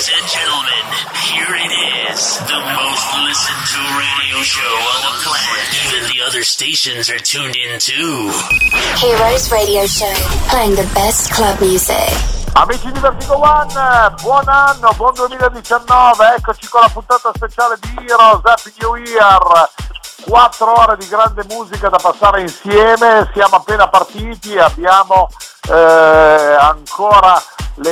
Ladies and gentlemen, here it is, the most listened to radio show on the planet. Even the other stations are tuned in too. Heroes Radio Show, playing the best club music. Amici di Vertigo One, buon anno, buon 2019, eccoci con la puntata speciale di Heroes, Happy New Year, 4 ore di grande musica da passare insieme, siamo appena partiti, abbiamo ancora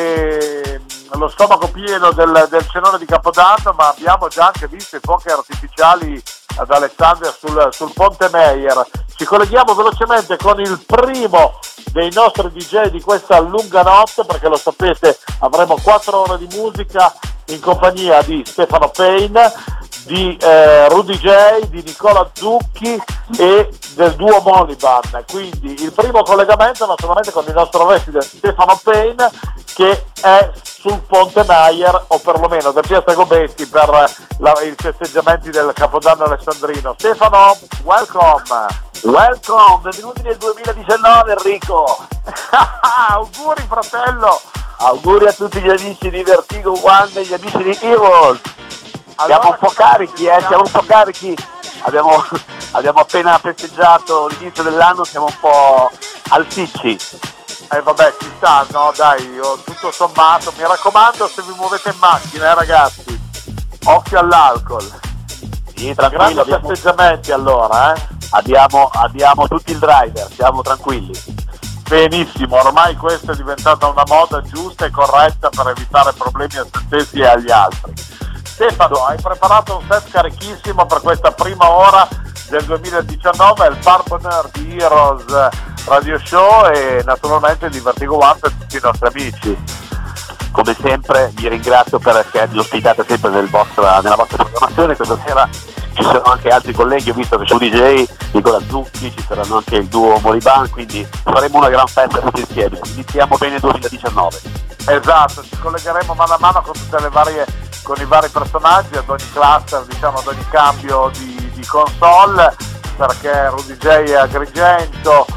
lo stomaco pieno del cenone di Capodanno, ma abbiamo già anche visto i fuochi artificiali ad Alessandria sul Ponte Meyer. Ci colleghiamo velocemente con il primo dei nostri DJ di questa lunga notte, perché lo sapete avremo 4 ore di musica in compagnia di Stefano Payne, di Rudy J, di Nicola Zucchi e del duo Moliban. Quindi il primo collegamento naturalmente con il nostro resident Stefano Payne, che è sul Ponte Meyer, o perlomeno da Piazza Gobetti, per i festeggiamenti del Capodanno alessandrino. Stefano, welcome, benvenuti nel 2019 Enrico. Auguri fratello. Auguri a tutti gli amici di Vertigo One e gli amici di Heroes. Siamo un po' carichi, abbiamo appena festeggiato l'inizio dell'anno, siamo un po' alticci. Vabbè, ci sta, no dai, tutto sommato, mi raccomando, se vi muovete in macchina ragazzi, occhio all'alcol. Sì, tranquillo. Grandi festeggiamenti allora, Abbiamo tutti il driver, siamo tranquilli. Benissimo, ormai questa è diventata una moda giusta e corretta per evitare problemi a se stessi e agli altri. Stefano, hai preparato un set carichissimo per questa prima ora del 2019, il Bar Bonheur di Heroes Radio Show e naturalmente di Vertigo One per tutti i nostri amici. Come sempre vi ringrazio perché mi ospitate sempre nella vostra programmazione. Questa sera ci saranno anche altri colleghi, ho visto che c'è un DJ, Nicola Zucchi, ci saranno anche il duo Moliban, quindi faremo una gran festa tutti insieme. Iniziamo bene il 2019. Esatto, ci collegheremo mano a mano con i vari personaggi, ad ogni cluster, diciamo ad ogni cambio di console, perché Rudy J è Agrigento,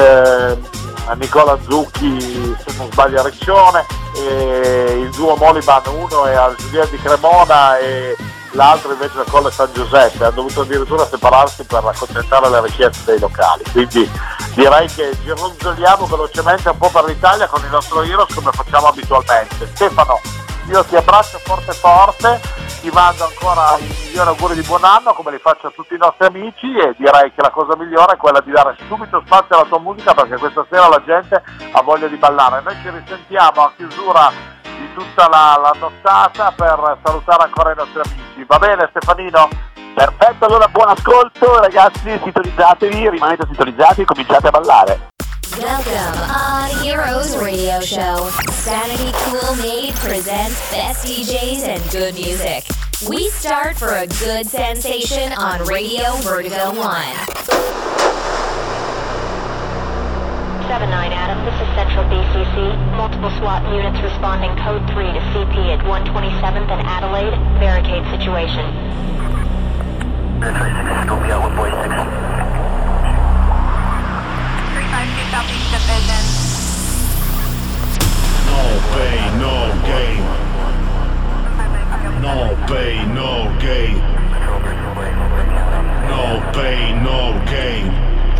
Nicola Zucchi se non sbaglio a Riccione, e il duo Moliban, uno è al Giuliano di Cremona e l'altro invece al Colle San Giuseppe. Hanno dovuto addirittura separarsi per accontentare le richieste dei locali, quindi direi che gironzoliamo velocemente un po' per l'Italia con il nostro Heroes come facciamo abitualmente. Stefano, io ti abbraccio forte, ti mando ancora i migliori auguri di buon anno come li faccio a tutti i nostri amici, e direi che la cosa migliore è quella di dare subito spazio alla tua musica, perché questa sera la gente ha voglia di ballare. Noi ci risentiamo a chiusura di tutta la nottata per salutare ancora i nostri amici. Va bene Stefanino? Perfetto, allora buon ascolto ragazzi, sintonizzatevi, rimanete sintonizzati e cominciate a ballare. Welcome on Heroes Radio Show. Sanity Cool Made presents best DJs and good music. We start for a good sensation on Radio Vertigo One. 7-9 Adam, this is Central BCC. Multiple SWAT units responding code 3 to CP at 127th and Adelaide. Barricade situation. Scopia 146. 352 Southeast Division. No pain, no gain. No pain, no gain. No pain, no gain.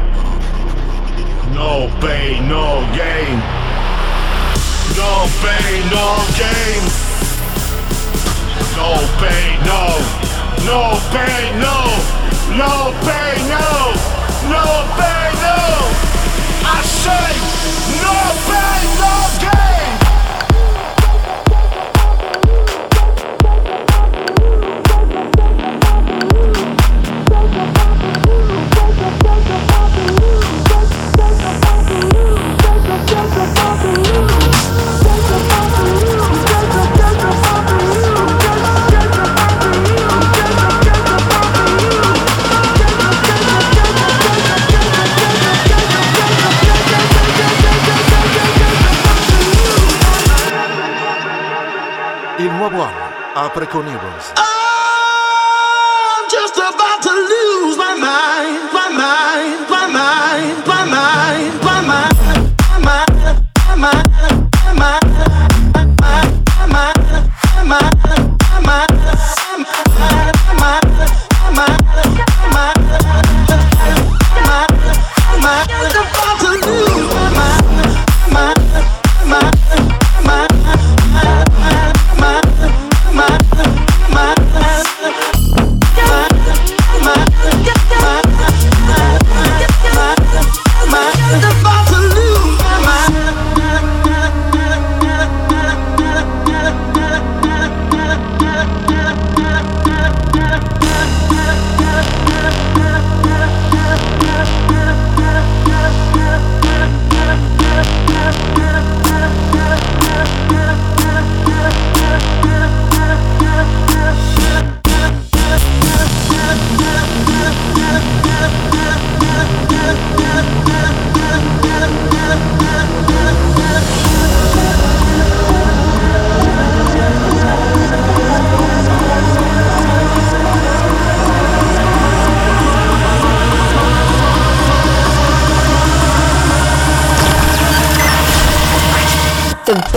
No pain, no gain. No pain, no gain. No pain, no. No pain, no. No pain, no. No pain, no. I say no pain, no gain. Il nuovo anno apre con Heroes. I'm just about to lose my mind, my mind, my mind, my mind, my mind, my mind, my mind, my mind, my mind, my mind, my mind.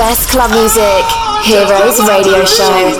best club music. Heroes Radio Show.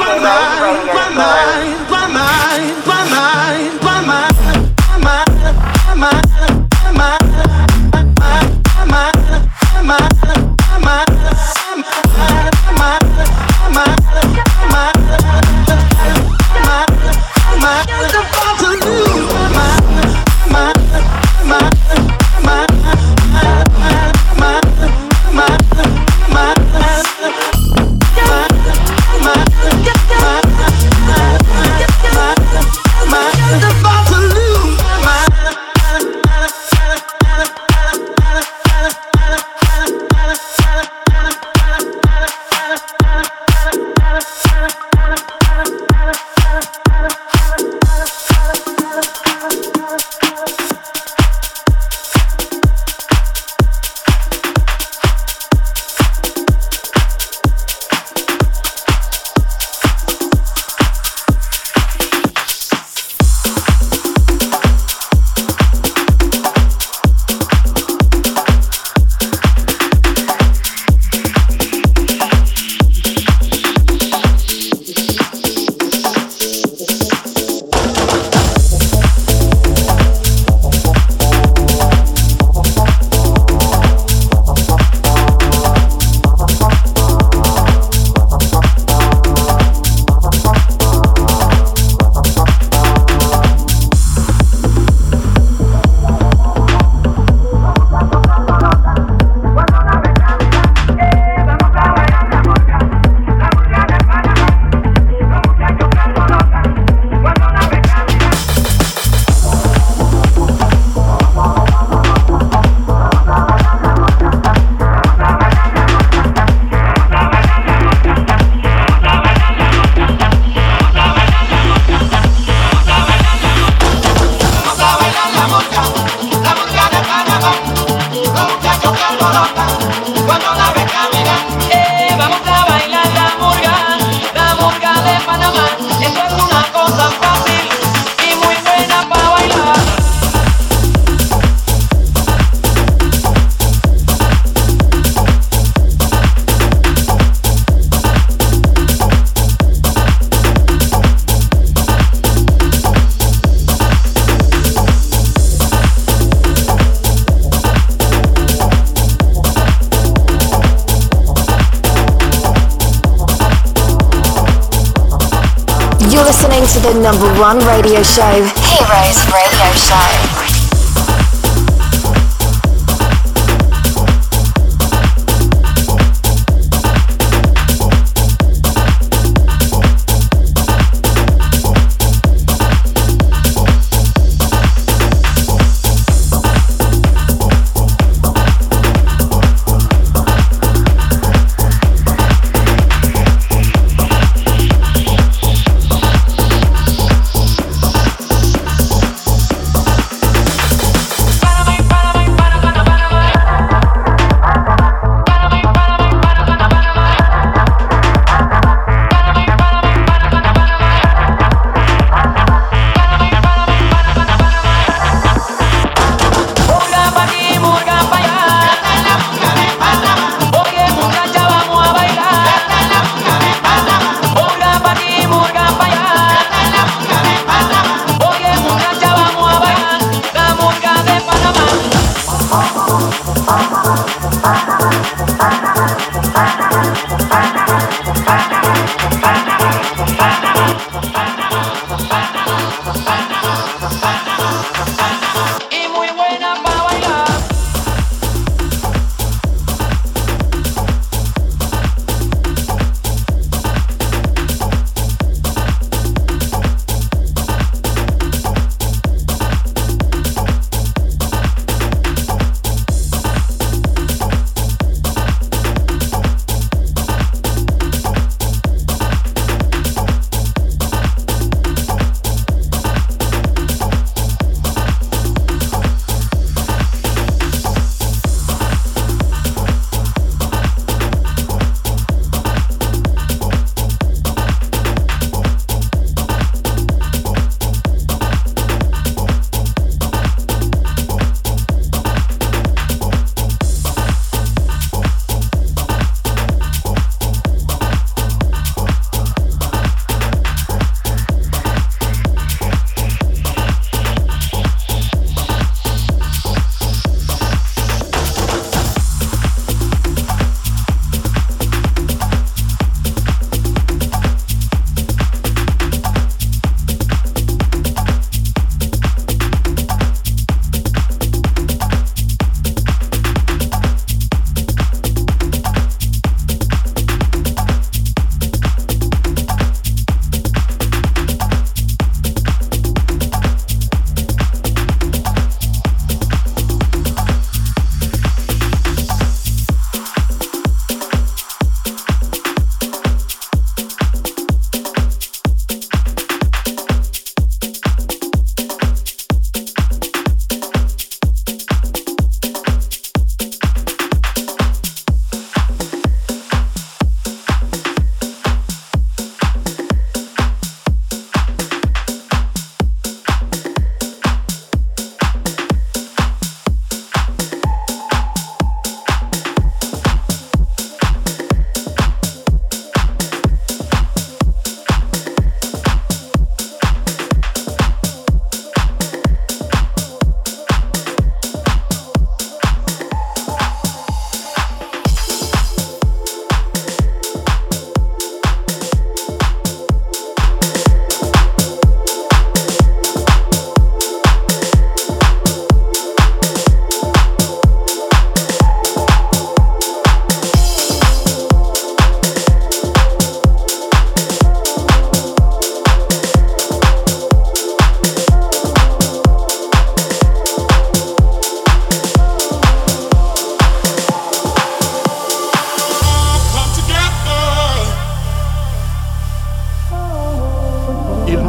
To the #1 radio show, Heroes Radio Show.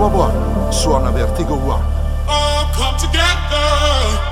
nuovo anno suona Vertigo One. All come together.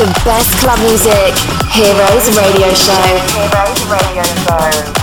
The best club music. Heroes Radio Show. Heroes Radio Show.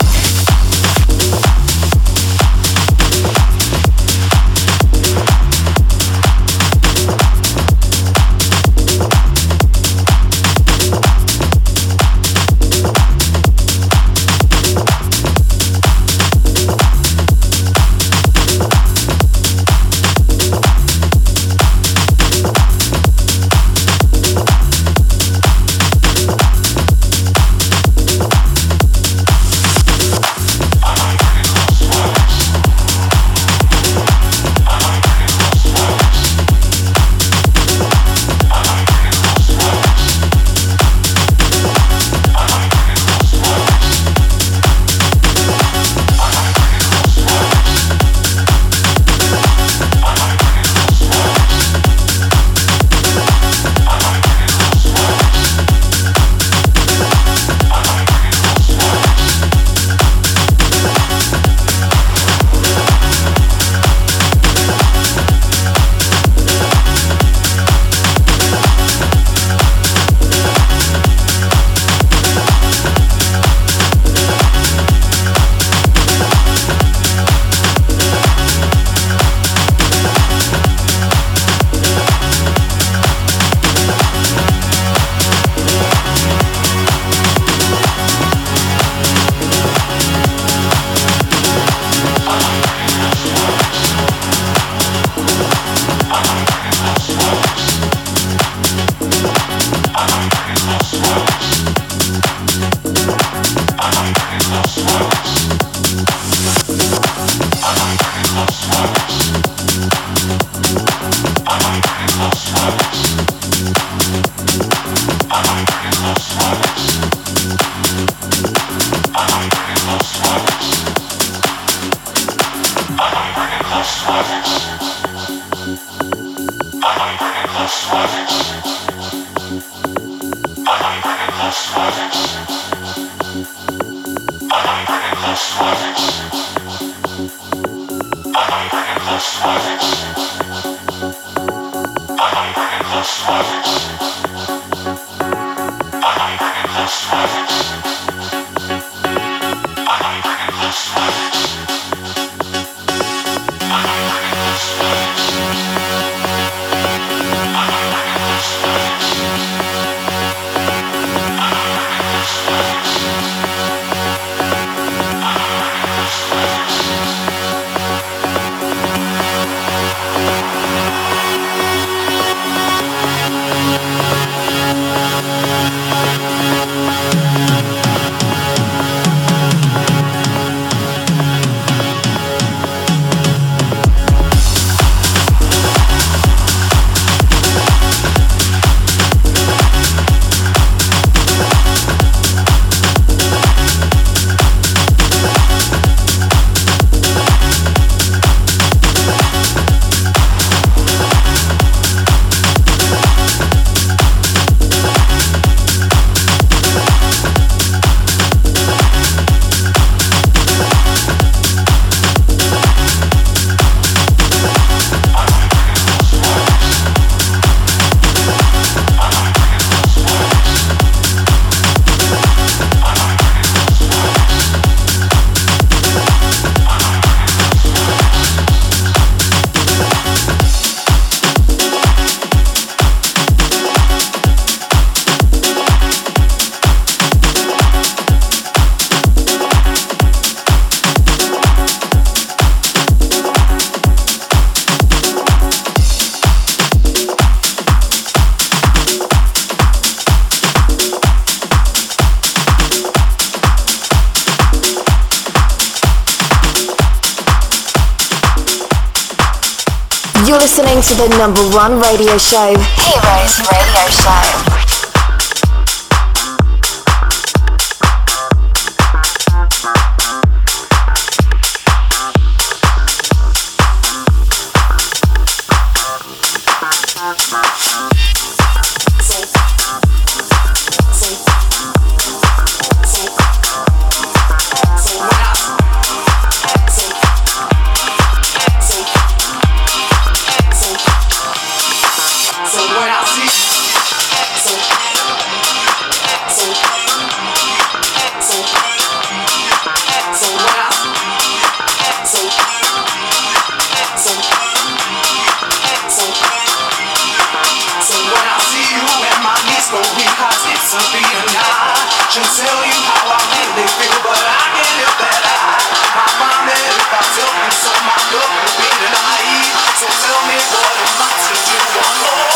You're listening to the #1 radio show, Heroes Radio Show. So to be tonight. Should tell you how I really feel, but I can't help that I find that if I tell you so, my love will be tonight. So tell me what am I to do one more.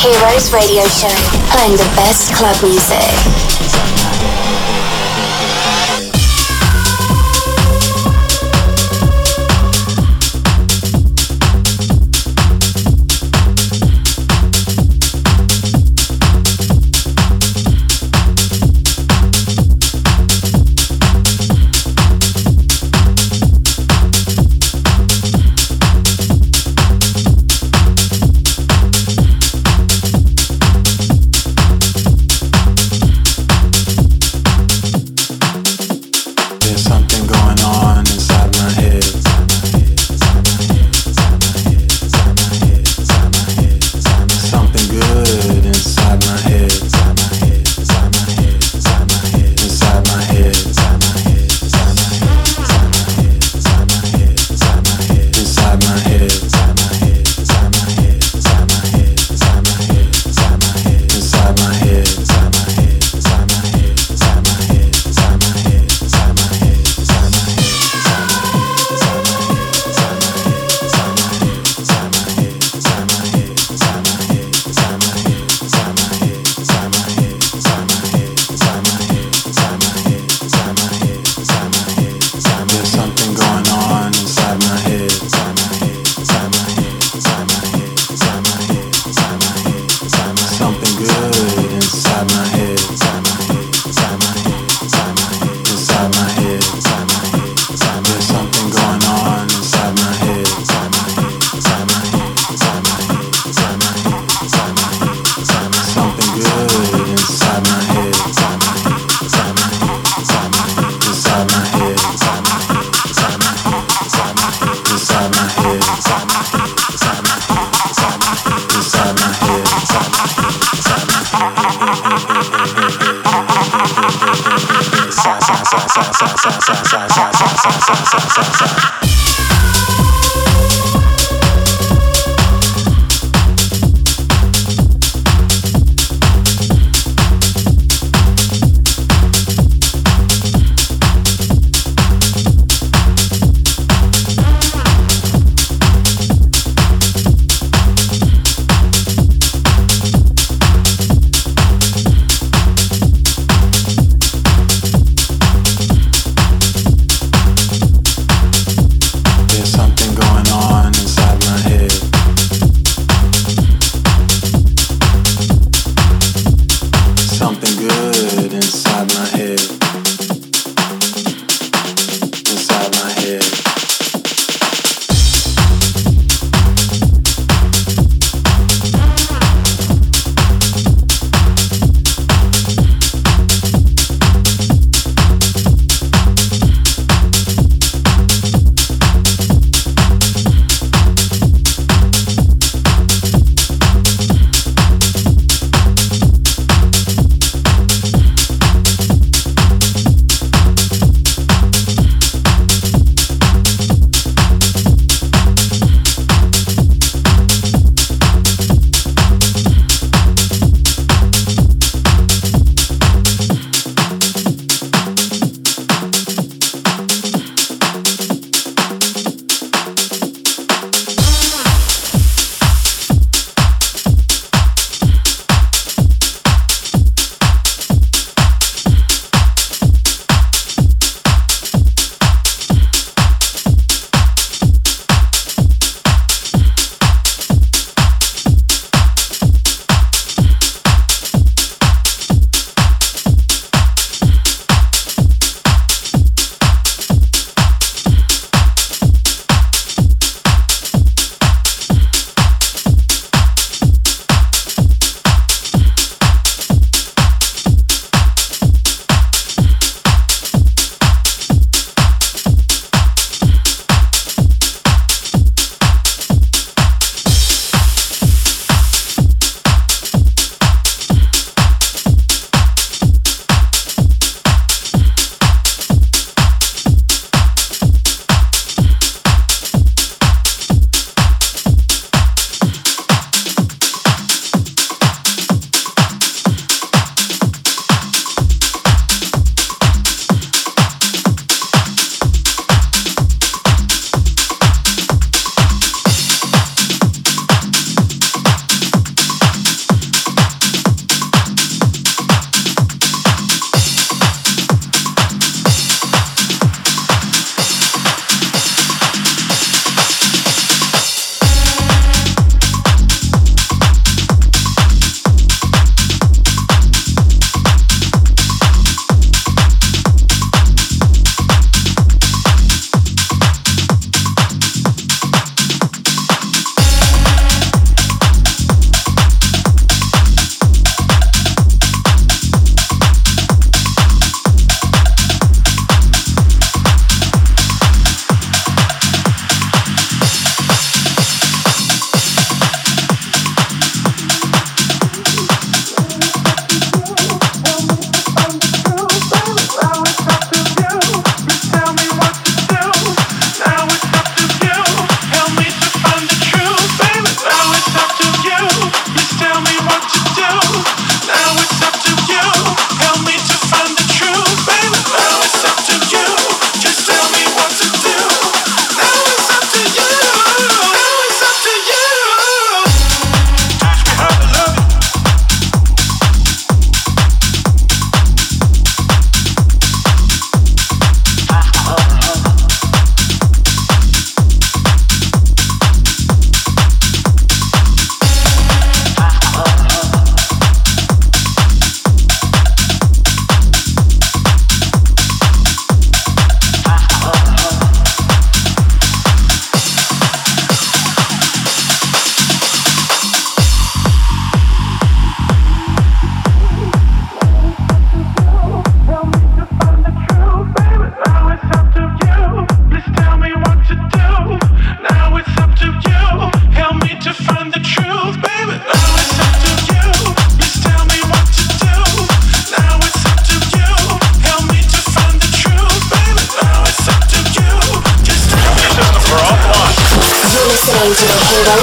Heroes Radio Show, playing the best club music.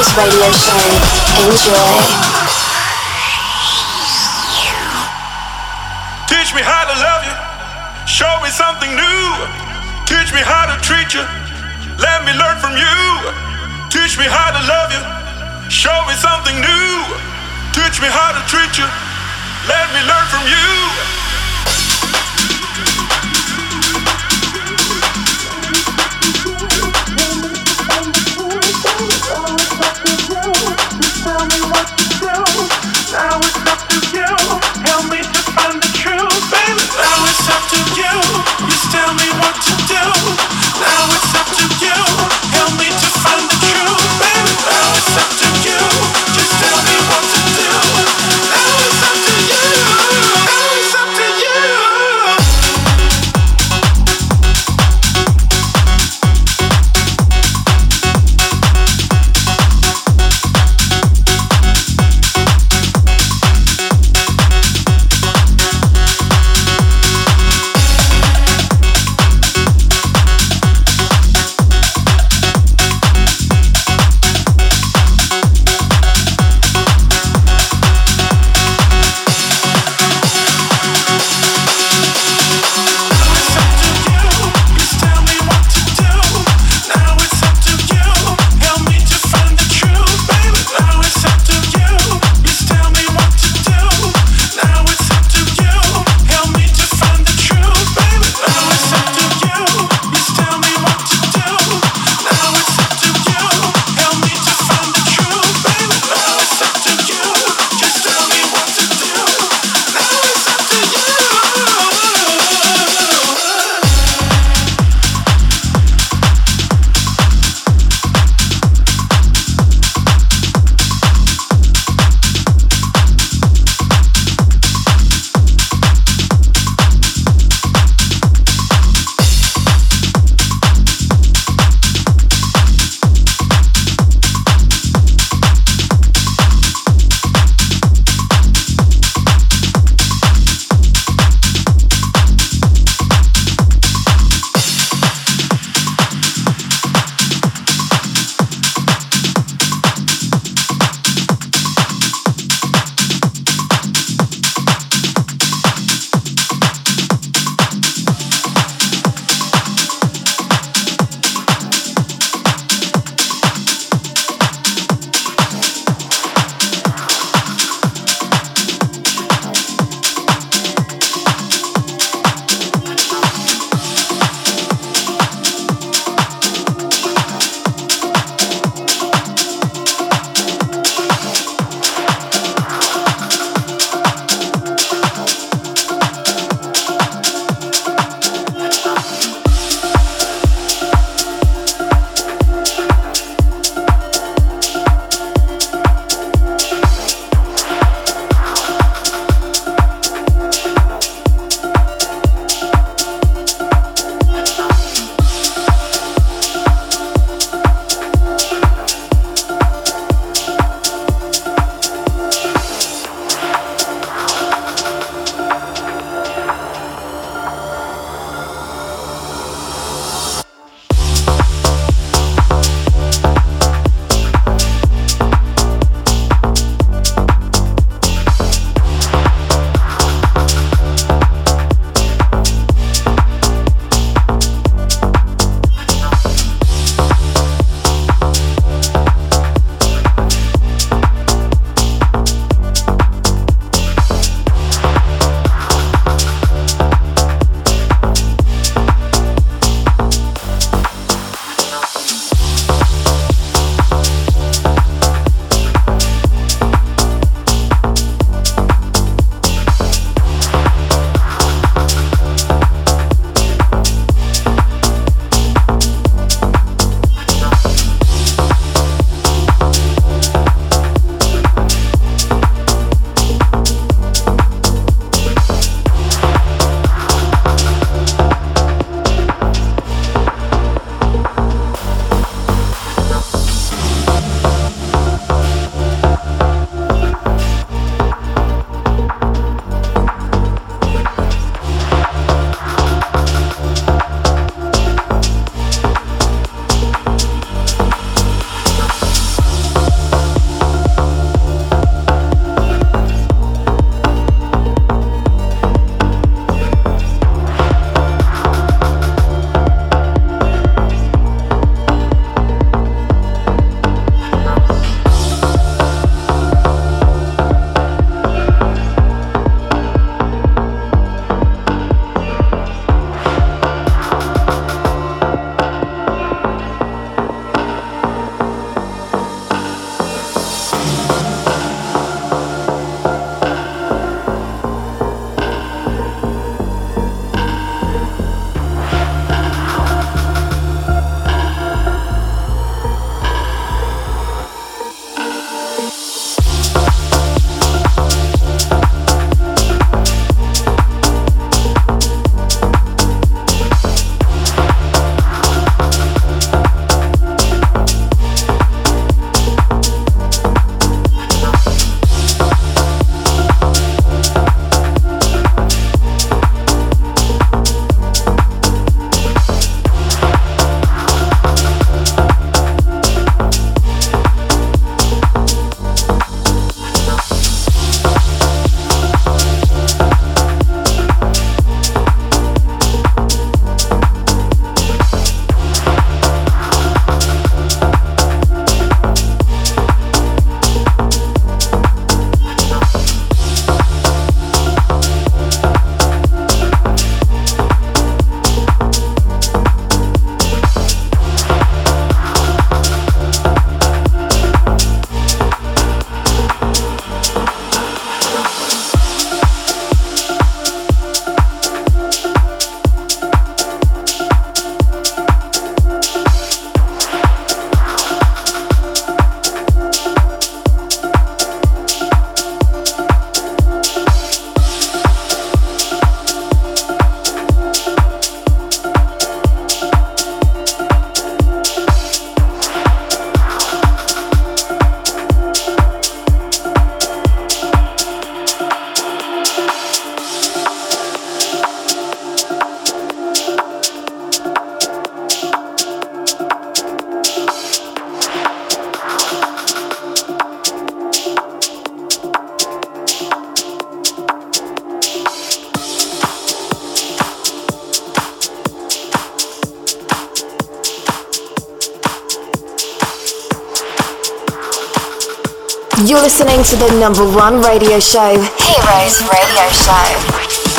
Heroes Radio Show. Enjoy. Teach me how to love you. Show me something new. Teach me how to treat you. Let me learn from you. Teach me how to love you. Show me something new. Teach me how to treat you. Let me learn from you. Tell me what to do. Now it's up to you. Help me to find the truth, baby. Now it's up to you. Just tell me what to do. Now it's up to you. Help me to find the truth, baby. Now it's up to you. Just tell me what to do. Now it's up to you. Now it's up to You're listening to the #1 radio show, Heroes Radio Show.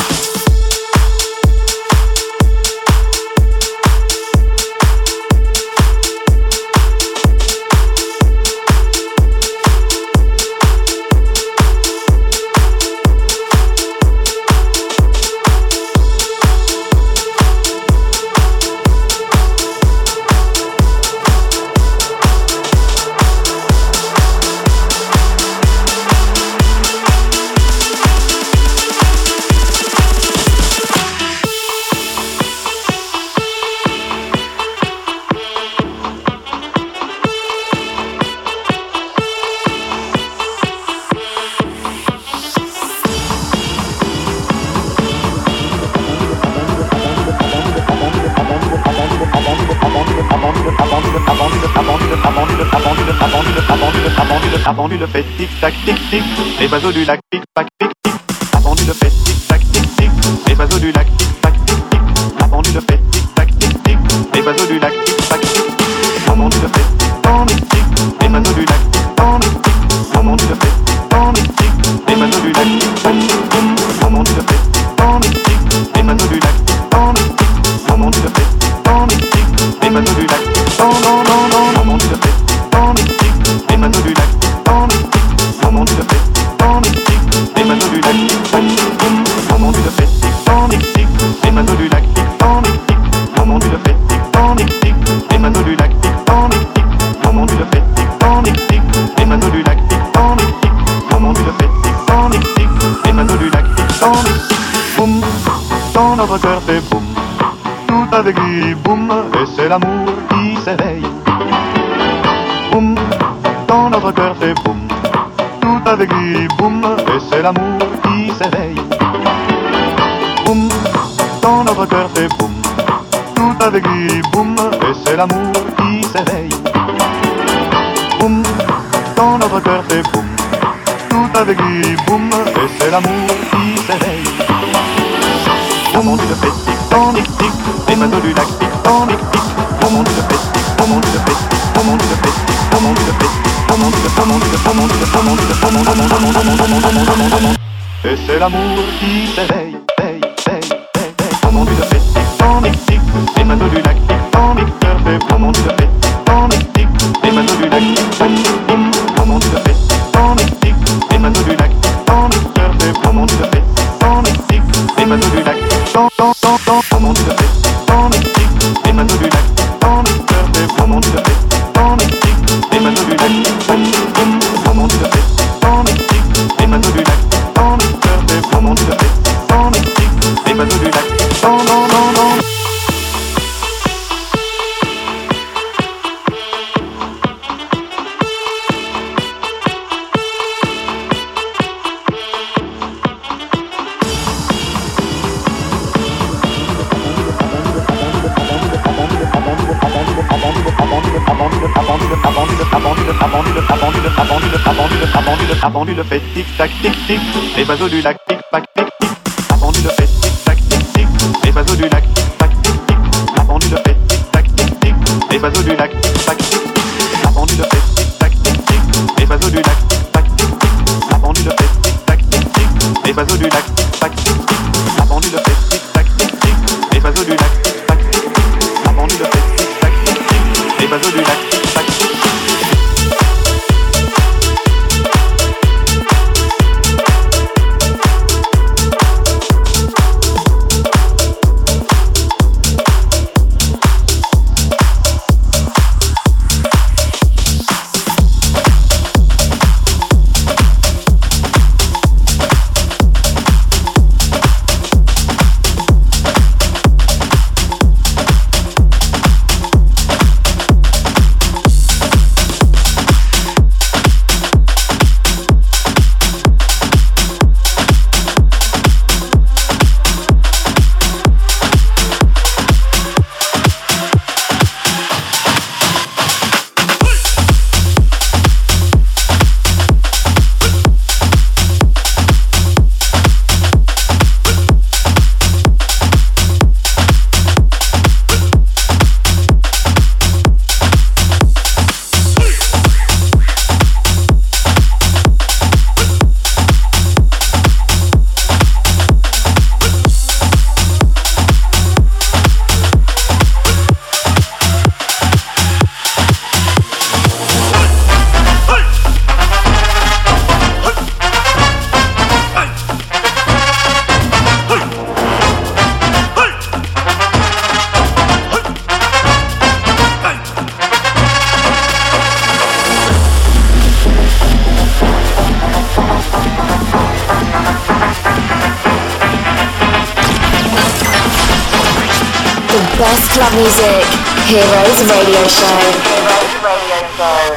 Pendu le fait tic-tac, tic-tic, les oiseaux du lac, tic-tac, tic-tic. A pendu le fait tic-tac, tic-tic, les oiseaux du lac, tic-tac, tic-tic. A pendu le fait tic-tac, tic-tic, les oiseaux du lac, tic-tac, tic-tic. A pendu le fait tic-tic, les oiseaux du lac, tic-tac. A pendu le fait tic-tic, les oiseaux du lac, tic-tac. A pendu le fait tic-tic, les oiseaux du lac, tic-tac. A pendu le fait tic-tic, les oiseaux du lac, non non non non. A pendu le fait tic-tic, les oiseaux du lac. Comment tu le fais? Tic-tic, les oiseaux du lac. Comment tu le fais? Tic-tic, les oiseaux du lac. Tic-tic, comment tu le fais? Tic-tic, les oiseaux du lac. Tic-tic, comment tu le fais? Tic-tic, les oiseaux du lac. Tic-tic, comment tu le fais? Tic-tic, les oiseaux du lac. Boum, dans notre cœur fait boum. Tout avec lui, boum, et c'est l'amour qui s'éveille. Boum, dans notre cœur fait boum. Tout avec lui, boum, et c'est l'amour qui s'éveille. Boum, dans notre cœur fait boum. Tout avec lui, boum, et c'est l'amour qui s'éveille. Boum, dans notre cœur fait boum. Tout avec lui, boum, et c'est l'amour qui s'éveille. Comment tu le fais? Tic-tac, tic-tic, les oiseaux du lac, tic-tac, tic-tic. Comment tu le fais? Comment tu le fais? Comment tu le fais? Comment tu le fais? Et c'est l'amour qui s'éveille, comment tu le fais? Tic-tic, les oiseaux du lac, tic-tic, comment tu le fais? Tic-tic, les oiseaux du lac, tic-tic, comment tu le fais? Tic-tic, les oiseaux du lac, tic-tic, comment tu le fais? Tic-tic, les oiseaux du lac, comment tu le fais? Tic-tic, les oiseaux du lac, tic-tic, comment tu le fais? Tic-tic, les oiseaux du lac. Comment tu le fais? Tic-tic, les oiseaux du lac. Comment tu le fais? Tic-tic, les oiseaux du lac. Non, non, non, non. A pendu le fait tic-tac, tic-tic, les oiseaux du lac, tic-tac, tic-tic. A pendu le fait tic-tac, tic-tic, les oiseaux du lac, tic-tac, tic-tic. A pendu le fait tic-tac, tic-tic, les oiseaux du lac, tic-tac, tic-tic. A pendu le fait tic-tac, tic-tic, les oiseaux du lac, tic-tac, tic-tic. A pendu le fait tic-tac, tic-tic, les oiseaux du lac, tic-tac, tic-tic. A pendu le fait tic-tac, tic-tic, les oiseaux du lac, tic-tac, tic-tic. A pendu le fait tic-tac, tic-tic, les oiseaux du lac, tic-tac, tic-tic. Best club music. Heroes Radio Show. Heroes Radio Show.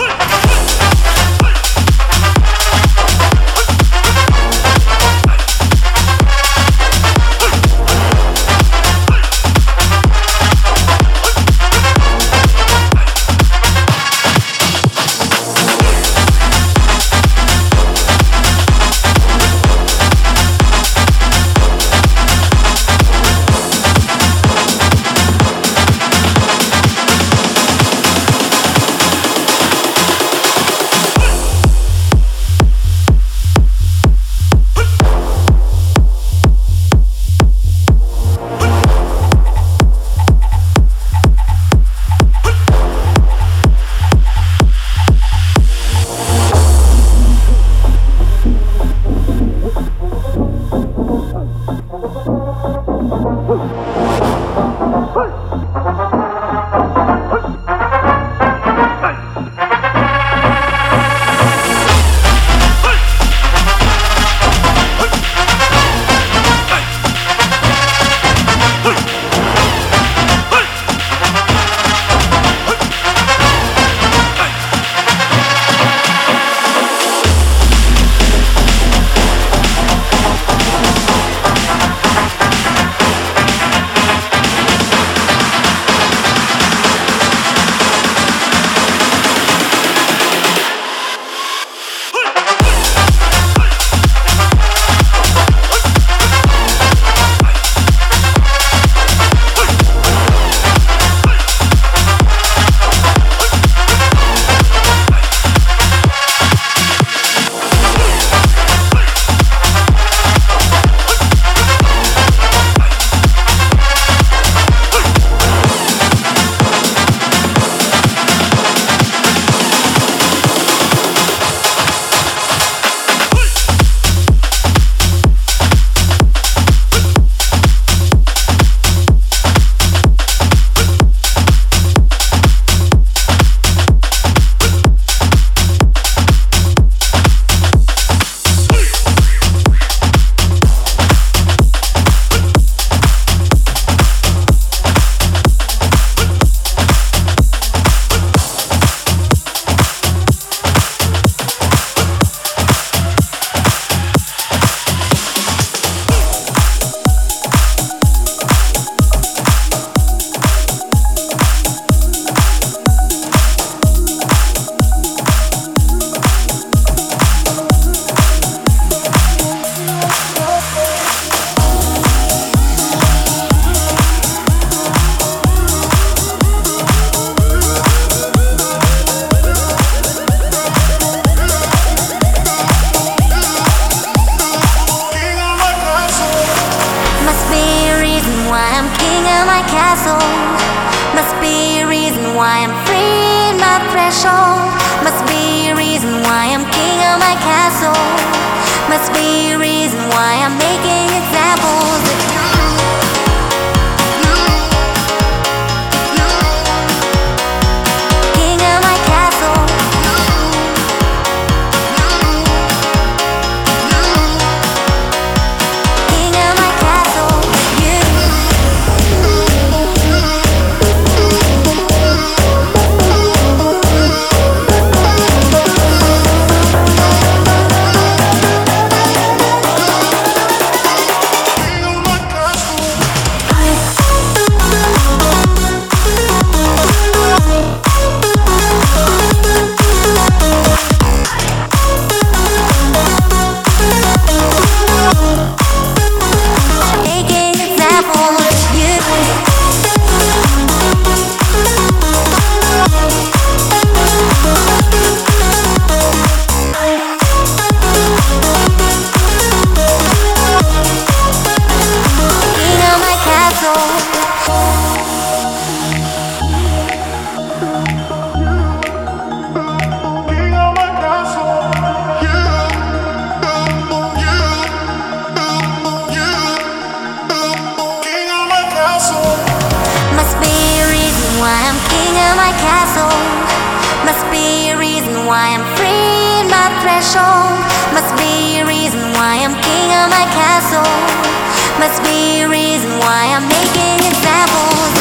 Must be a reason why I'm king of my castle. Must be a reason why I'm making examples.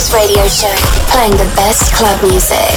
Heroes Radio Show, playing the best club music.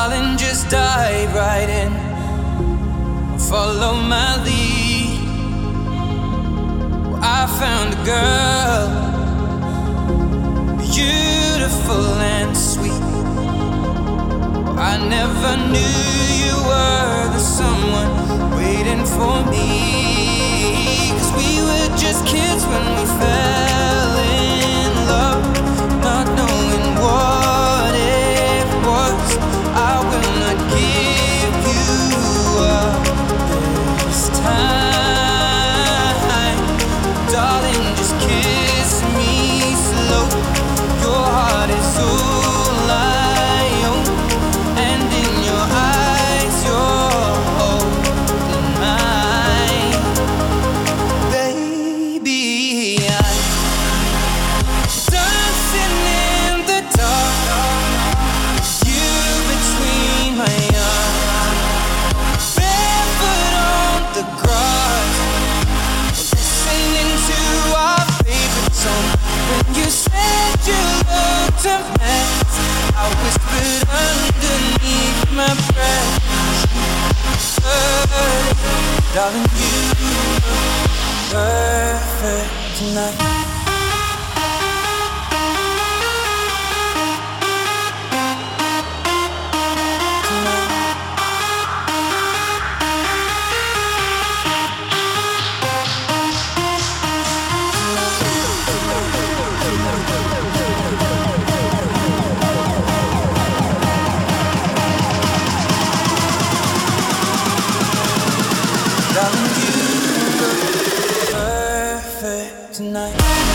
Darling, just dive right in. Follow my lead. Well, I found a girl, beautiful and sweet. Well, I never knew you were the someone waiting for me. 'Cause we were just kids when we fell in love, not knowing what it was. I will not give you up this time. Darling, just kiss me slow. Your heart is all I own, and in your eyes you're holding mine. Baby, I'm dancing in the dark, you between my arms, barefoot on the grass, listening to our favorite song. When you said you looked a mess, I whispered underneath my breath, darling, you look perfect tonight. Darling, you look perfect tonight.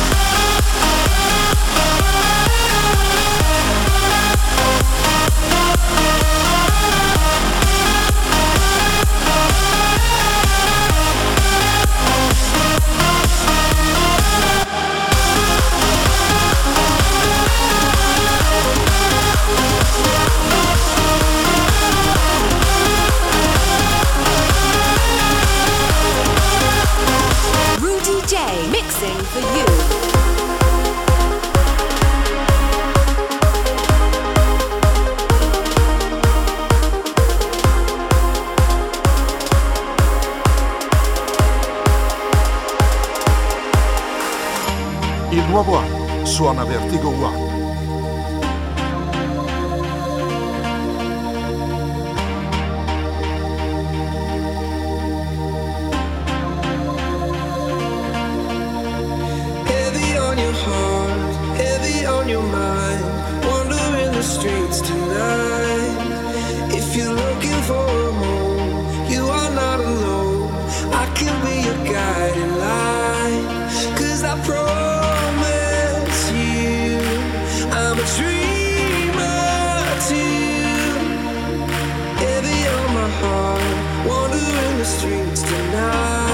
Rudy J mixing for you. Il nuovo anno suona Vertigo One. Heavy on your heart, heavy on your mind, wandering the streets tonight. If you're looking for a home, you are not alone. I can be your guiding light, 'cause I promise you I'm a dreamer too. Heavy on my heart, wandering the streets tonight.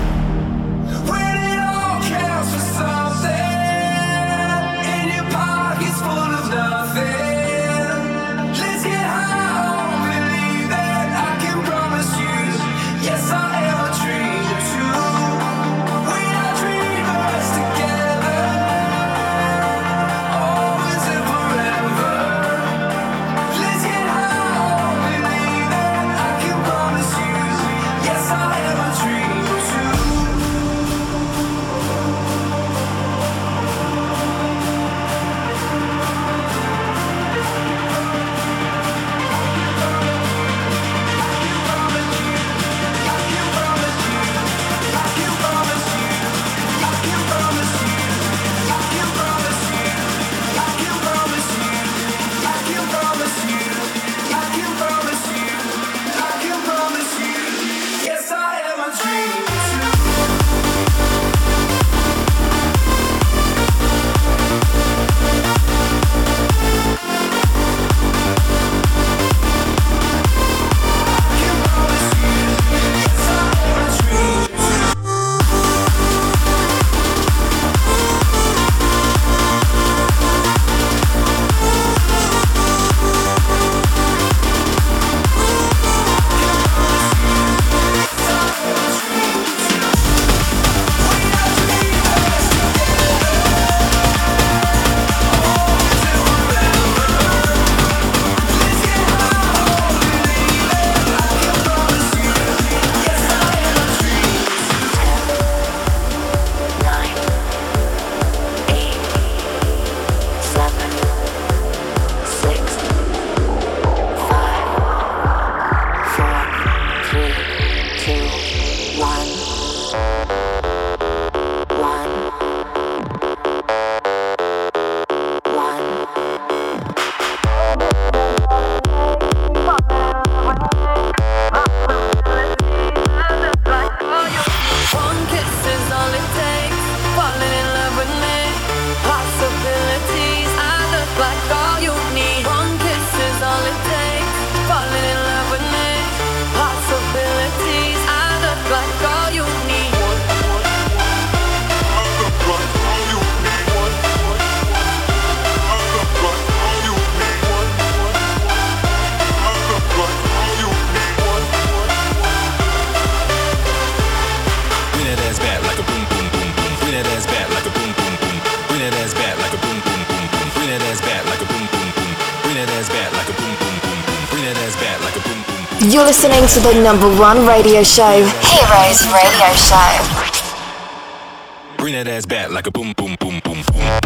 When it all counts for something in your pocket. You're listening to the #1 radio show, Heroes Radio Show. Bring that ass back like a boom, boom, boom, boom.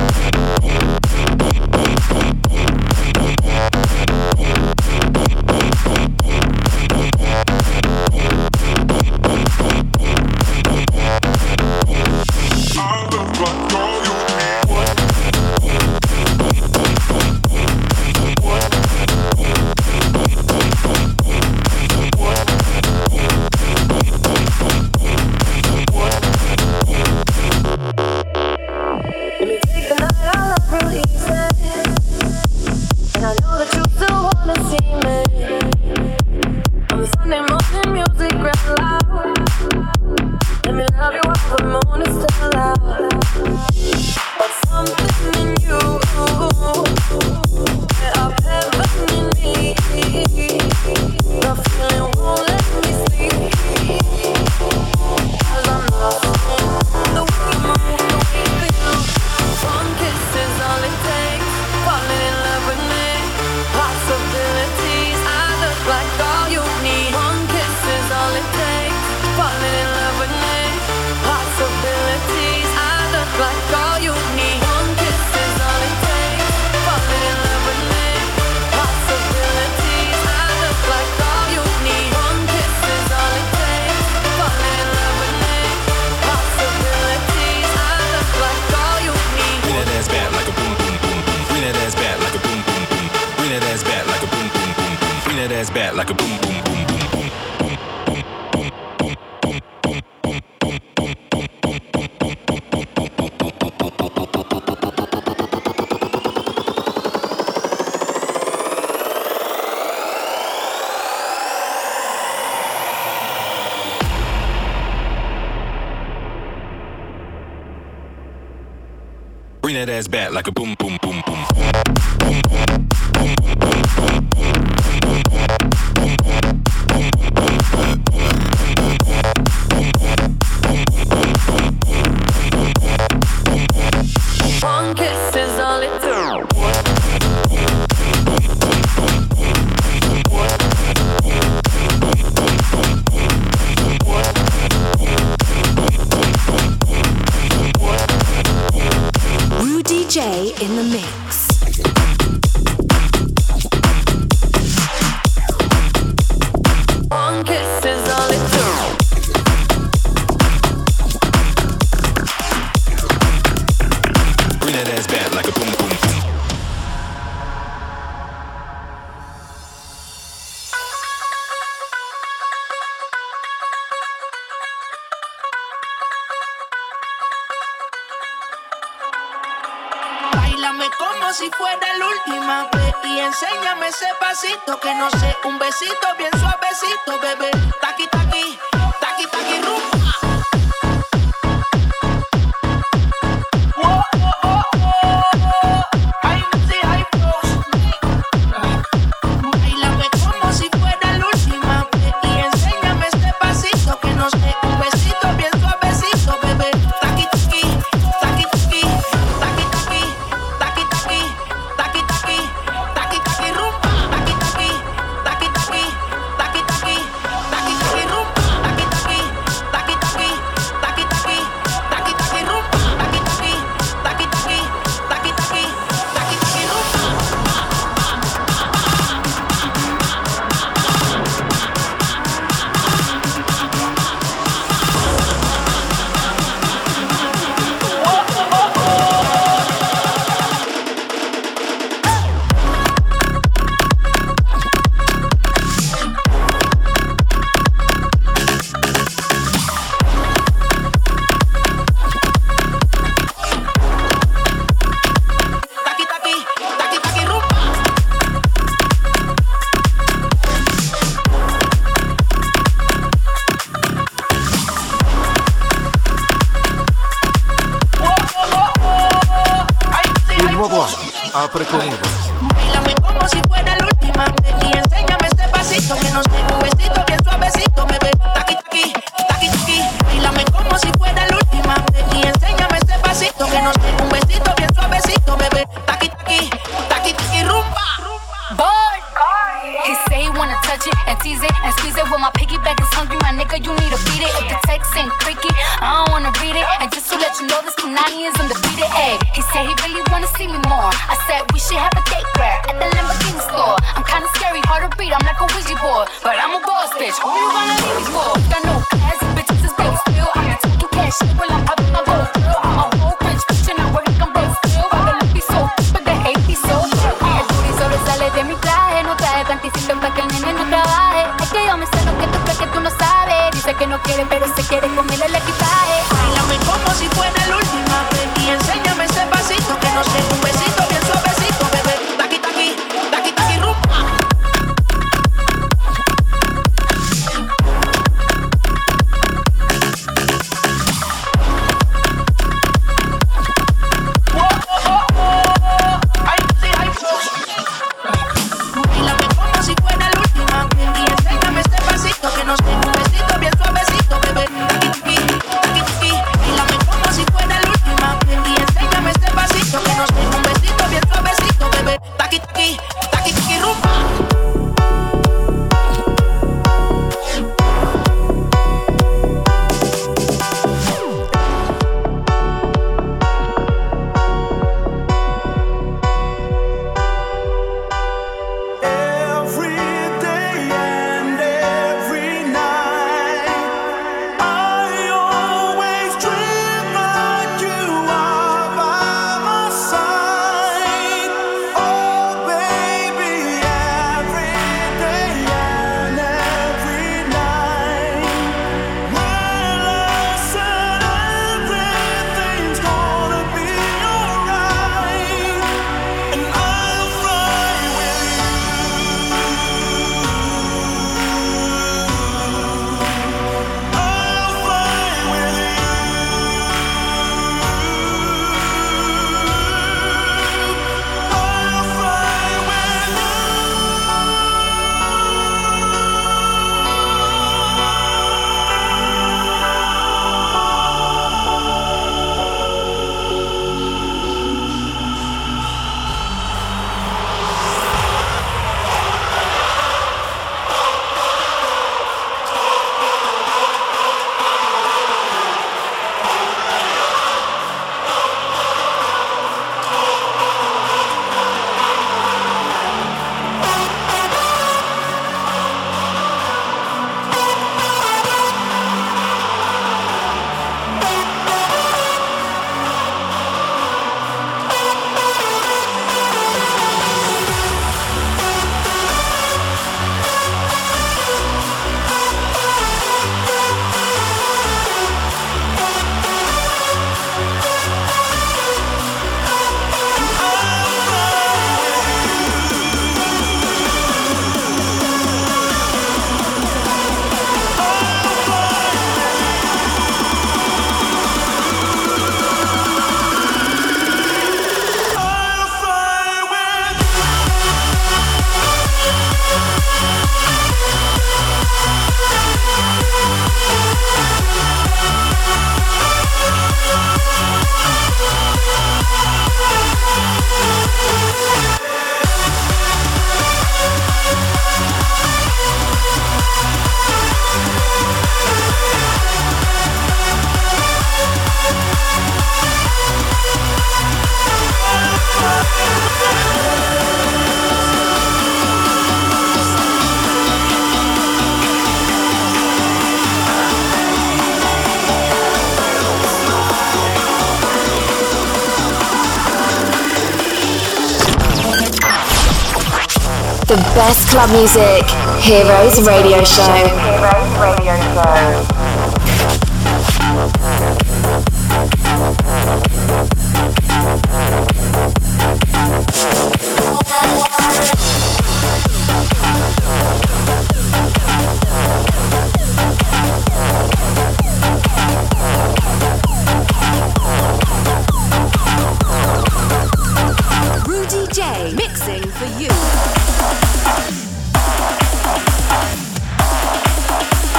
Bring that ass back like a boom, boom, boom, boom. One kiss is all it took. Rudy J in the mix. One kiss is all it took. Bring that ass back like a boom, boom, boom. Báilame como si fuera la última vez y enséñame ese pasito que no sé, un besito bien suavecito, bebé. Taqui, taqui, taqui, taqui, rumba. Apre con Evo. Báilame como si fuera la última vez y enséñame ese pasito que no sé, un besito bien suavecito, bebé. Taqui, taqui, taqui, taqui. Báilame como si fuera la última vez y enséñame ese pasito que no sé, un besito bien suavecito, bebé. Taqui, taqui, taqui, taqui, rumba. Boy, he say he wanna touch it and tease it and to beat it. If the text ain't freaky, I don't wanna read it. And just to let you know, this Punani is undefeated. Ay, he said he really wanna see me more. I said we should have a date where at the Lamborghini store. I'm kinda scary, hard to read, I'm like a Ouija board. But I'm a boss bitch, who you gonna leave me for? Got no class, bitches is broke still. I'm the talking cash shit while I'm popping my gold grill. I'm a whole bitch, bitch, and I work like I'm broke still. I don't be so, but the hate be so real. El booty solo sale de mi traje, no traje panticito pa' que el nene no trabaje. Es que yo me sé lo que tú crees que tú no sabes. Dice que no quiere, pero se quiere comer el equipaje. Báilame como si fuera la última vez y enséñame ese pasito que no sé, un besito bien suavecito, bebé. Taqui, taqui, taqui, taqui, rumba. Báilame como si fuera la última vez y enséñame ese pasito que no sé, un besito bien suavecito, bebé. Taqui, taqui, taqui, taqui. Báilame como si fuera la última vez y enséñame ese pasito que no sé, un besito bien suavecito, bebé. Taqui, taqui, taqui, taqui, rumba. The best club music. Heroes Radio Show. Heroes Radio Show. Rudy J mixing for you.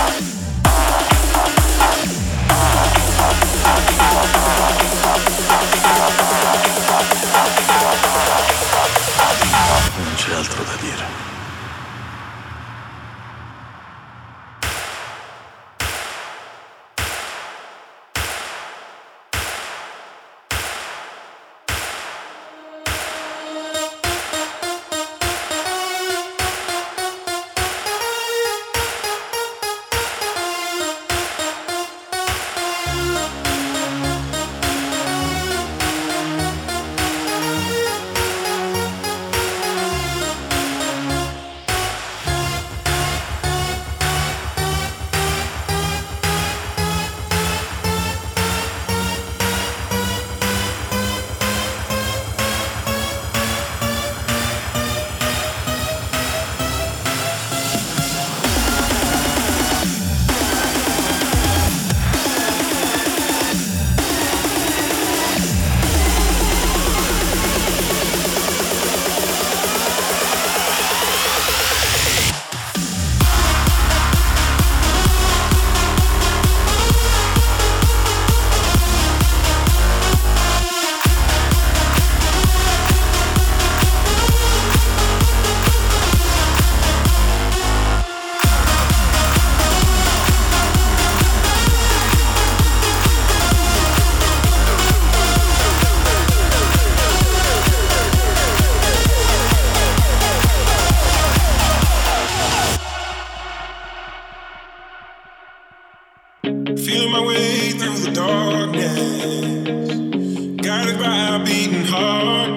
Feeling my way through the darkness, guided by a beating heart.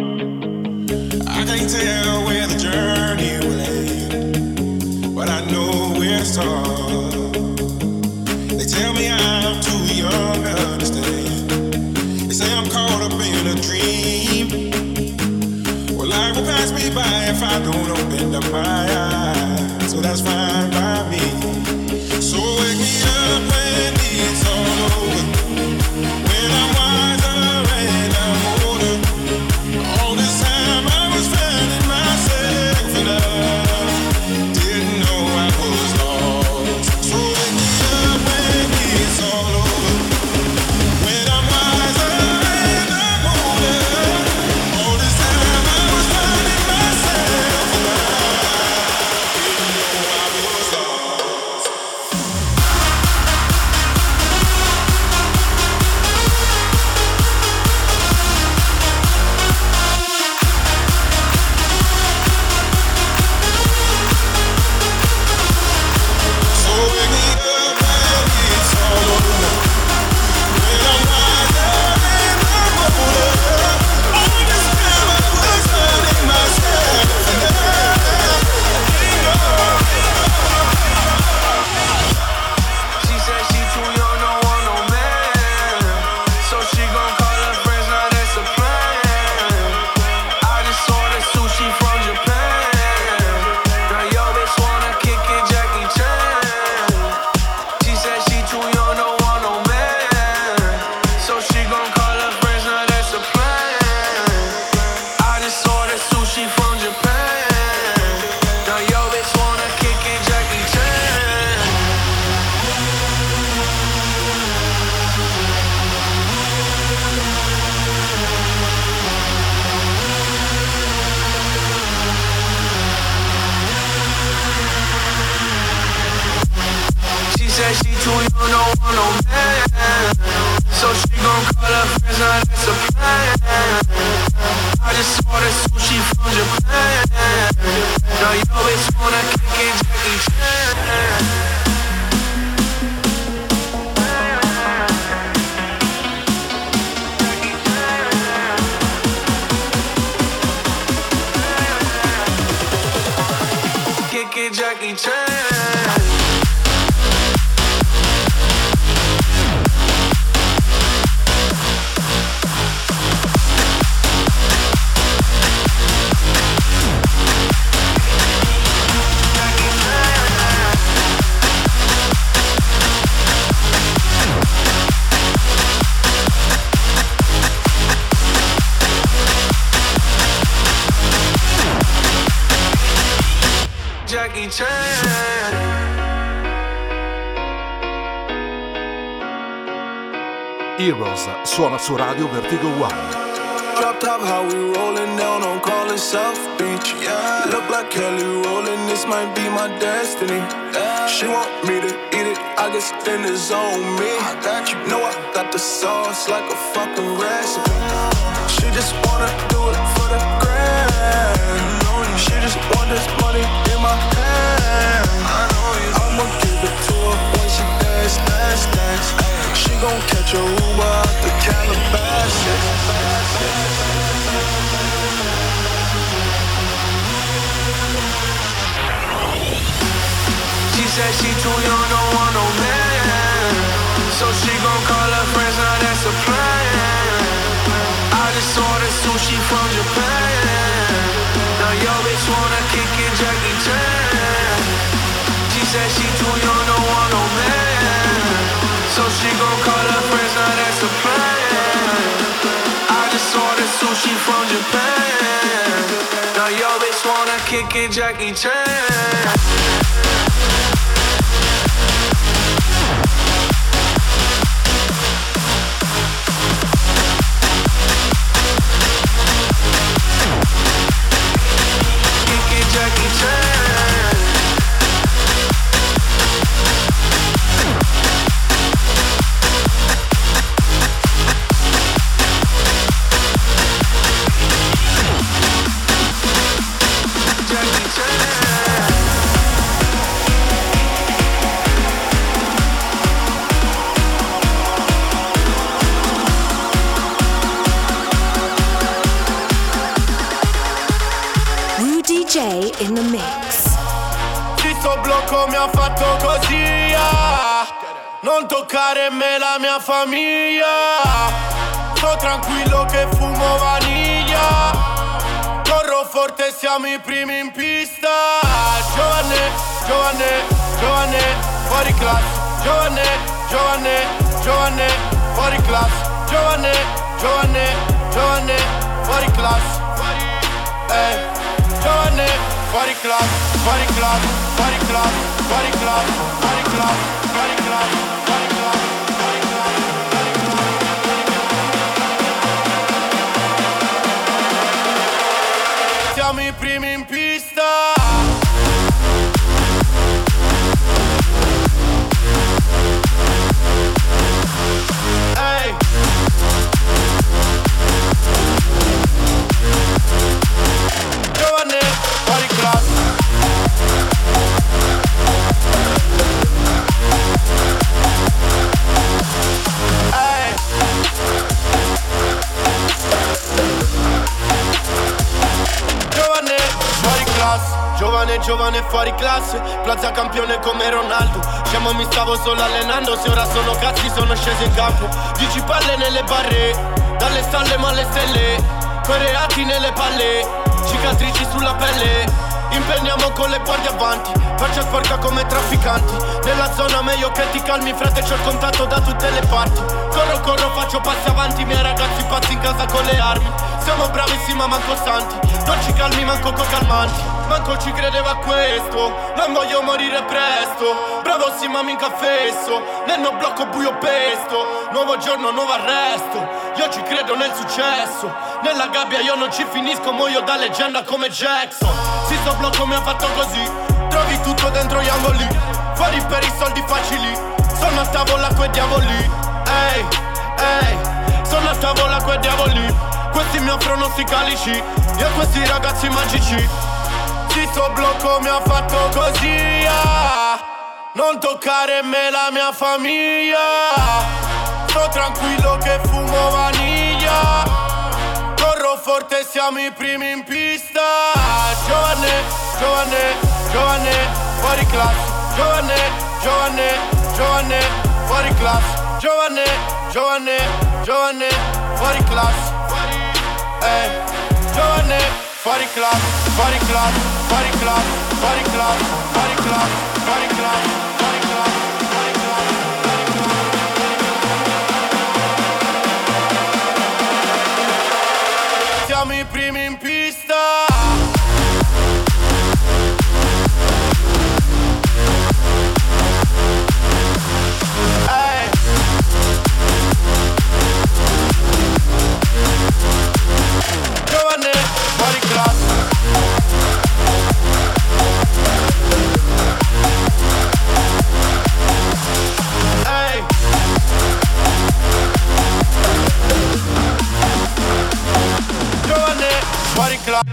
I can't tell where the journey will end, but I know where to start. They tell me I'm too young to understand. They say I'm caught up in a dream. Well, life will pass me by if I don't open up my eyes, so that's fine by me. So wake me up when it's all over, when I'm wiser and I'm older. All this time I was finding myself and I didn't know I was lost. So wake me up when it's all over, when I'm wiser and I'm older. All this time I was finding myself and I didn't know I was lost. Jackie Chan. Jackie Chan. Heroes suona su Radio Vertigo One. Drop top, how we rolling down on call it South Beach. Yeah, look like Kelly rolling, this might be my destiny. Yeah. She want me to eat it, I guess then it's on me. I got you, know I got the sauce like a fucking recipe. She just wanna do it for the grand. She just want this money in my hand. I'ma give it to her when she dance, dance, dance. She gon' catch a Uber out the Calabasas. She said she too young, don't want no man. So she gon' call her friends, now that's a plan. I just ordered sushi from Japan. Now yo bitch wanna kick it, Jackie Chan. She said she too young, don't want no man. So she gon' call her friends, now that's a plan. I just ordered sushi from Japan. Now yo bitch wanna kick it, Jackie Chan. Jackie Chan. Jackie Chan. J in the mix. Sto blocco mi ha fatto così, non toccare me la mia famiglia. Sto tranquillo che fumo vaniglia, corro forte, siamo i primi in pista. Giovane, giovane, giovane, fuori classe. Giovane, giovane, giovane, fuori classe. Giovane, giovane, giovane, fuori classe. Giovane, fuori classe, fuori classe, fuori classe, fuori classe, fuori classe, fuori classe, fuori classe, fuori classe. Siamo i primi in pista. Ehi. Giovane, fuori classe. Giovane, giovane fuori classe, Plaza campione come Ronaldo. Scemo mi stavo solo allenando, se ora sono cazzi sono sceso in campo. 10 palle nelle barre, dalle stalle ma alle stelle. Coreati nelle palle, cicatrici sulla pelle. Impegniamo con le guardie avanti, faccia sporca come trafficanti. Nella zona meglio che ti calmi, frate, c'ho il contatto da tutte le parti. Corro, corro, faccio passi avanti, i miei ragazzi pazzi in casa con le armi. Siamo bravissimi ma manco santi, non ci calmi manco con calmanti. Manco ci credeva a questo, non voglio morire presto. Bravo sì ma mica fesso, nel mio blocco buio pesto. Nuovo giorno, nuovo arresto, io ci credo nel successo. Nella gabbia io non ci finisco, muoio da leggenda come Jackson. Sì, sto blocco mi ha fatto così, trovi tutto dentro gli angoli. Fuori per i soldi facili, sono a tavola coi diavoli. Ehi, ehi, sono a tavola coi diavoli. Questi mi offrono sti calici, io questi ragazzi magici. Sì, sto blocco mi ha fatto così, non toccare me la mia famiglia. Sto tranquillo che fumo vaniglia, corro forte, siamo i primi in pista. Giovane, giovane, giovane, fuori classe. Giovane, giovane, giovane, fuori classe. Giovane, giovane, giovane, fuori classe. Giovane, fuori classe, fuori classe, fuori classe, fuori classe, fuori classe, fuori classe, fuori classe, fuori classe. Siamo i primi in pista. Giovane, fuori classe. Giovane, fuori classe.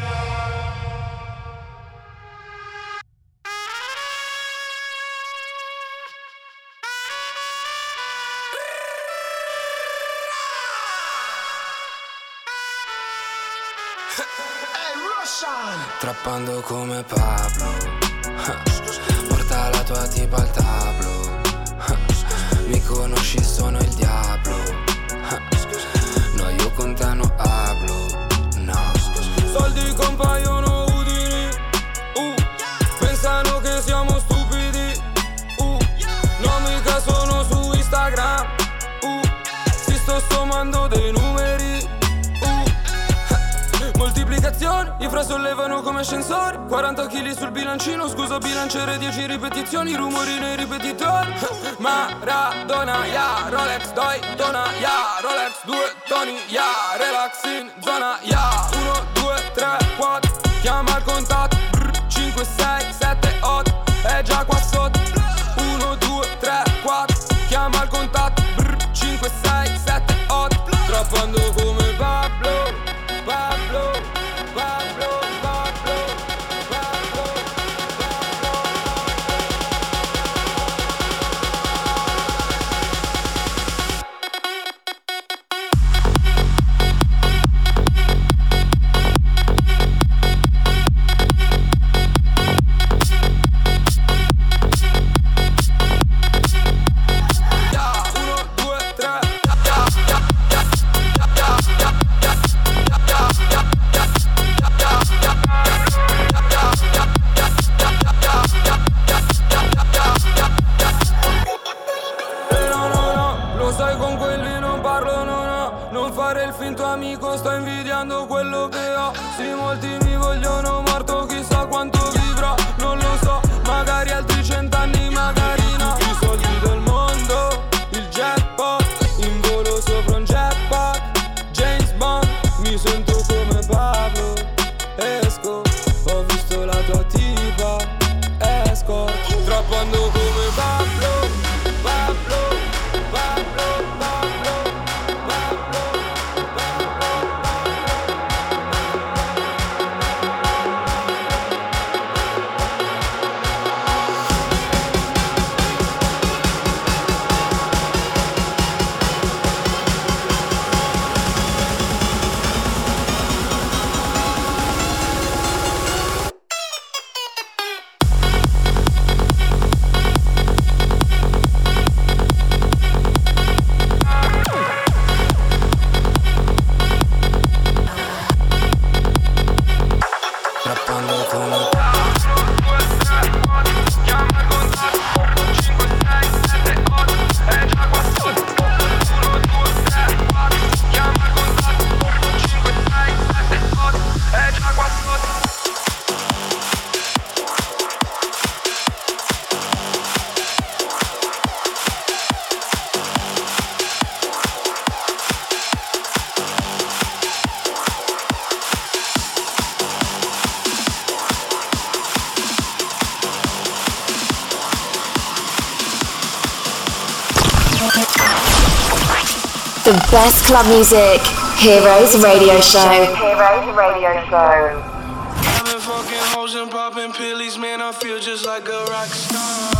Trappando come Pablo, porta la tua tipa al tablo. Mi conosci, sono il diavolo. No, io con te non hablo, no. Soldi compaiono utili, pensano che siamo stupidi, no, mica sono su Instagram, si sto sommando dei numeri, moltiplicazione, i fra sollevano come ascensori, 40 kg sul bilancino, scusa bilanciere 10 ripetizioni, rumori nei ripetitori. Maradona, ya, Rolex, doi, dona, ya, Rolex, 2 toni, ya, relax in zona, ya. 1, 2, 3, 4, chiama il contatto, 5, 6, 7, 8, è già qua sotto. 1, 2, 3, 4, chiama il contatto, 5, 6, 7, 8, trappando come Pablo, Pablo, Pablo, Pablo, Pablo. stai con quelli non parlo, non fare il finto amico, sto invidiando quello che ho. Sì, molti mi vogliono morto, chissà quanto vivrò, non lo so, magari altri 100 anni, magari no. I soldi del mondo, il jackpot, in volo sopra un jetpack, James Bond, mi sento come Pablo, esco, ho visto la tua tipa, esco, trappando come Pablo, Pablo, Pablo, Pablo, Pablo, The best club music. Heroes Radio Show. Heroes Radio Show. I've been fucking hoes and popping pillies, man, I feel just like a rock star.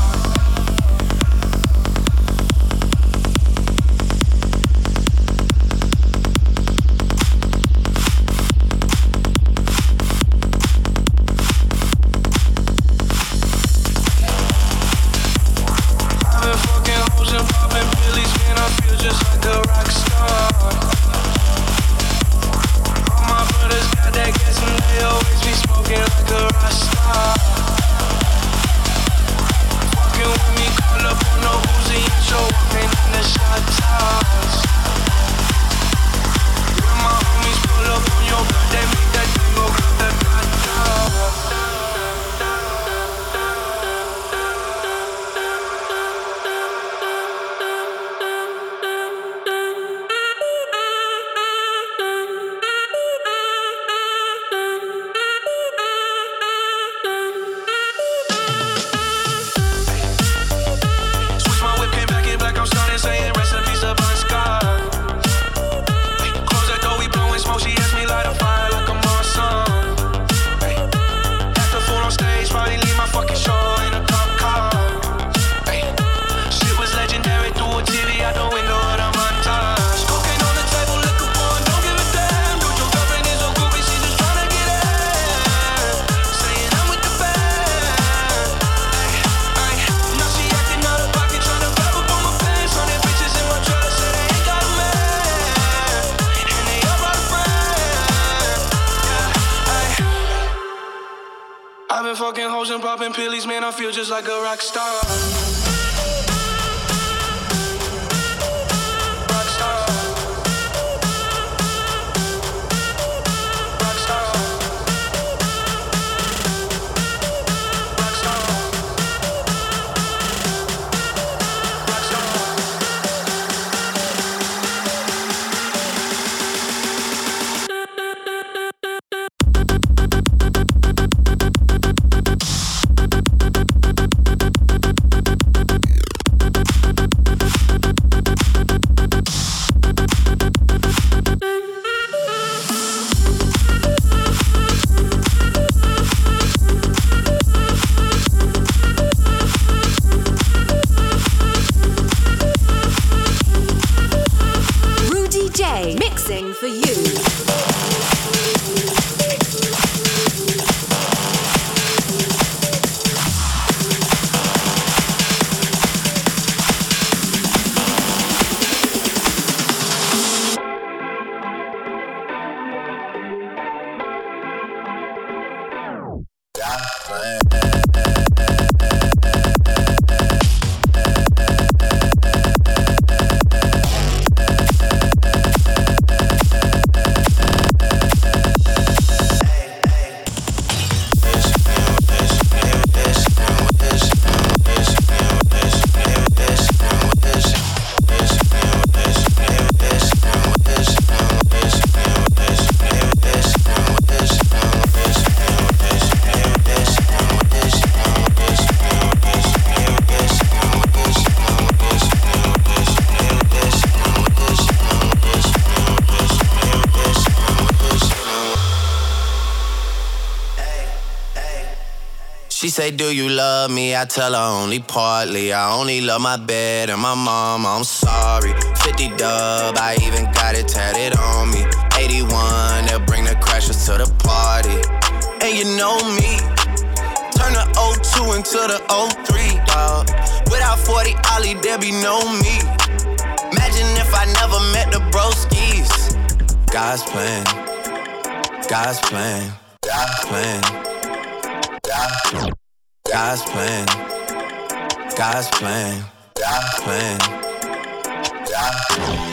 I've been fucking hoes and popping pillies, man, I feel just like a rock star. say, do you love me? I tell her only partly. I only love my bed and my mom, I'm sorry. 50 dub, I even got it tatted on me. 81, they'll bring the crashers to the party. And you know me, turn the 02 into the 03, dawg. Without 40 Ollie, there be no me. Imagine if I never met the broskies. God's plan, God's plan, God's plan, God's plan, God's plan, God's plan, God's plan.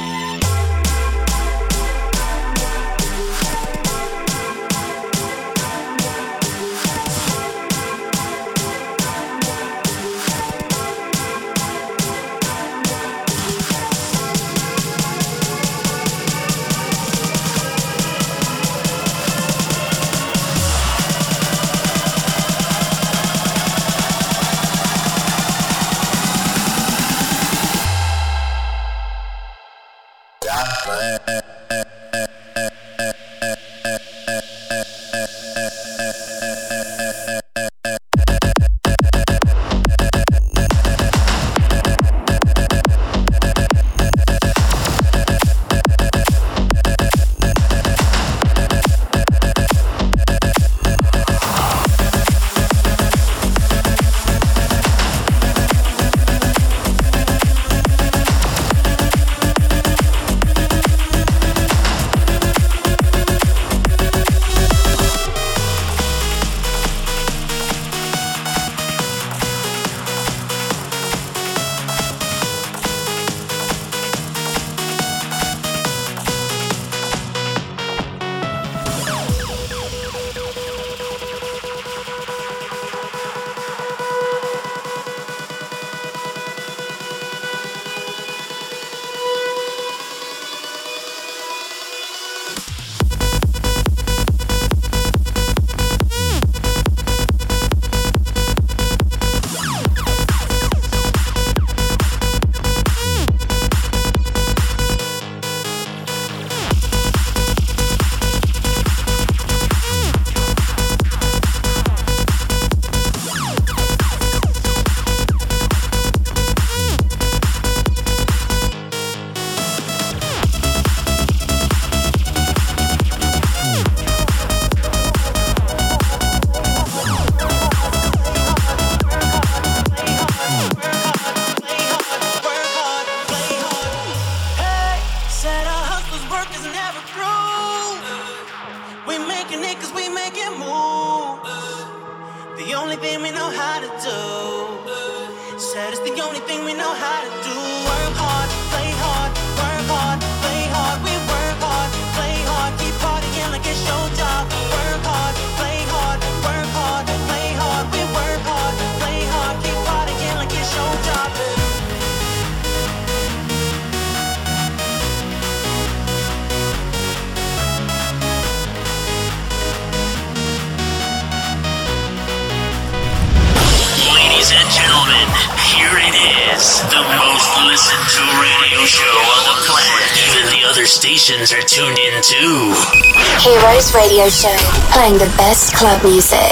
Stations are tuned in too. Heroes Radio Show, playing the best club music.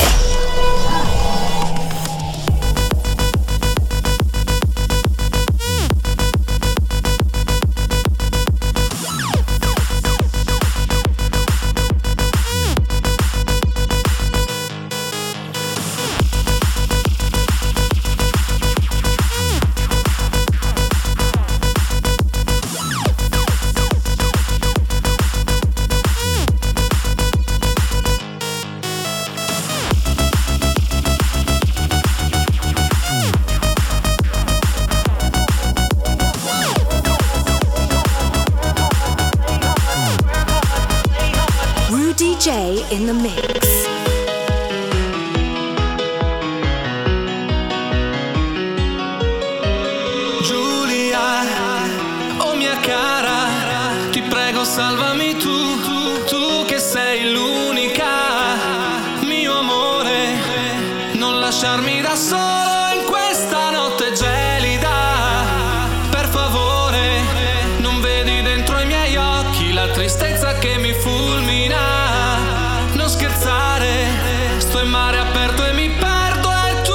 In the mix. Giulia, oh mia cara, ti prego salvami tu che sei l'unica, mio amore, non lasciarmi da solo in questa notte gelida, per favore, non vedi dentro i miei occhi la tristezza che mi fulmina. Scherzare, sto in mare aperto e mi perdo e tu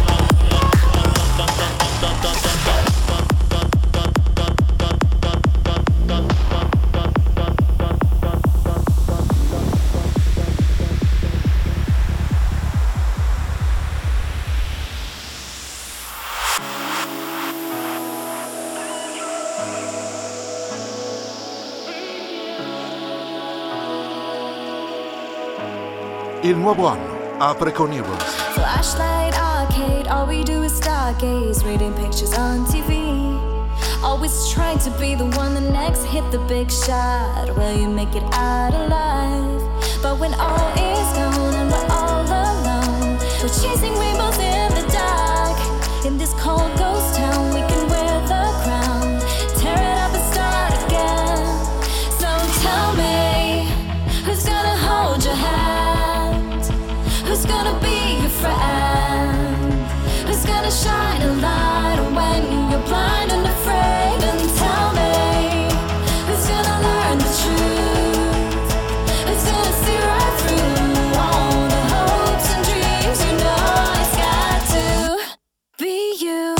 Il nuovo anno apre con Heroes. Flashlight arcade, all we do is stargaze, reading pictures on TV. Always trying to be the one that next hit the big shot. Will you make it out alive? But when all is gone and we're all alone, we're chasing rainbows in the dark. In this cold ghost town, we can wear the crown, tear it up and start again. So tell me, who's gonna hold your hand? Who's gonna be your friend? Who's gonna shine a light when you're blind and afraid? And tell me, who's gonna learn the truth? Who's gonna see right through all the hopes and dreams? You know it's got to be you.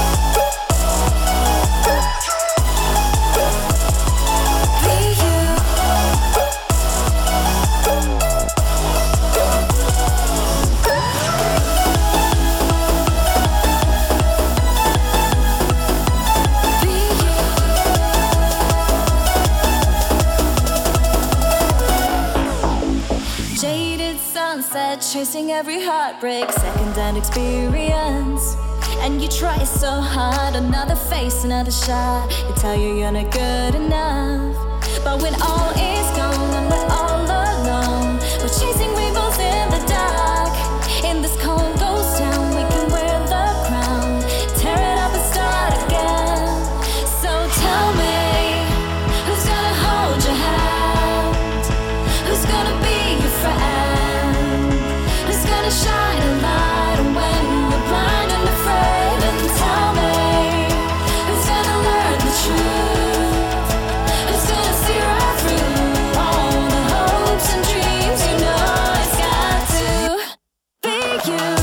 Jaded sunset, chasing every heartbreak, second-hand experience. And you try so hard, another face, another shot. You tell you you're not good enough. But when all is gone and we're all alone, we're chasing rainbows in the dark. In this cold ghost town, we can wear the crown, tear it up and start again. So tell me, who's gonna hold your hand? Who's gonna be your friend? Who's gonna shine a light when you're blind and afraid? And tell me, who's gonna learn the truth? Who's gonna see right through all the hopes and dreams? You know it's got to be you.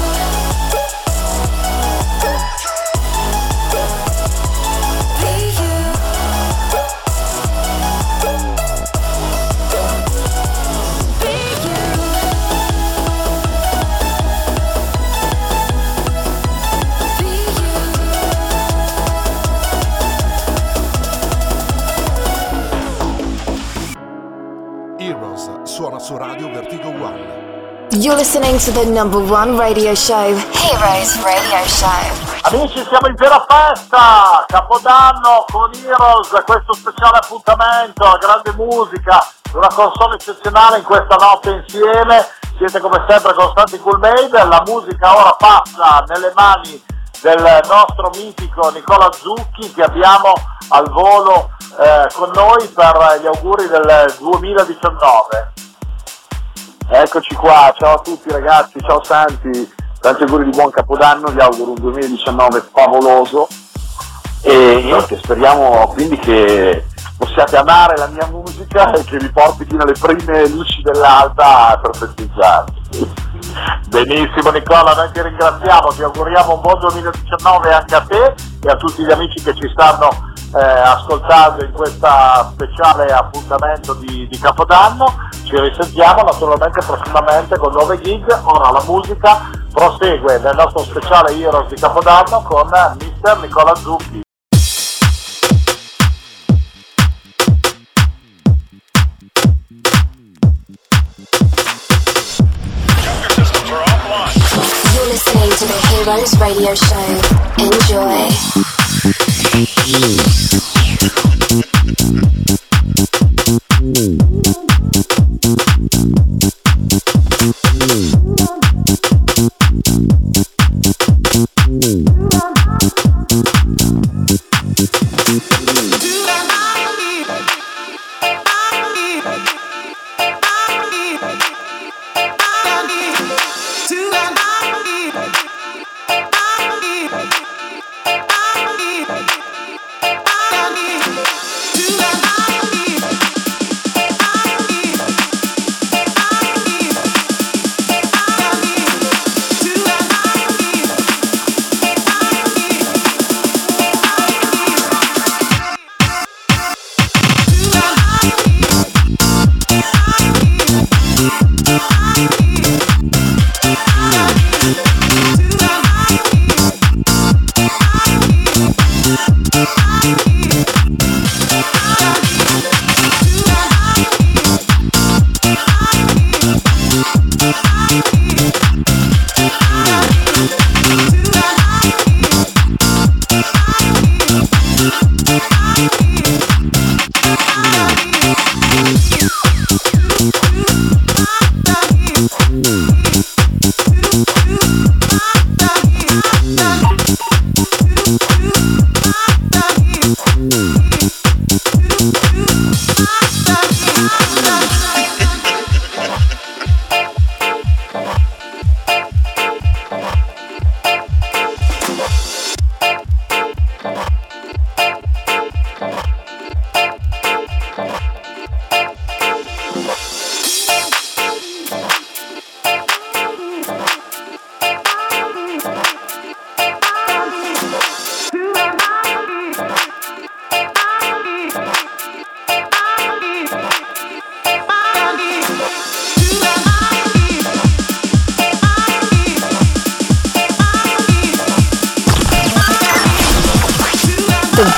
Heroes suona su Radio Vertigo One. You're listening to the number one radio show, Heroes Radio Show. Amici, siamo in piena festa, Capodanno con Heroes, questo speciale appuntamento, la grande musica, una console eccezionale in questa notte insieme. Siete come sempre con Santi Cool Made, la musica ora passa nelle mani del nostro mitico Nicola Zucchi, che abbiamo al volo con noi per gli auguri del 2019. Eccoci qua, ciao a tutti ragazzi, ciao Santi, tanti auguri di buon Capodanno, vi auguro un 2019 favoloso e niente, speriamo quindi che possiate amare la mia musica e che vi porti fino alle prime luci dell'alba per festeggiare. Benissimo Nicola, noi ti ringraziamo, ti auguriamo un buon 2019 anche a te e a tutti gli amici che ci stanno ascoltando in questa speciale appuntamento di Capodanno. Ci risentiamo naturalmente prossimamente con nuove gig. Ora la musica prosegue nel nostro speciale Heroes di Capodanno con Mr. Nicola Zucchi. You're listening to the Heroes Radio Show. Enjoy.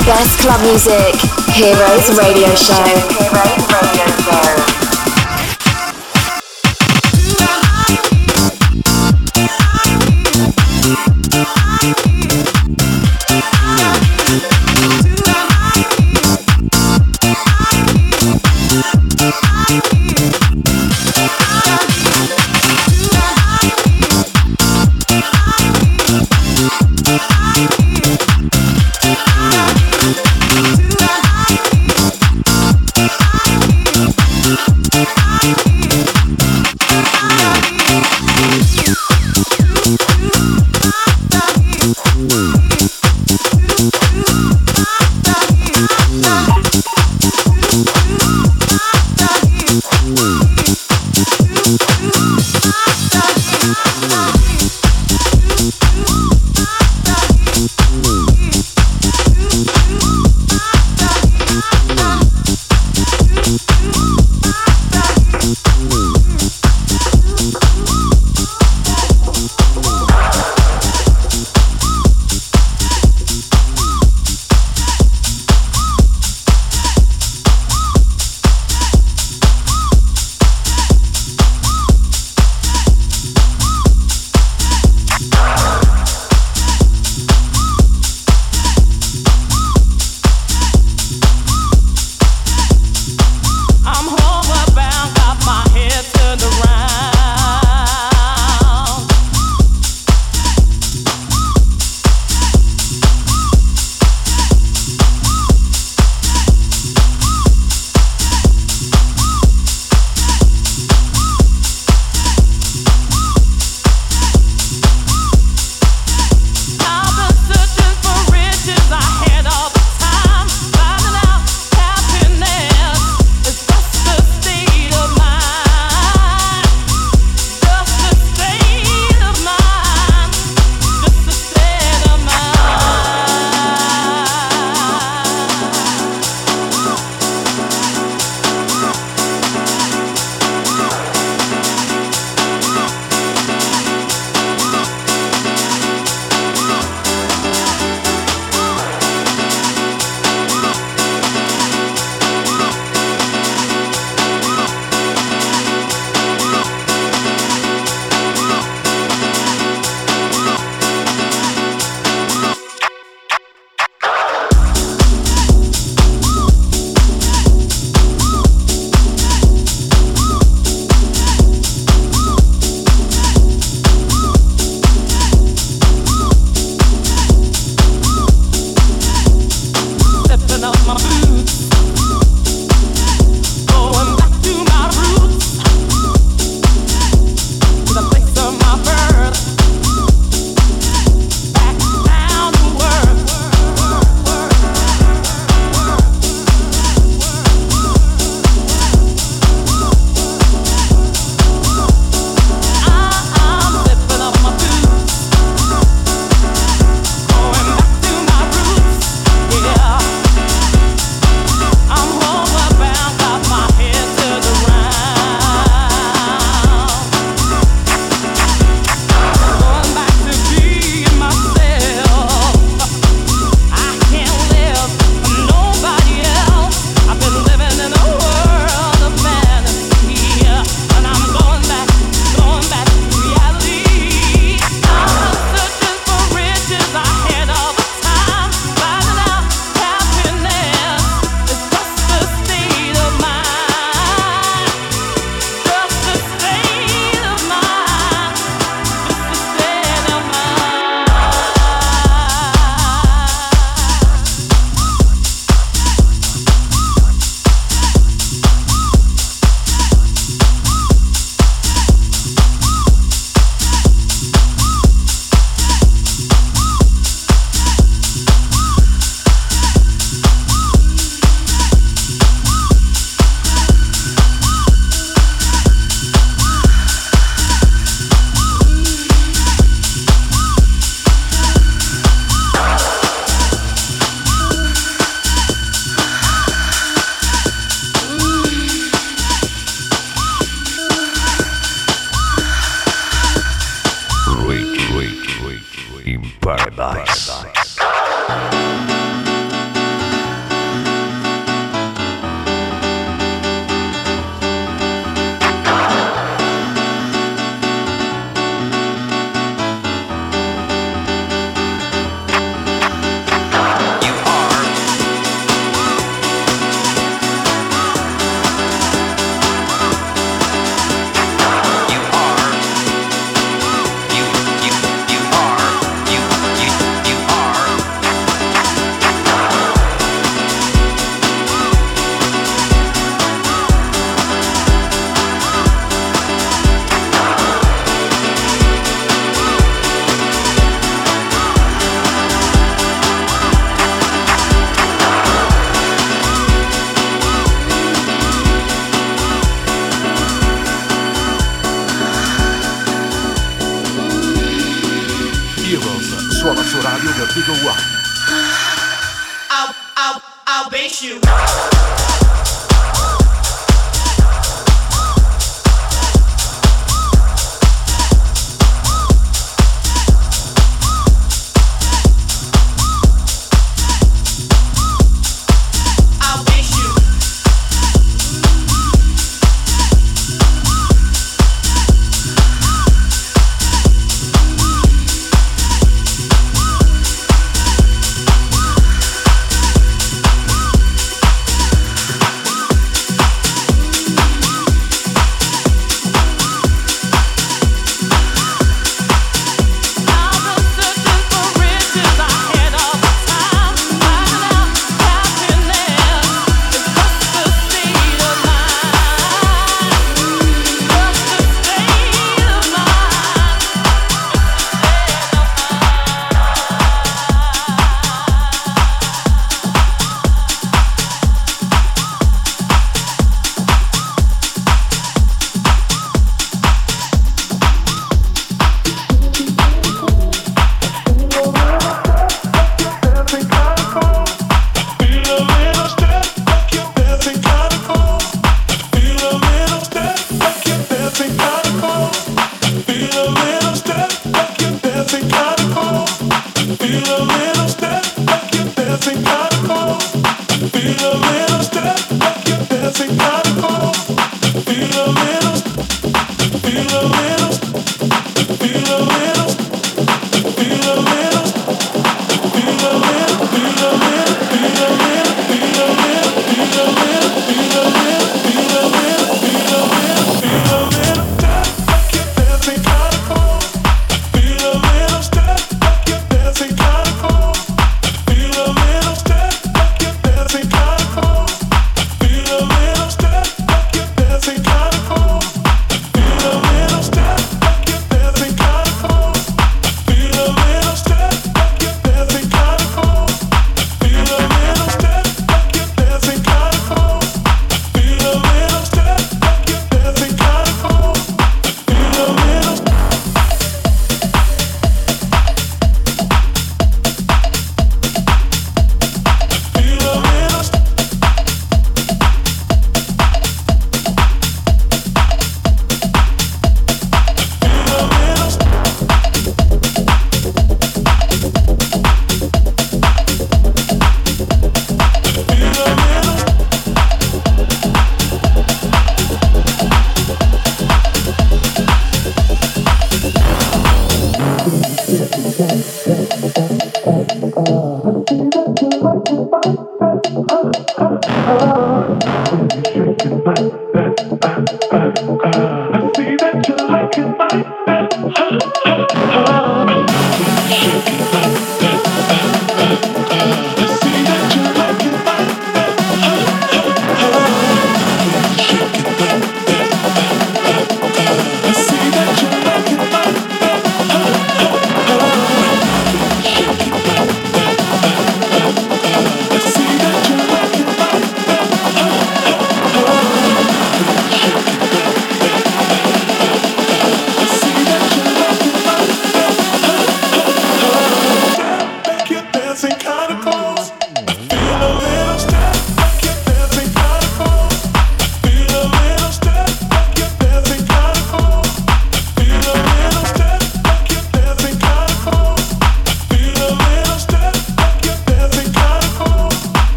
Best club music. Heroes Radio Show. Heroes Radio Show. in paradise. solo su Radio Vertigo One. I'll base you.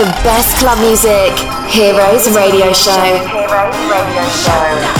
The best club music. Heroes Radio Show. Heroes Radio Show.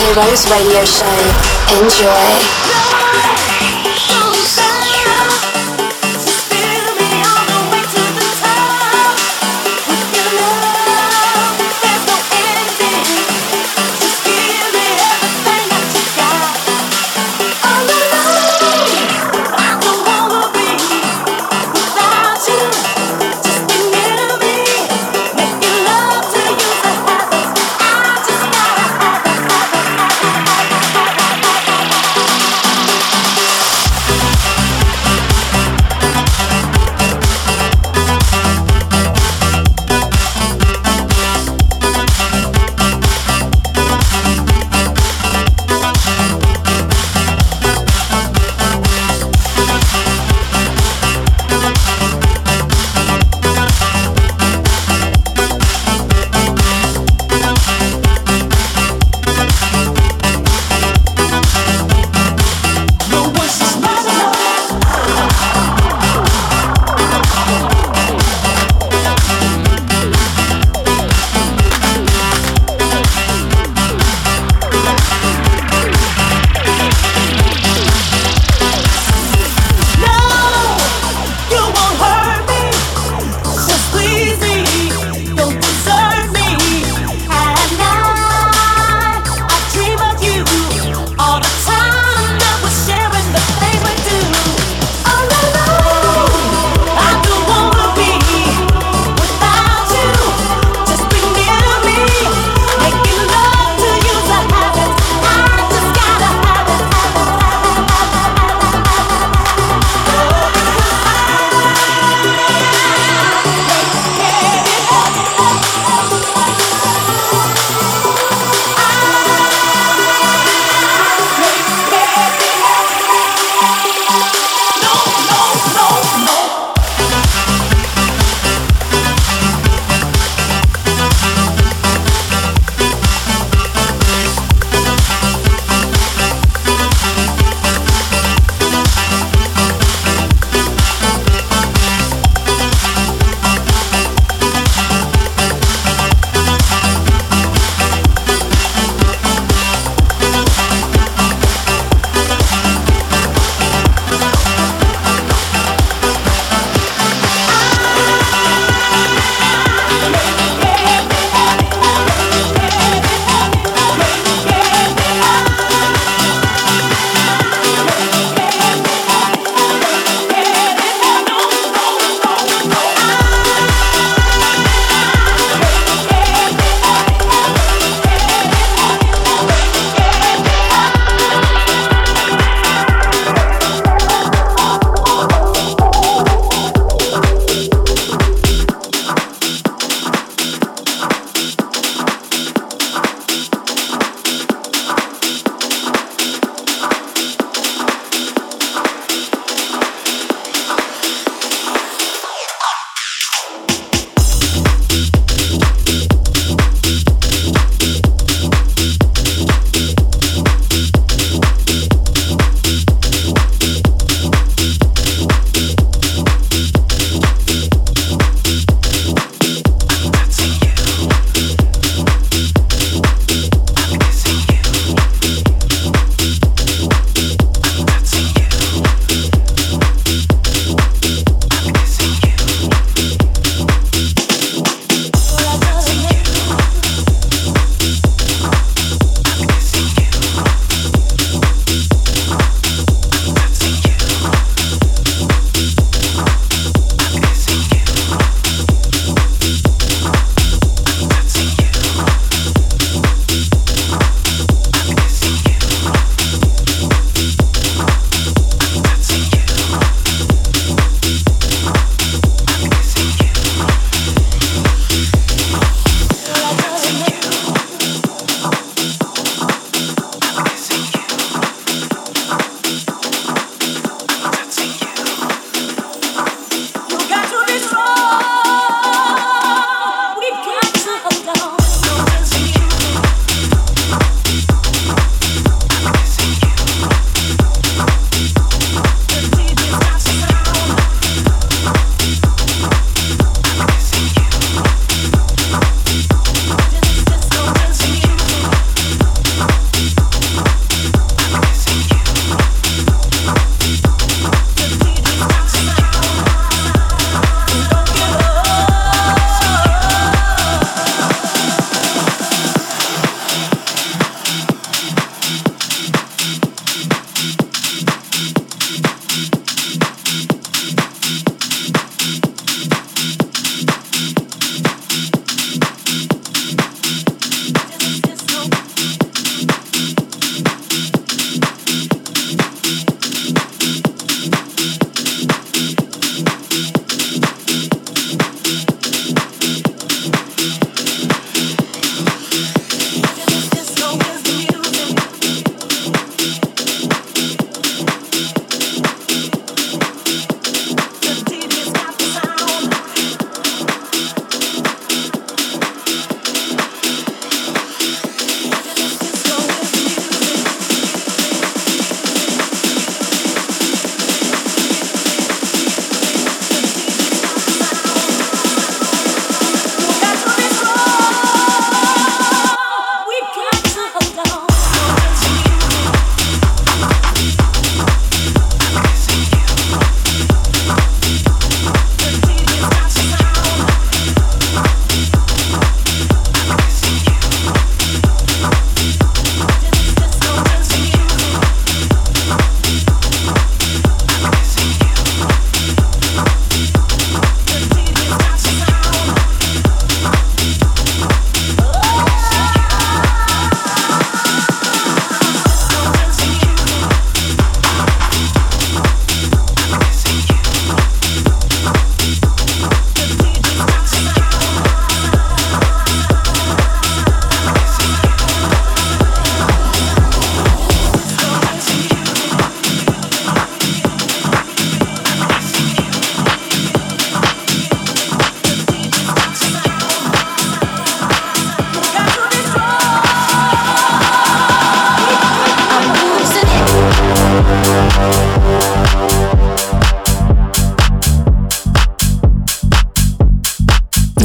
Heroes Radio Show. Enjoy.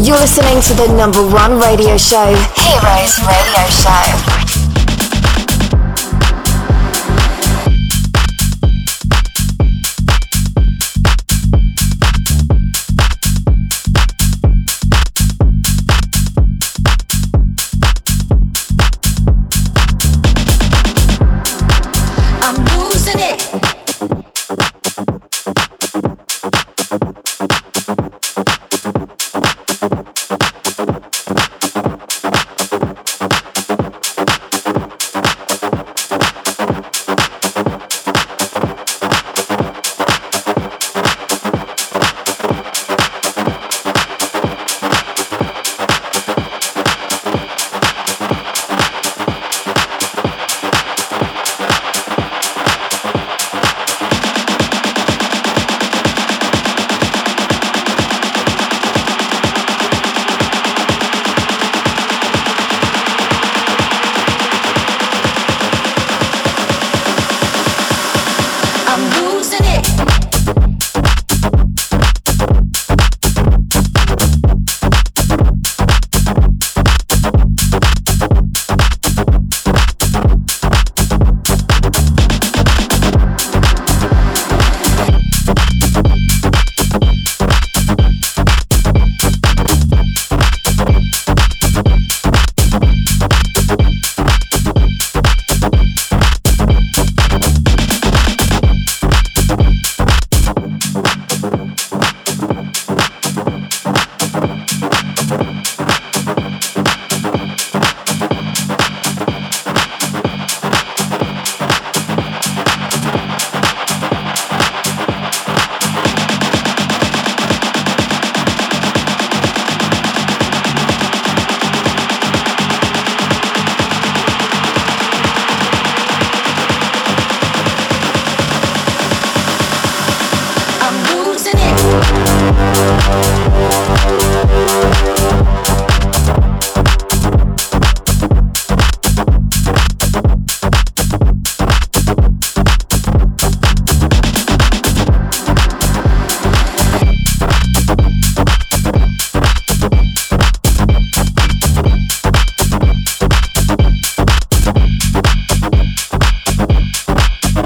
You're listening to the #1 radio show, Heroes Radio Show.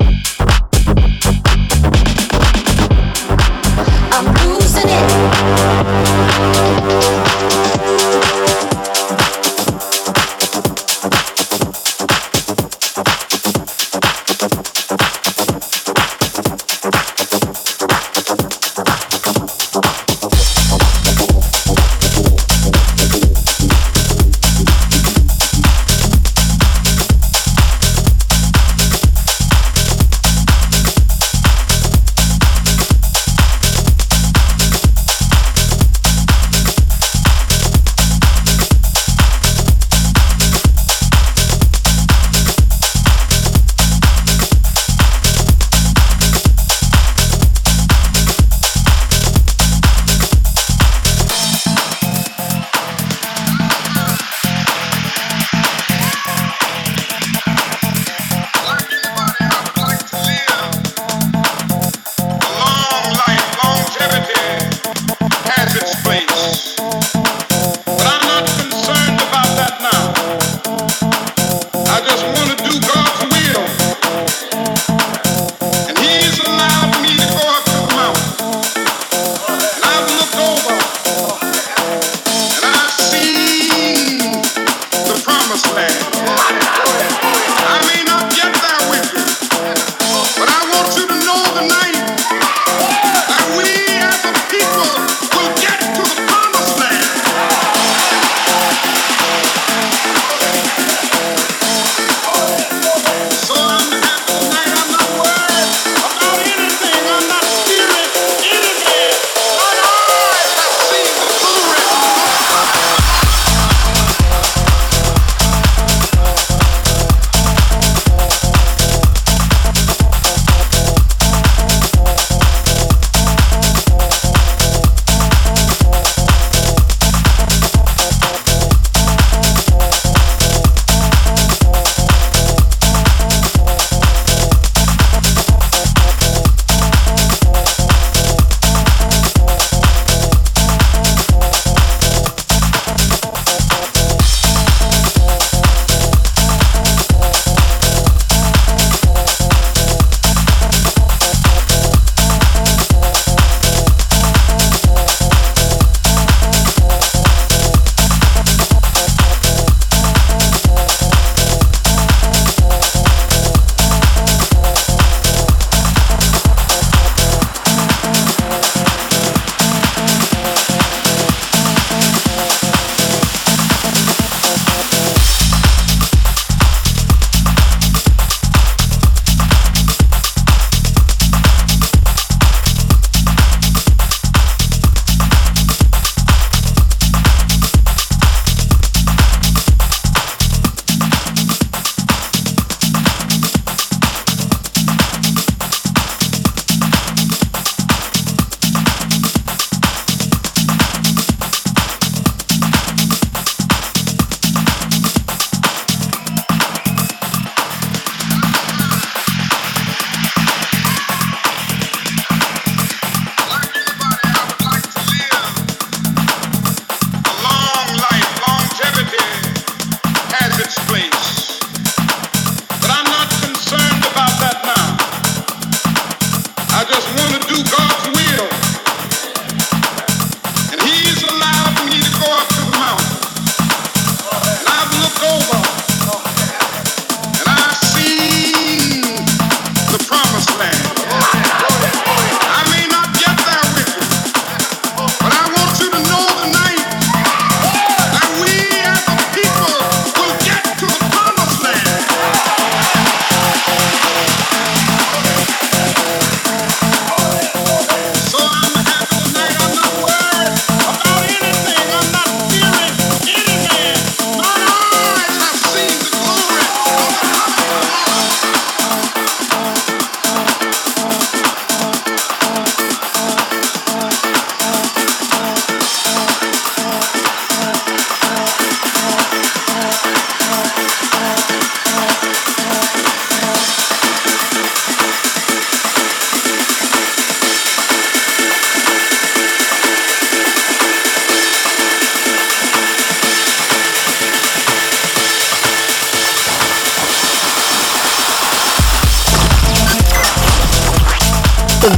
I'm losing it.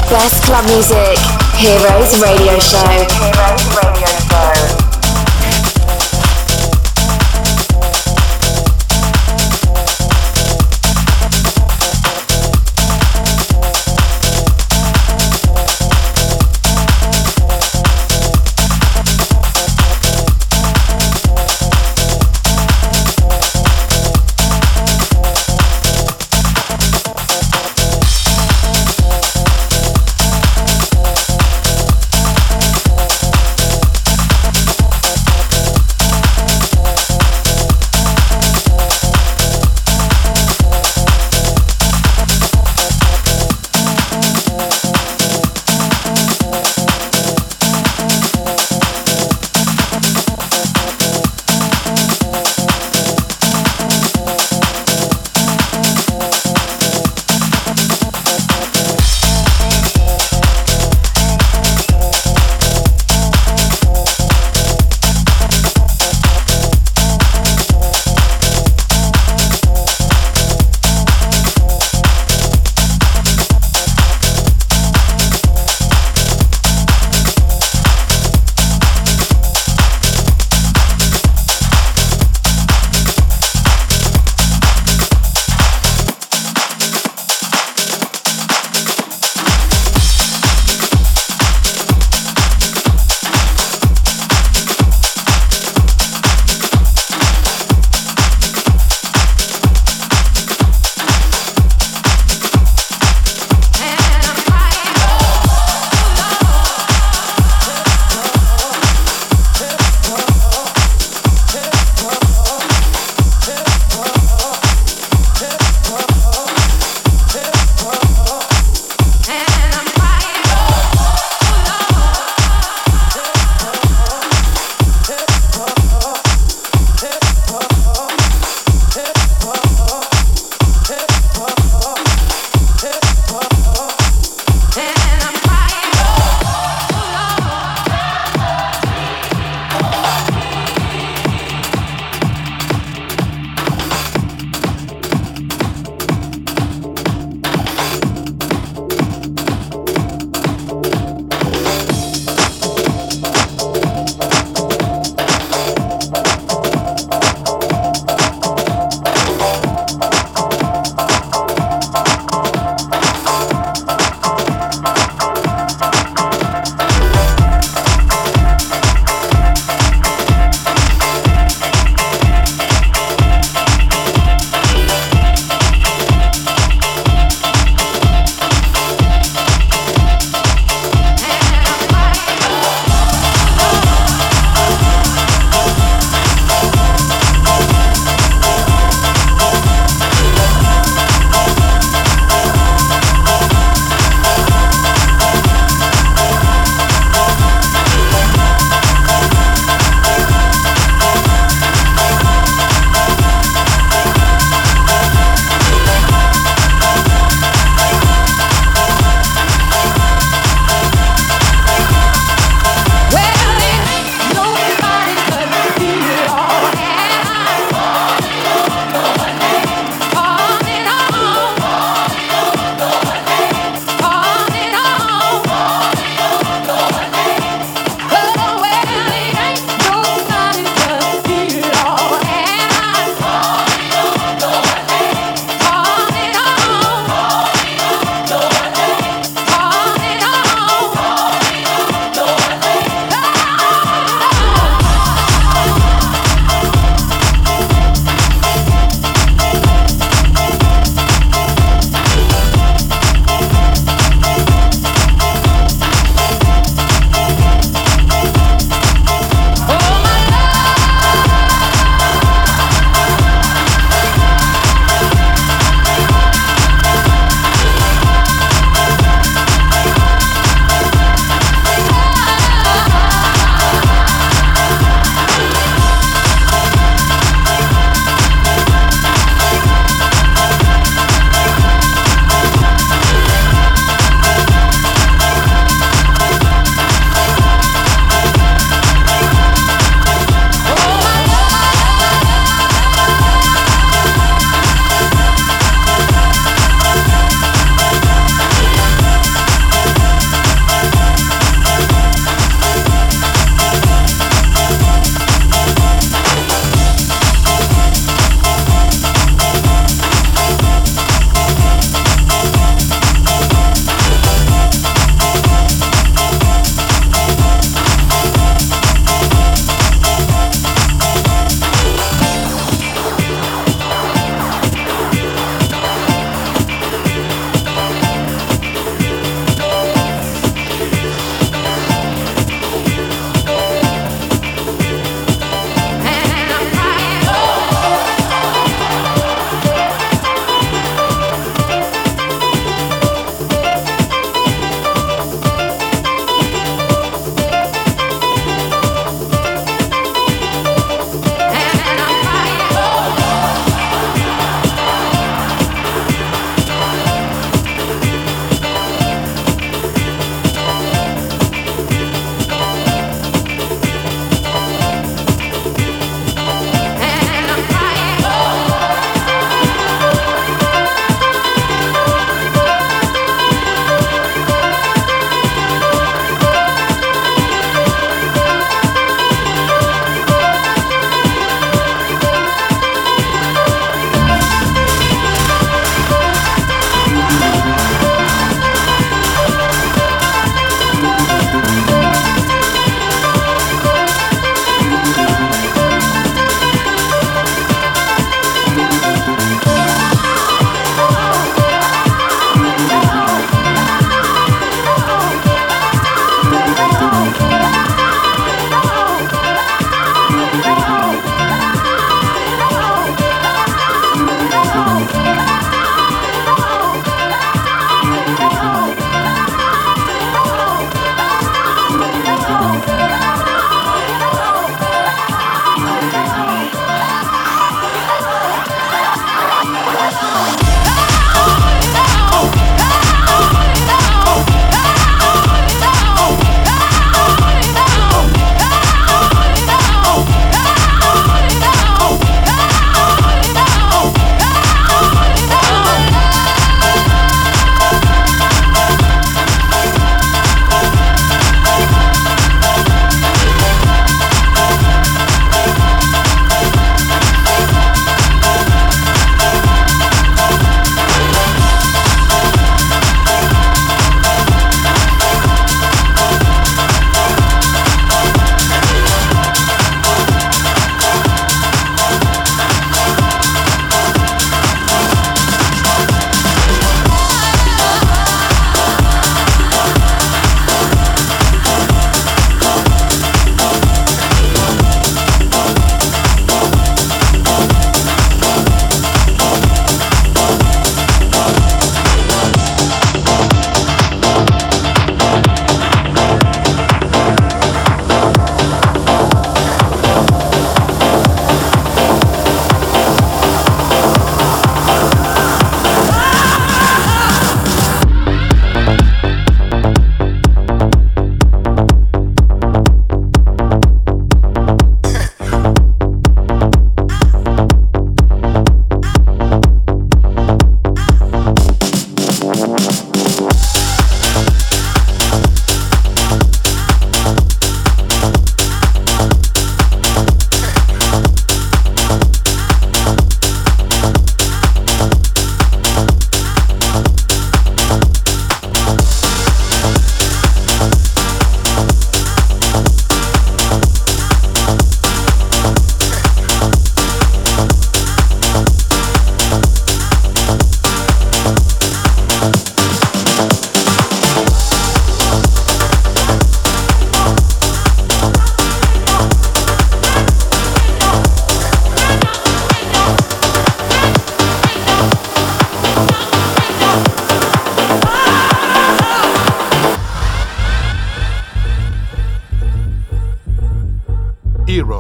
Best club music. Heroes Radio Show. Heroes Radio Show.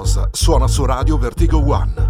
Heroes suona su Radio Vertigo One.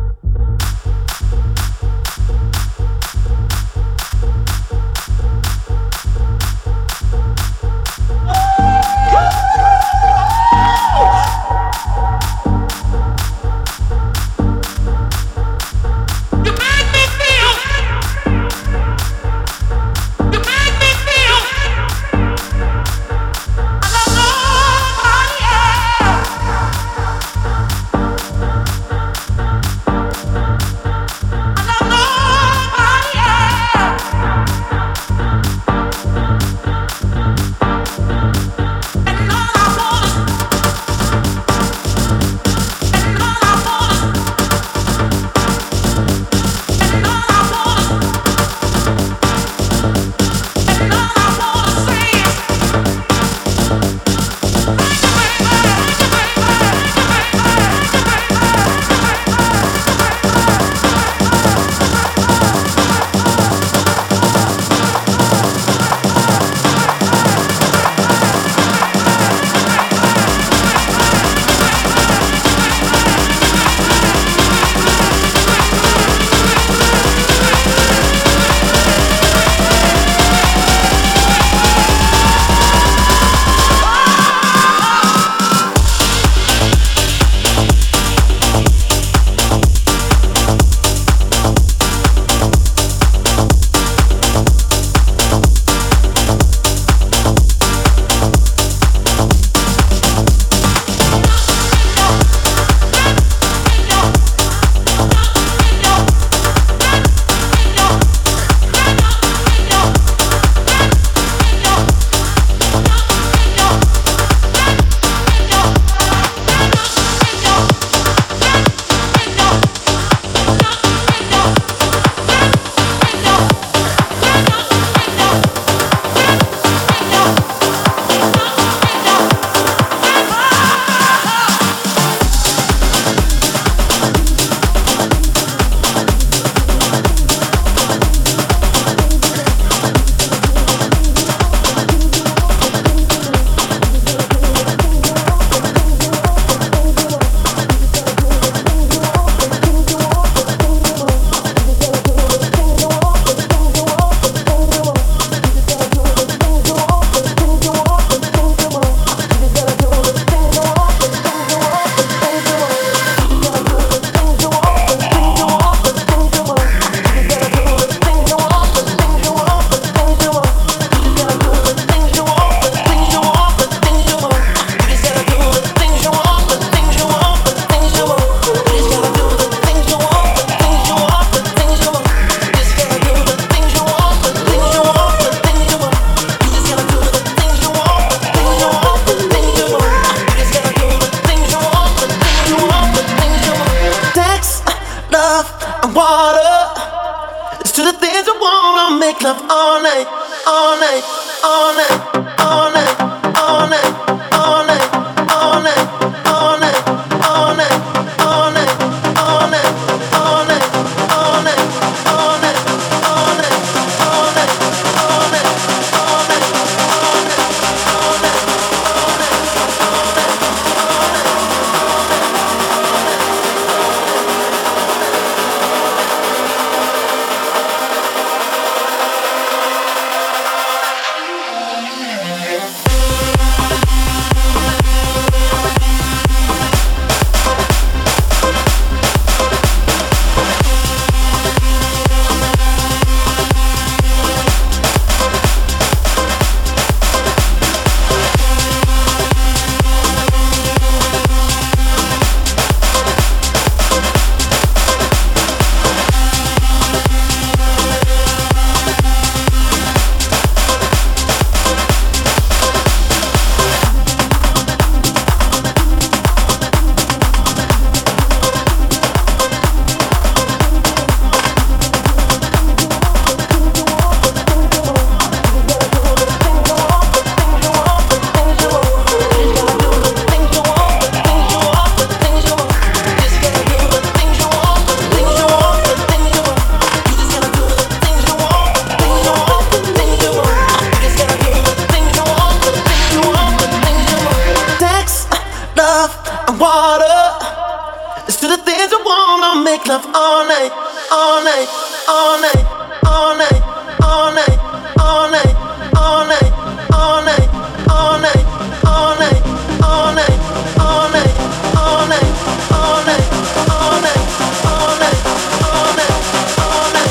make love all night, all night, all night, all night, all night, all night, all night, all night, all night, all night, all night, all night, all night, all night, all night, all night, all night, all night, all night.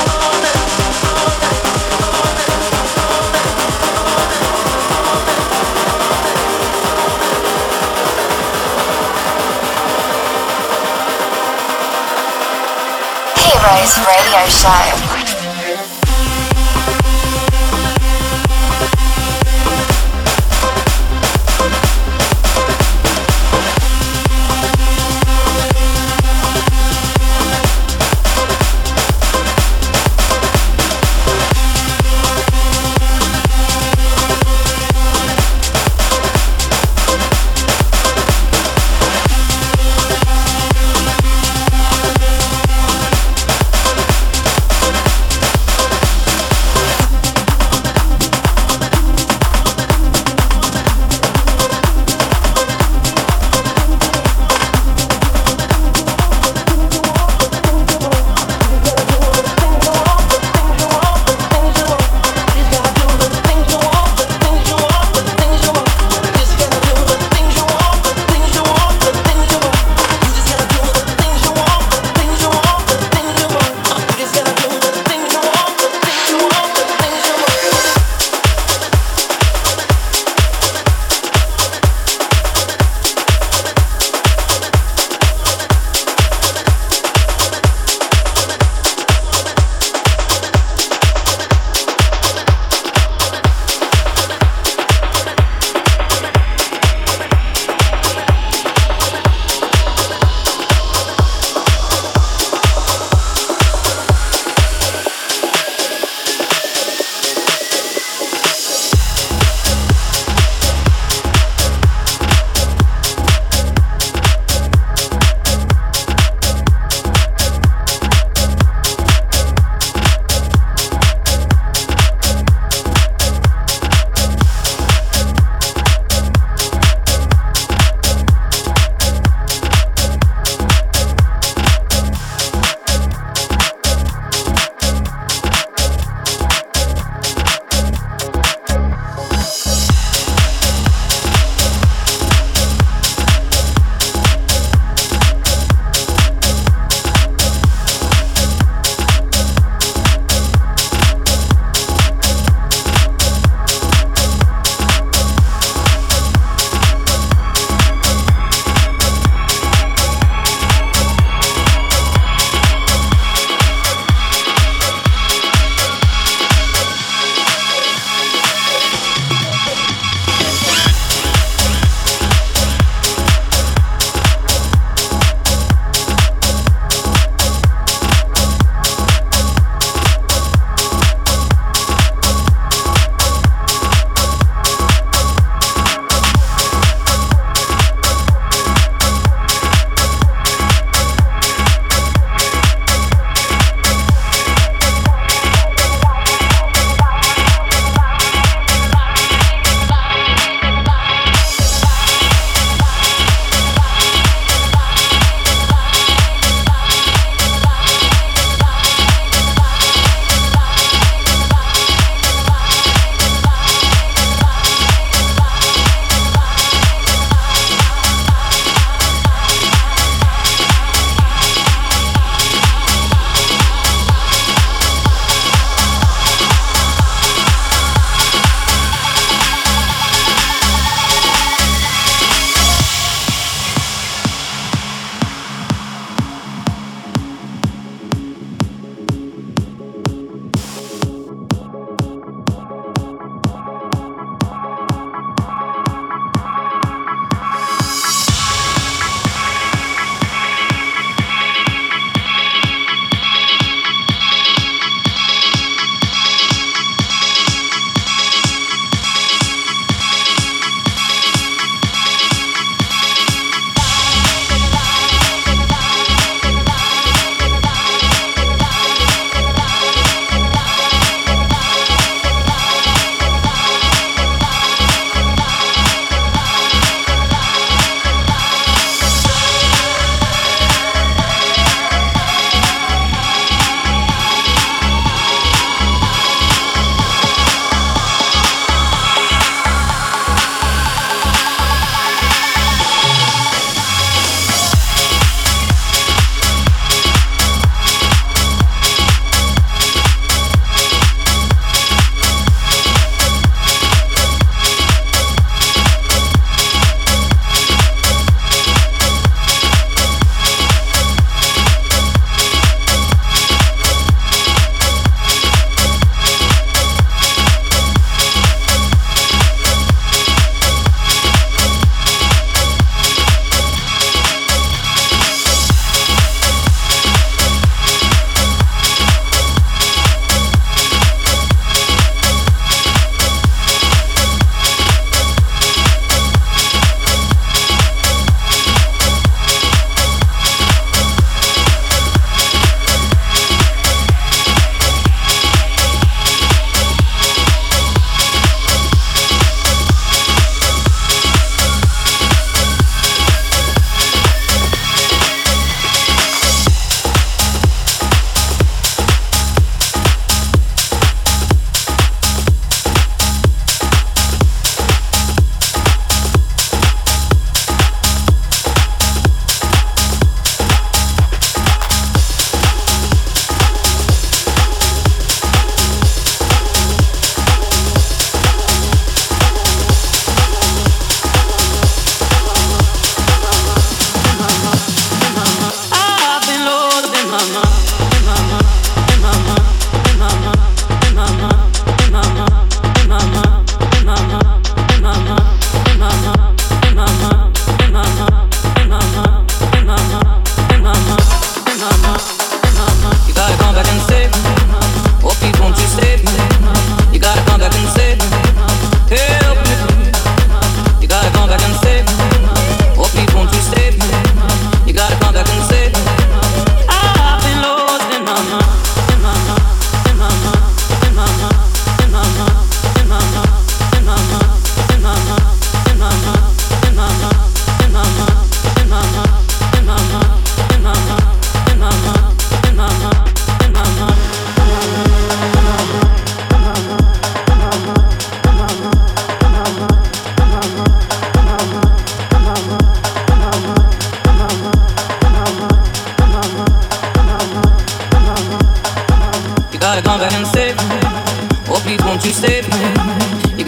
Heroes Radio Show.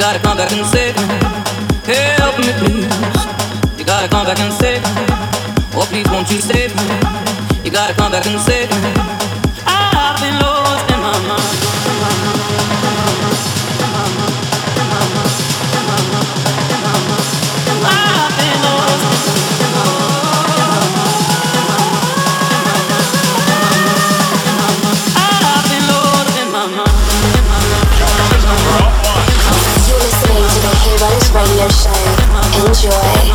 gotta come back and save me. Help me please. You gotta come back and save me. Oh please won't you save me. You gotta come back and save me. I've been lost in my mind. Heroes Radio Show. Enjoy.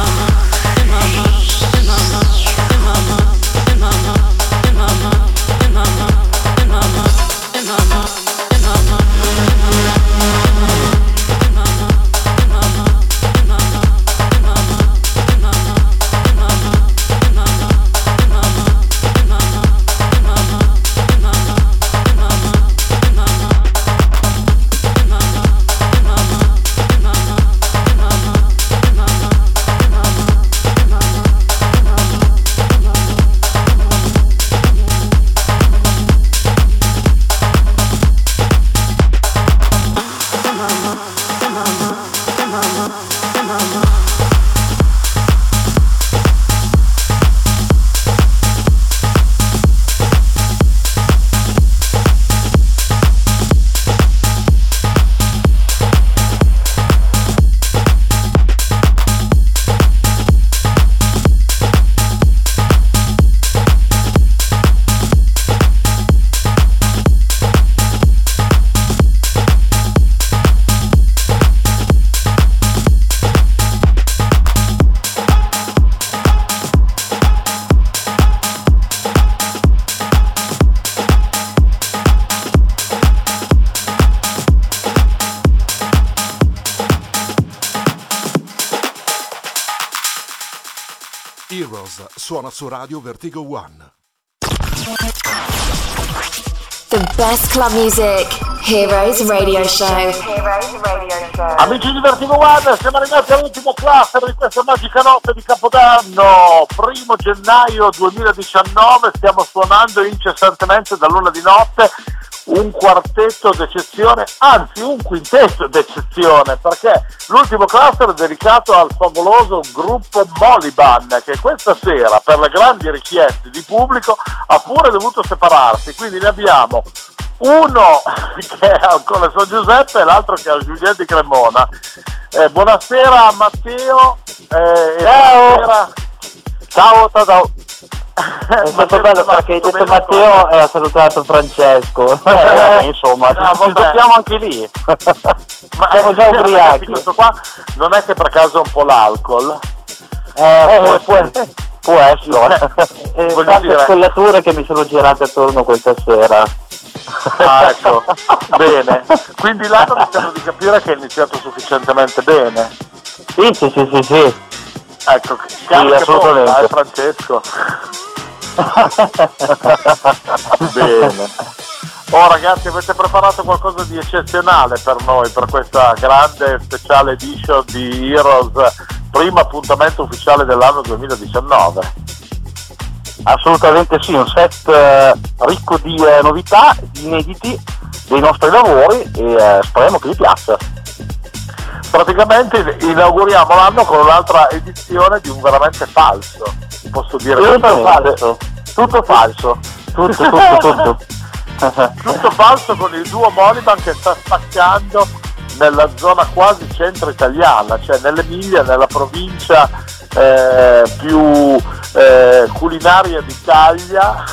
Heroes suona su Radio Vertigo One. The best club music. Heroes Radio Show. Amici di Vertigo One, siamo arrivati all'ultimo cluster di questa magica notte di Capodanno, 1 gennaio 2019, stiamo suonando incessantemente da luna di notte un quartetto d'eccezione, anzi un quintetto d'eccezione, perché l'ultimo cluster è dedicato al favoloso gruppo Moliban, che questa sera per le grandi richieste di pubblico ha pure dovuto separarsi, quindi ne abbiamo uno che è ancora San Giuseppe e l'altro che è a Giulietta di Cremona. Buonasera Matteo. Ciao. È stato bello perché hai detto Matteo e ha salutato Francesco. Insomma, ci tocchiamo anche lì. Ma siamo già ubriachi. Questo qua non è che per caso un po' l'alcol? Può essere. Tante scollature che mi sono girate attorno questa sera. Ah, ecco, bene. Quindi l'anno mi sembra di capire che è iniziato sufficientemente bene. Sì. Ecco, sì, assolutamente. Francesco. Bene. Oh ragazzi, avete preparato qualcosa di eccezionale per noi, per questa grande speciale edition di Heroes, primo appuntamento ufficiale dell'anno 2019. Assolutamente sì, un set ricco di novità, di inediti dei nostri lavori e speriamo che vi piaccia. Praticamente inauguriamo l'anno con un'altra edizione di un veramente falso, posso dire. Tutto falso. Tutto falso, con il duo Moliban che sta spaccando nella zona quasi centro italiana, cioè nell'Emilia, nella provincia più culinaria d'Italia.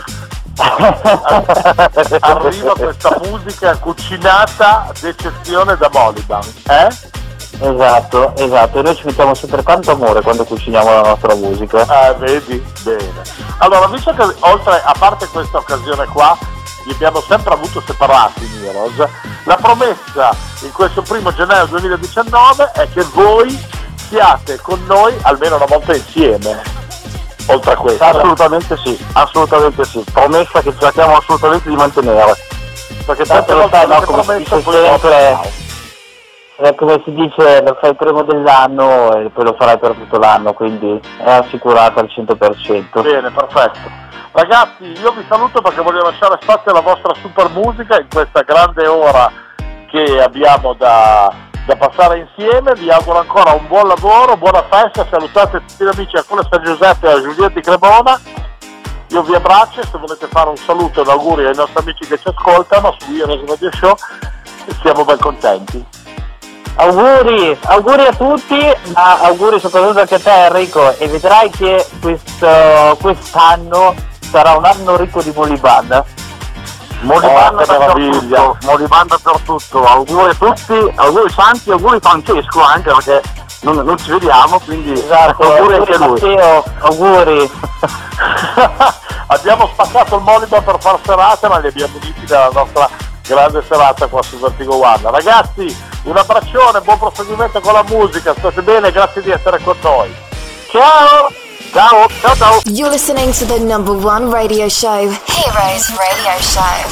Arriva questa musica cucinata d'eccezione da Moliban, Esatto, e noi ci mettiamo sempre tanto amore quando cuciniamo la nostra musica. Vedi? Bene. Allora, visto che a parte questa occasione qua, li abbiamo sempre avuto separati in Heroes, la promessa in questo 1 gennaio 2019 è che voi siate con noi almeno una volta insieme, oltre a questo. Assolutamente sì, promessa che cerchiamo assolutamente di mantenere. Perché tante volte no, come si dice sempre, come si dice, lo fai il primo dell'anno e poi lo farai per tutto l'anno, quindi è assicurato al 100%. Bene, perfetto. Ragazzi, io vi saluto perché voglio lasciare spazio alla vostra super musica in questa grande ora che abbiamo da da passare insieme. Vi auguro ancora un buon lavoro, buona festa, salutate tutti gli amici a Colle San Giuseppe e a Giulietta di Cremona. Io vi abbraccio, se volete fare un saluto e un augurio ai nostri amici che ci ascoltano su Heroes Radio Show, siamo ben contenti. Auguri a tutti, ma auguri soprattutto anche a te Enrico, e vedrai che quest'anno sarà un anno ricco di Molibanda. Molibanda per tutto, auguri a tutti, auguri Santi, auguri Francesco anche perché non ci vediamo, quindi esatto, auguri anche a lui. Matteo, auguri. Abbiamo spaccato il Moliban per far serata, ma li abbiamo uniti dalla nostra grande serata qua su Vertigo One. Ragazzi, un abbraccione, buon proseguimento con la musica, state bene, grazie di essere con noi. Ciao! Ciao, ciao, ciao! You're listening to the #1 radio show, Heroes Radio Show.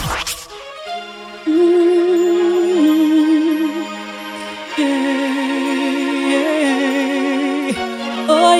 Oh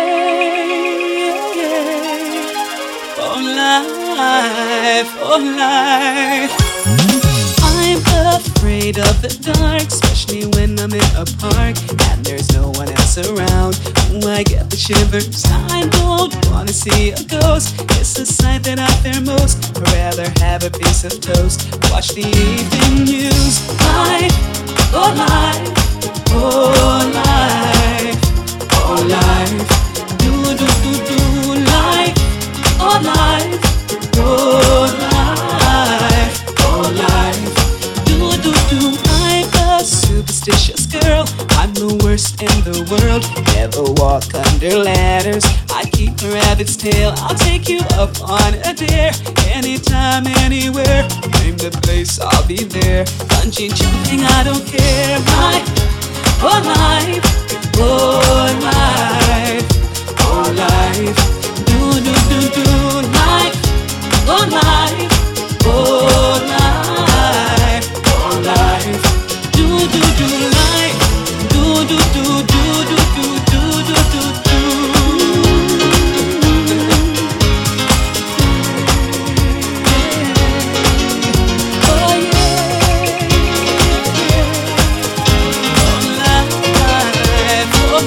yeah, oh life. I'm afraid of the dark, especially when I'm in a park and there's no one else around. I get the shivers. I don't wanna see a ghost. It's the sight that I fear most. I'd rather have a piece of toast, watch the evening news. Life, oh life, oh life, oh life. Do do do do life, oh life, oh life, oh life. Do do do. I'm a superstitious girl. I'm the worst in the world. Never walk under ladders. I keep a rabbit's tail. I'll take you up on a dare. Anytime, anywhere. Name the place, I'll be there. Bungee jumping, I don't care. Life, oh life, oh life, oh life. Do do do do life, oh life, oh life, oh life. Do do do life. Do do do do do do do do do do. Oh yeah. Oh life, oh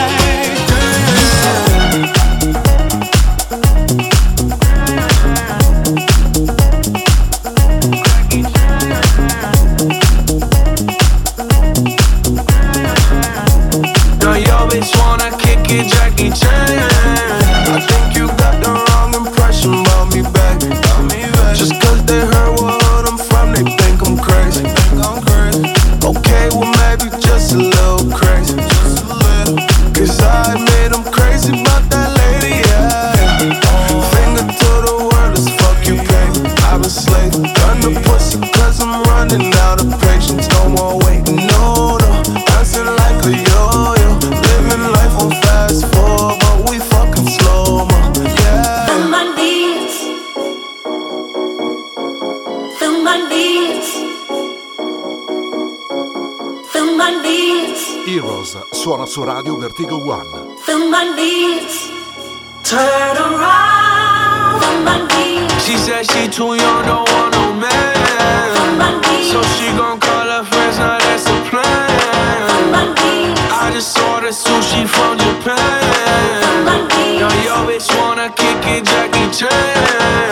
Jackie Chan. I think you got the wrong impression about me, back. Just cause they heard what I'm from, they think I'm crazy. Okay, well maybe just a little crazy. Cause I admit I'm crazy about that lady, yeah. Finger to the world, as fuck you pay. I've been slaving, done the pussy cause I'm running out of patience. No more waiting, no, no. Dancing like a yo-yo, living life on fast forward, but we fucking slow-mo, yeah. Feel my knees, feel my knees, feel my knees. Heroes suona su Radio Vertigo One. Feel my knees, turn around. Feel my knees. She said she too young, don't want no man. So she gon' call her friends, now that's the plan. I just ordered sushi from Japan. Now yo bitch wanna kick it, Jackie Chan.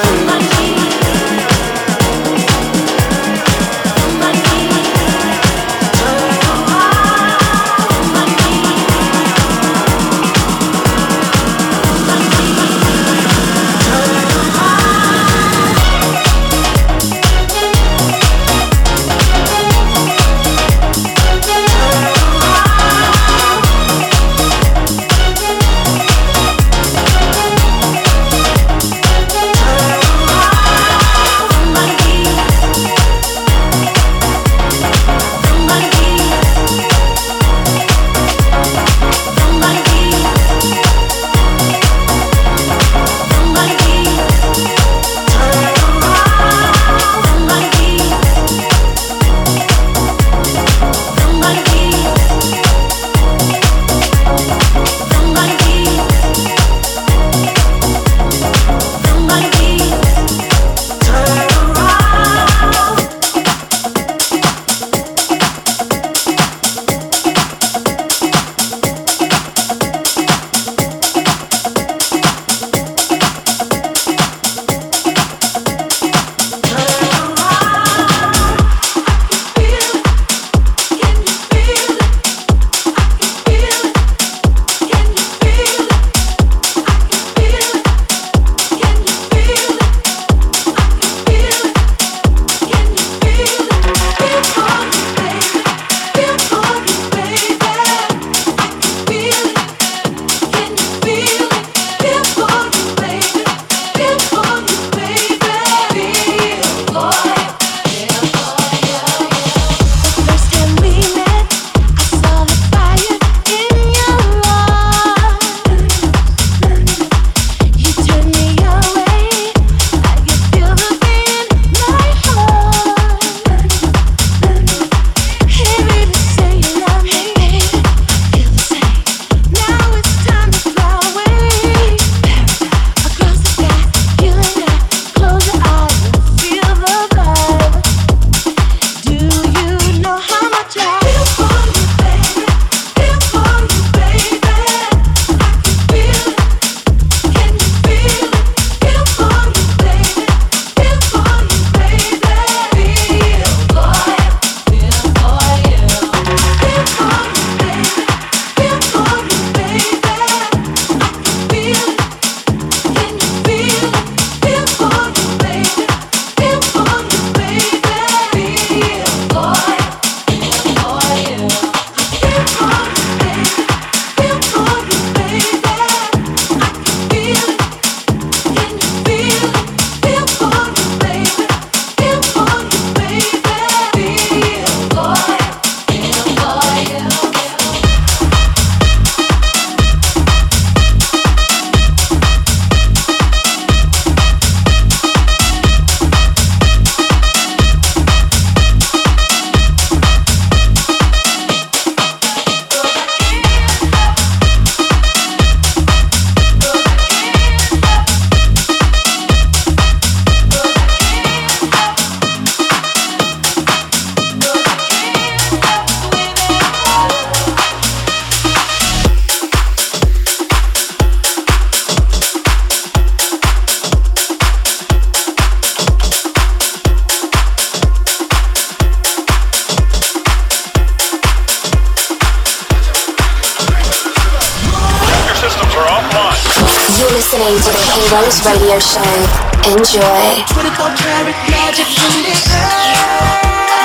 listening to the Heroes Radio Show. Enjoy. 24 karat magic in the air.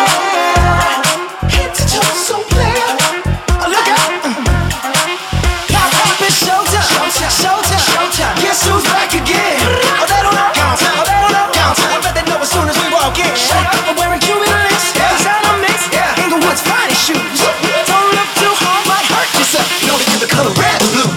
Head to toe so clear. Oh, look out. Pop, pop, it's showtime. Showtime. Showtime. Showtime. Guess who's back again? Oh, they don't know. Count time. Oh, they don't know. Count time. I bet they know as soon as we walk in. I'm wearing Cuban links. Yeah. Design on mix. Yeah. Inglewood's finest shoes. Don't look too hard, might hurt yourself. Know that you're the color red and blue.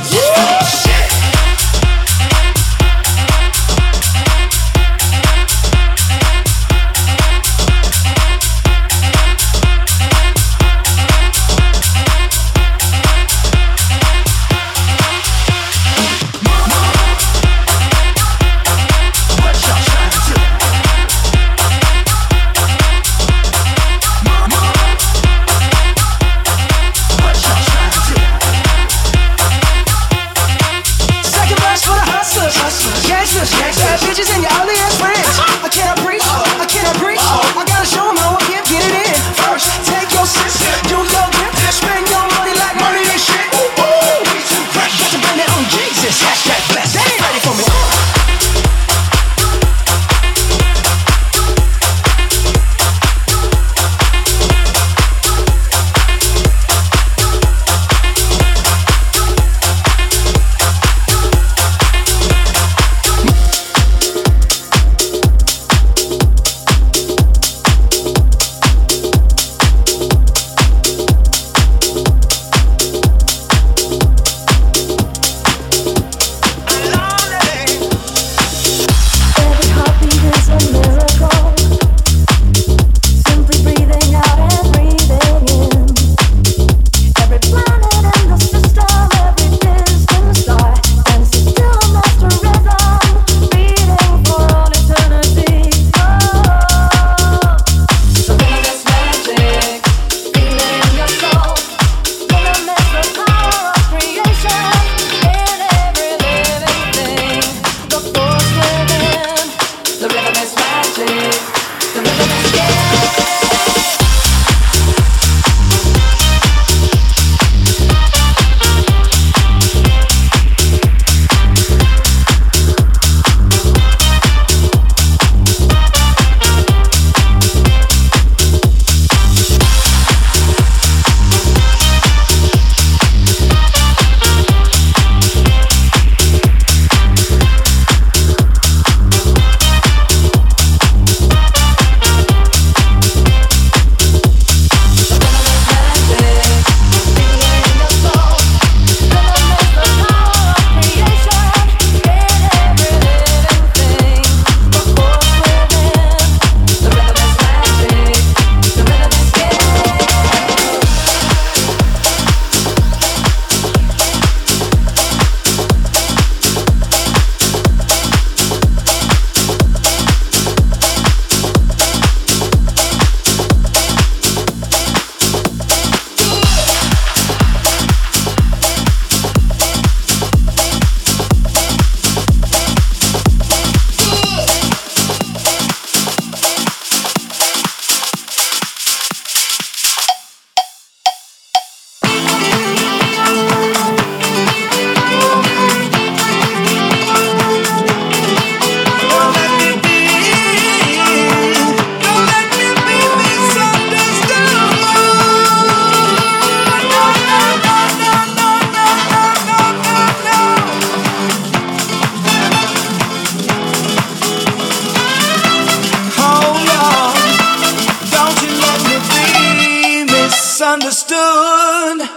misunderstood.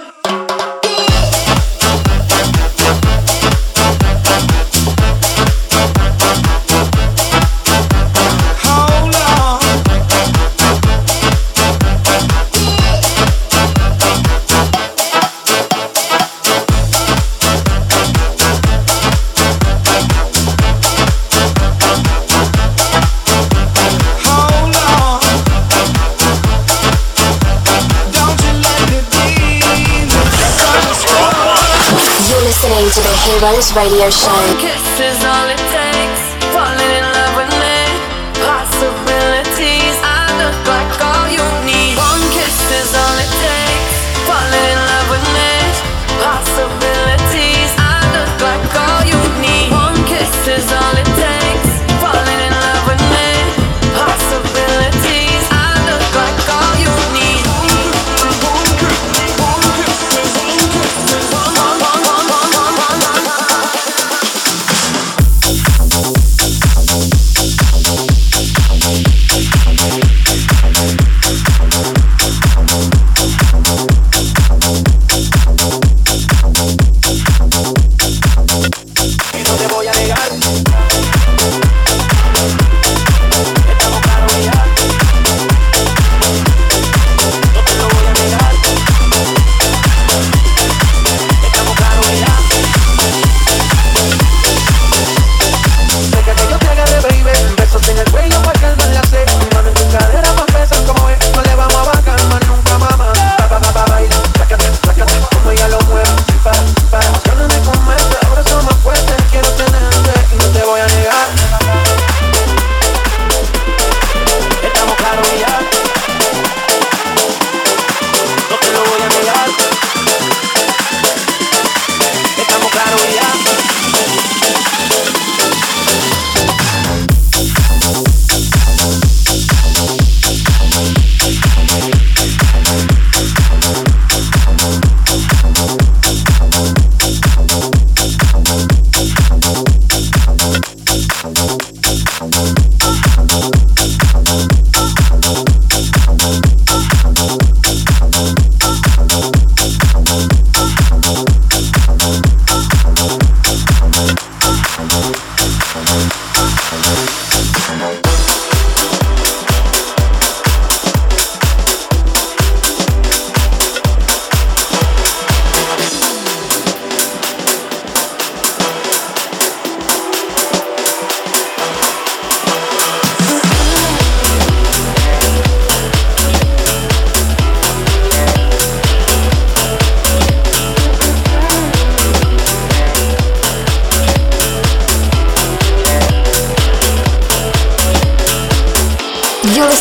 To the Heroes Radio Show. One kiss is all it takes. Falling in love with me. Possibilities. I look like all you need. One kiss is all it takes. Falling in love with me. Possibilities. I look like all you need. One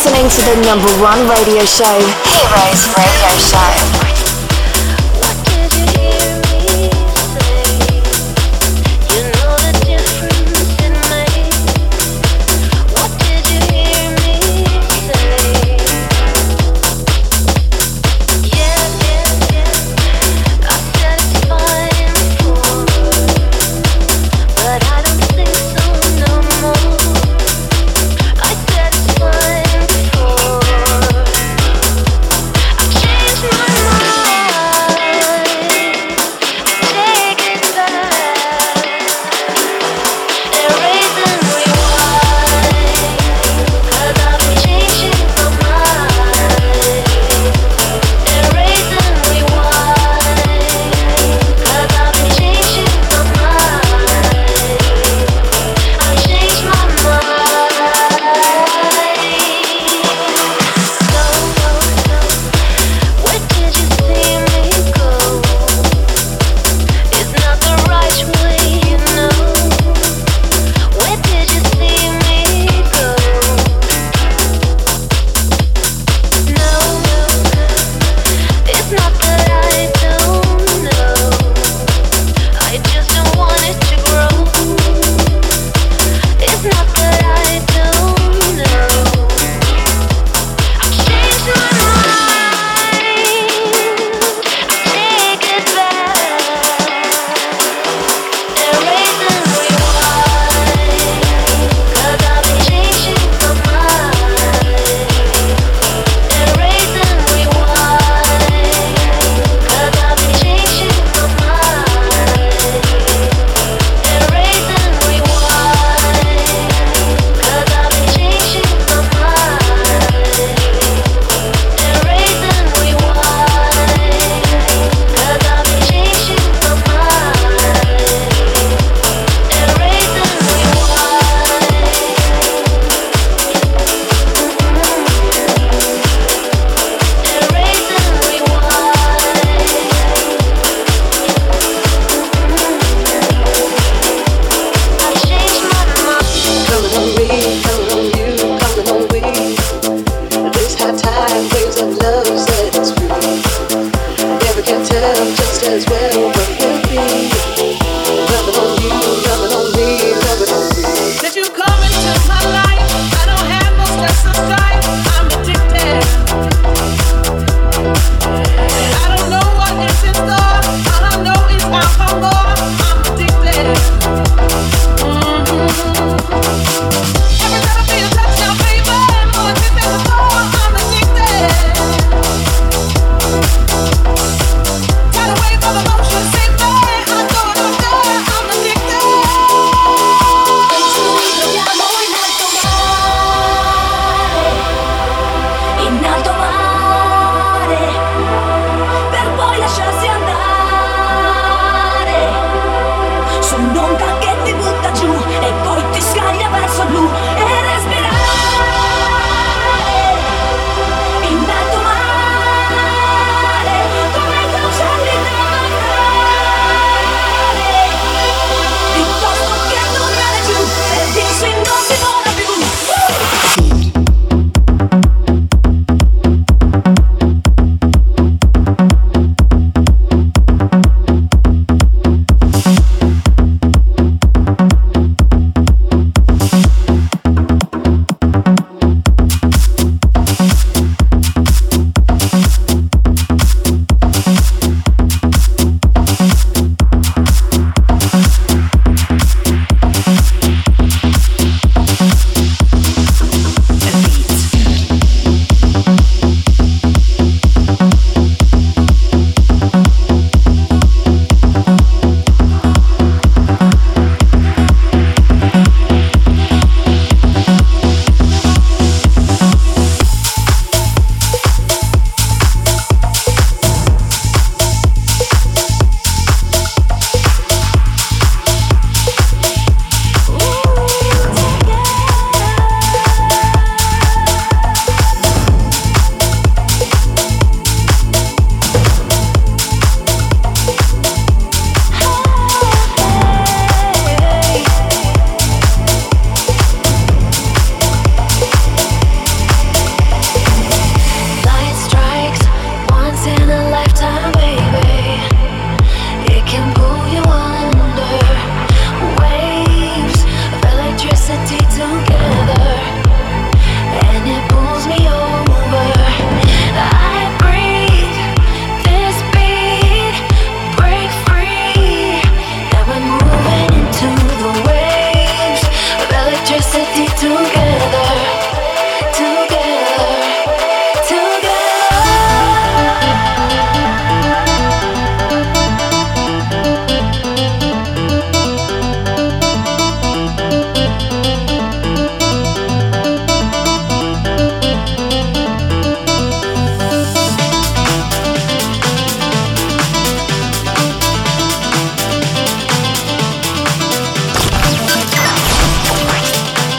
listening to the #1 radio show, Heroes Radio Show. Changed my mind.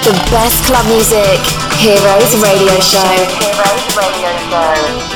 The best club music. Heroes Radio Show. Heroes Radio Show.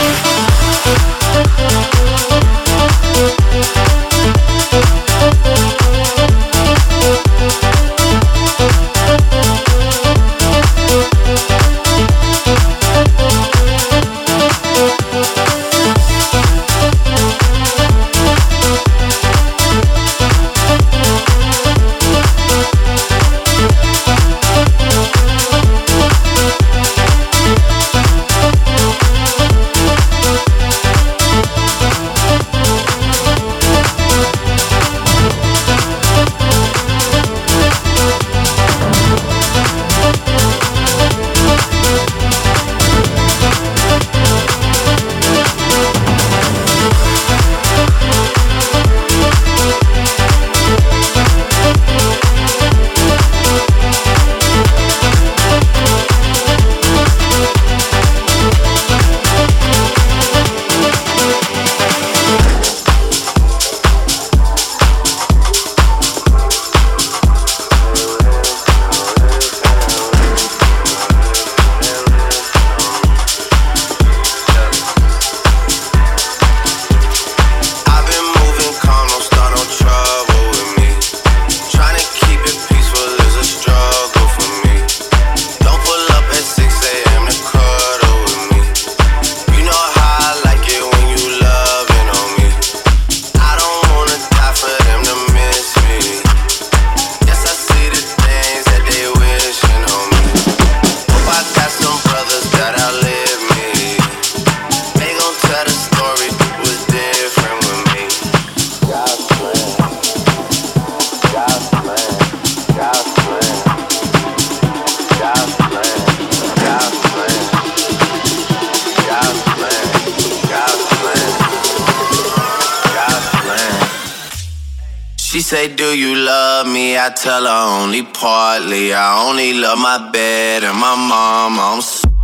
Say, do you love me? I tell her only partly. I only love my bed and my mom. I'm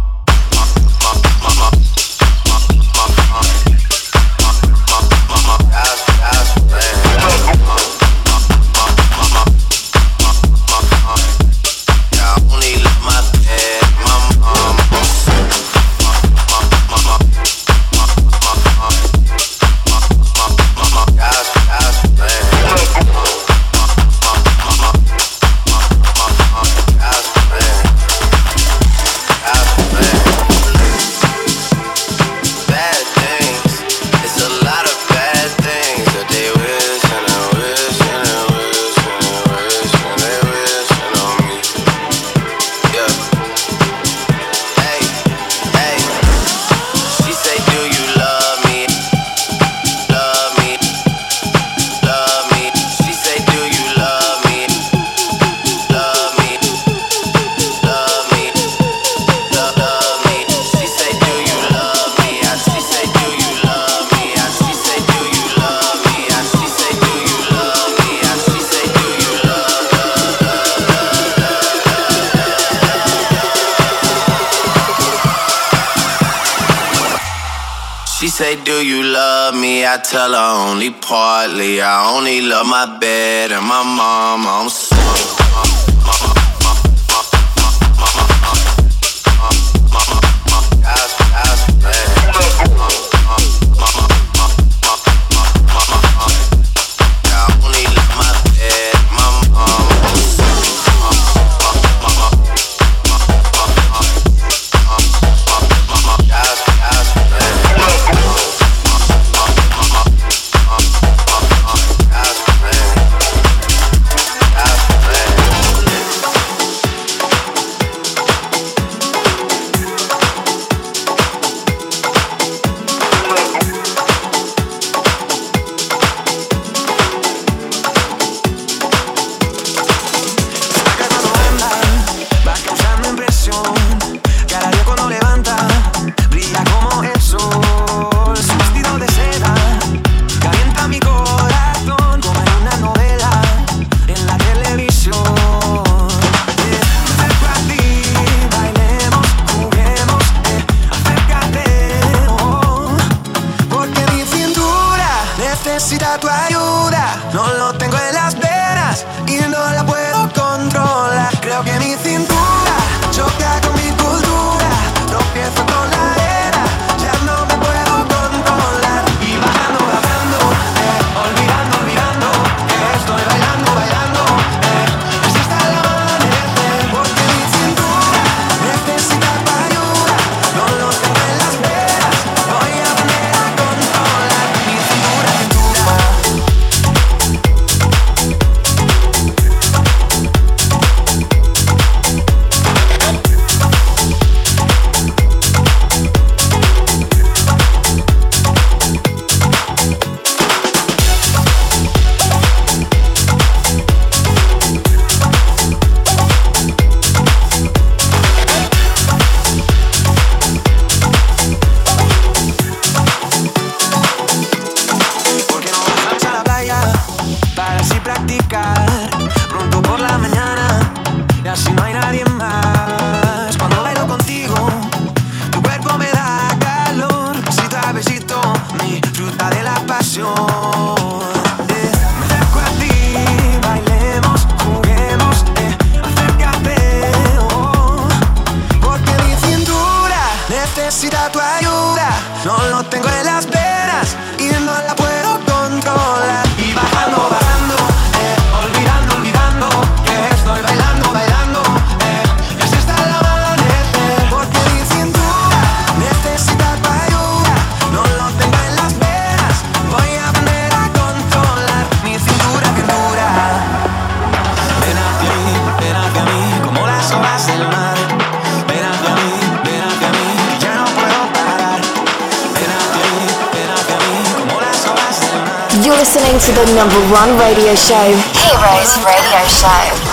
say, do you love me? I tell her only partly. I only love my bed and my mom. I'm necesita tu ayuda. No lo tengo en las venas y no la puedo controlar. Creo que mi cintura y practicar. Pronto por la mañana y así no hay nadie más. Cuando bailo contigo, tu cuerpo me da calor. Besito a besito, mi fruta de la pasión. Me acerco a ti, bailemos, juguemos, acércate, oh. Porque mi cintura necesita tu ayuda. No lo tengo en las venas y no la puedo controlar. Y bajando, bajando, olvidando, olvidando que estoy bailando, bailando, y así está el amanecer. Porque mi cintura necesita tu ayuda. No lo tengo en las venas, voy a aprender a controlar mi cintura, cintura. Ven hacia mí, como las olas del mar. Ven hacia mí, que ya no puedo parar. Ven hacia mí, como las olas del mar. You're listening to the #1 radio show, Heroes Radio Show.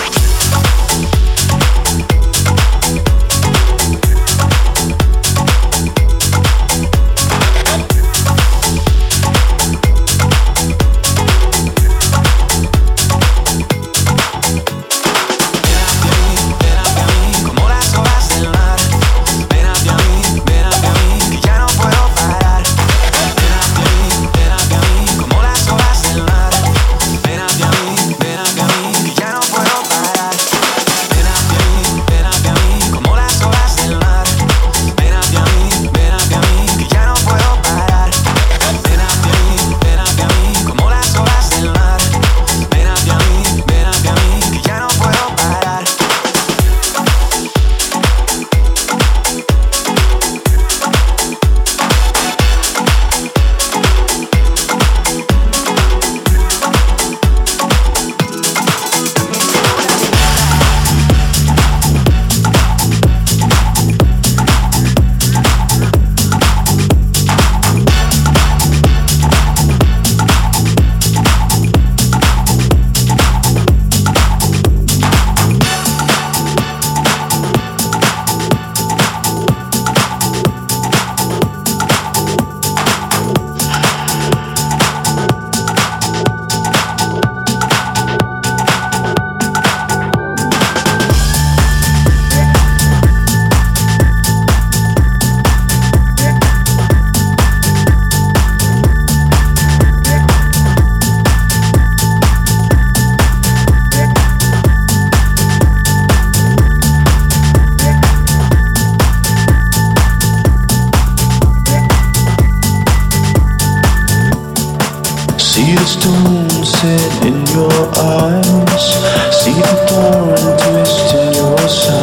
See the stone set in your eyes. See the thorn twist in your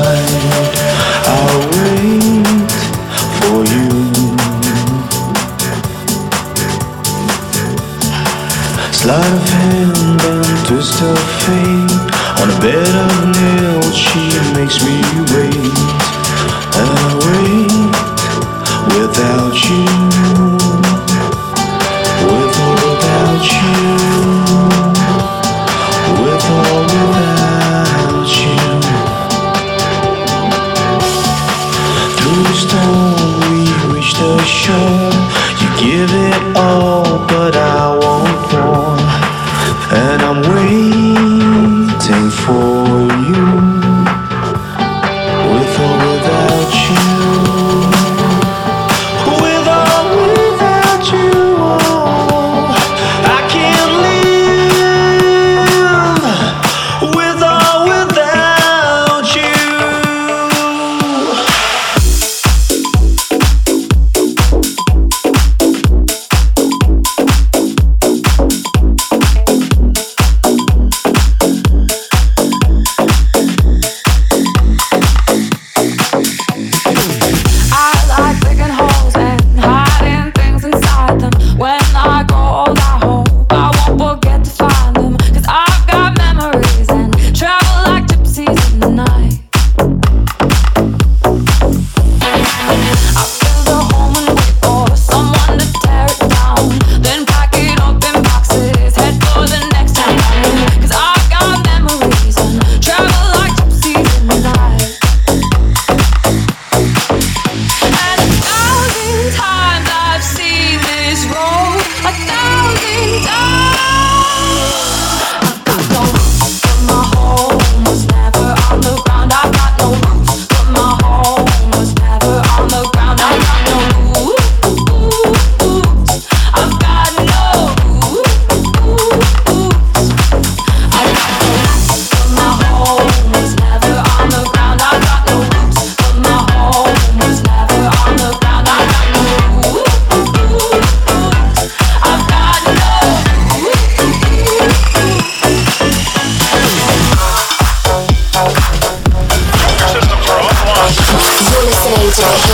side. I'll wait for you. Sleight of hand and twist of fate. On a bed of nails she makes me wait. And I wait without you. With or without you, with or without you. Through the storm we reach the shore. You give it all, but I want more. And I'm waiting for you. With or without you. With or without you.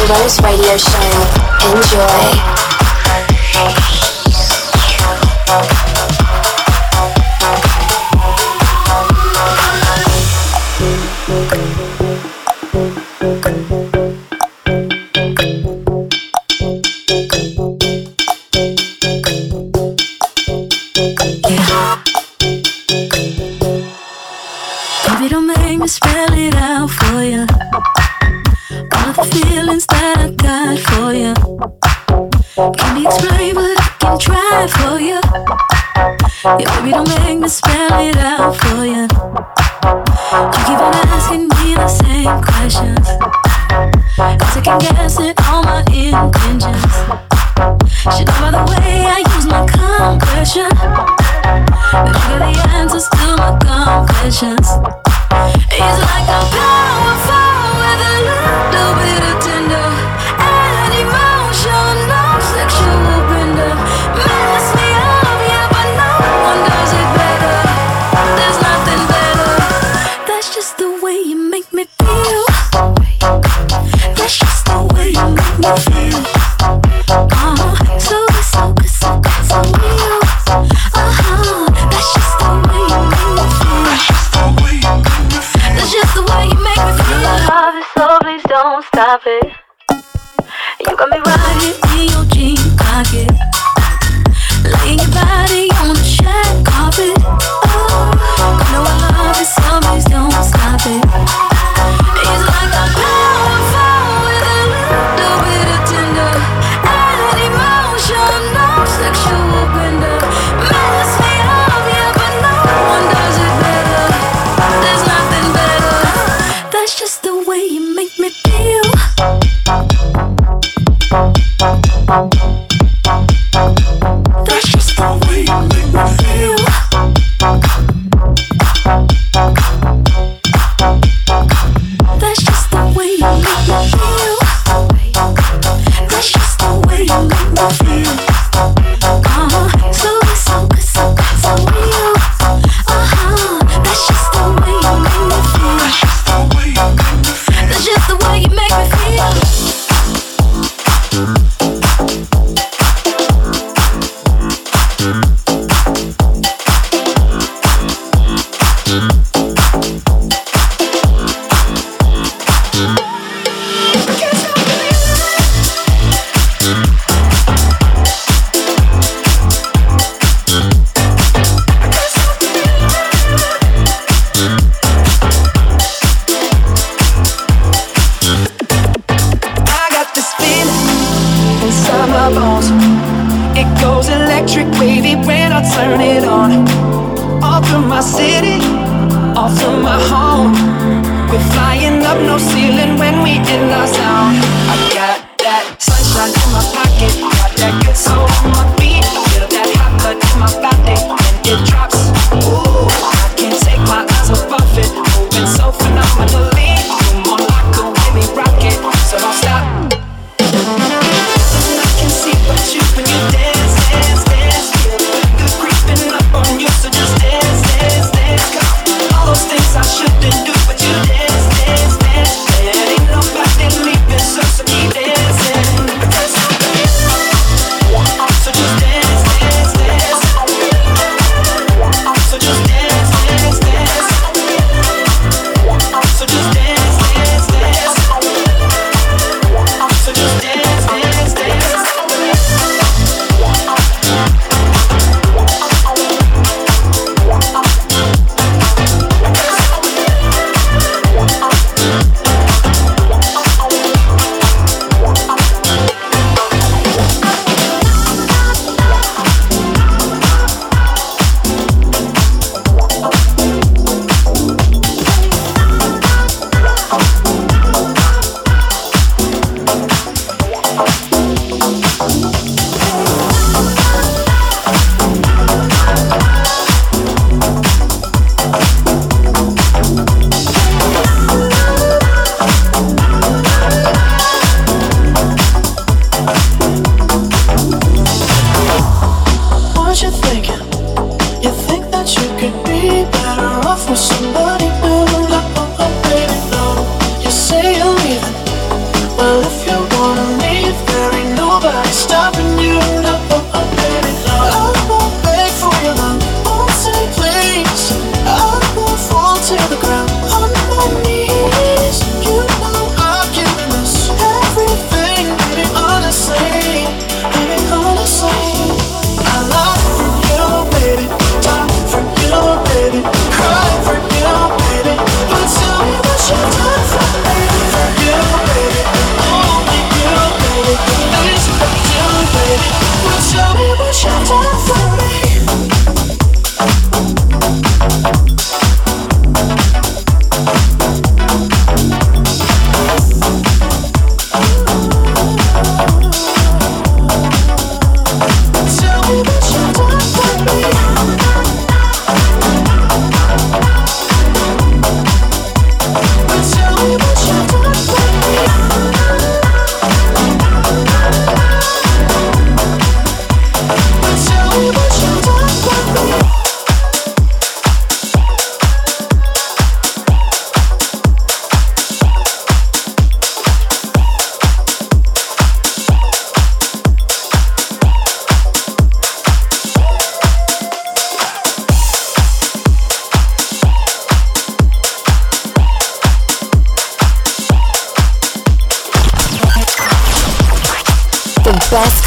Heroes Radio Show. Enjoy. Yeah, baby, don't make me spell it out for you. You keep on asking me the same questions, second guessing all my intentions. Should know by the way I use my compression that you got the answers to my confessions. It's like I'm powerful with a little bit of tender and emotional sexual bender. Mess me up, yeah, but no one does it better. There's nothing better. That's just the way you make me feel. That's just the way you make me feel. So good, so good, so good, so real. That's just the way you make me feel. That's just the way you make me feel. Love it, so please don't stop it. You got me riding in your jean pocket, laying your body on the shag carpet. Oh, you know I love it, so please don't stop it. It's like I'm powerful with a little bit of tender and emotional sexual bender. Mess me up, yeah, but no one does it better. There's nothing better. That's just the way you make me feel. That's just the way you make me feel. That's just the way you make me feel. That's just the way you make me feel. So good, so good, so good, so real. That's just the way you make me feel. That's just the way you make me feel.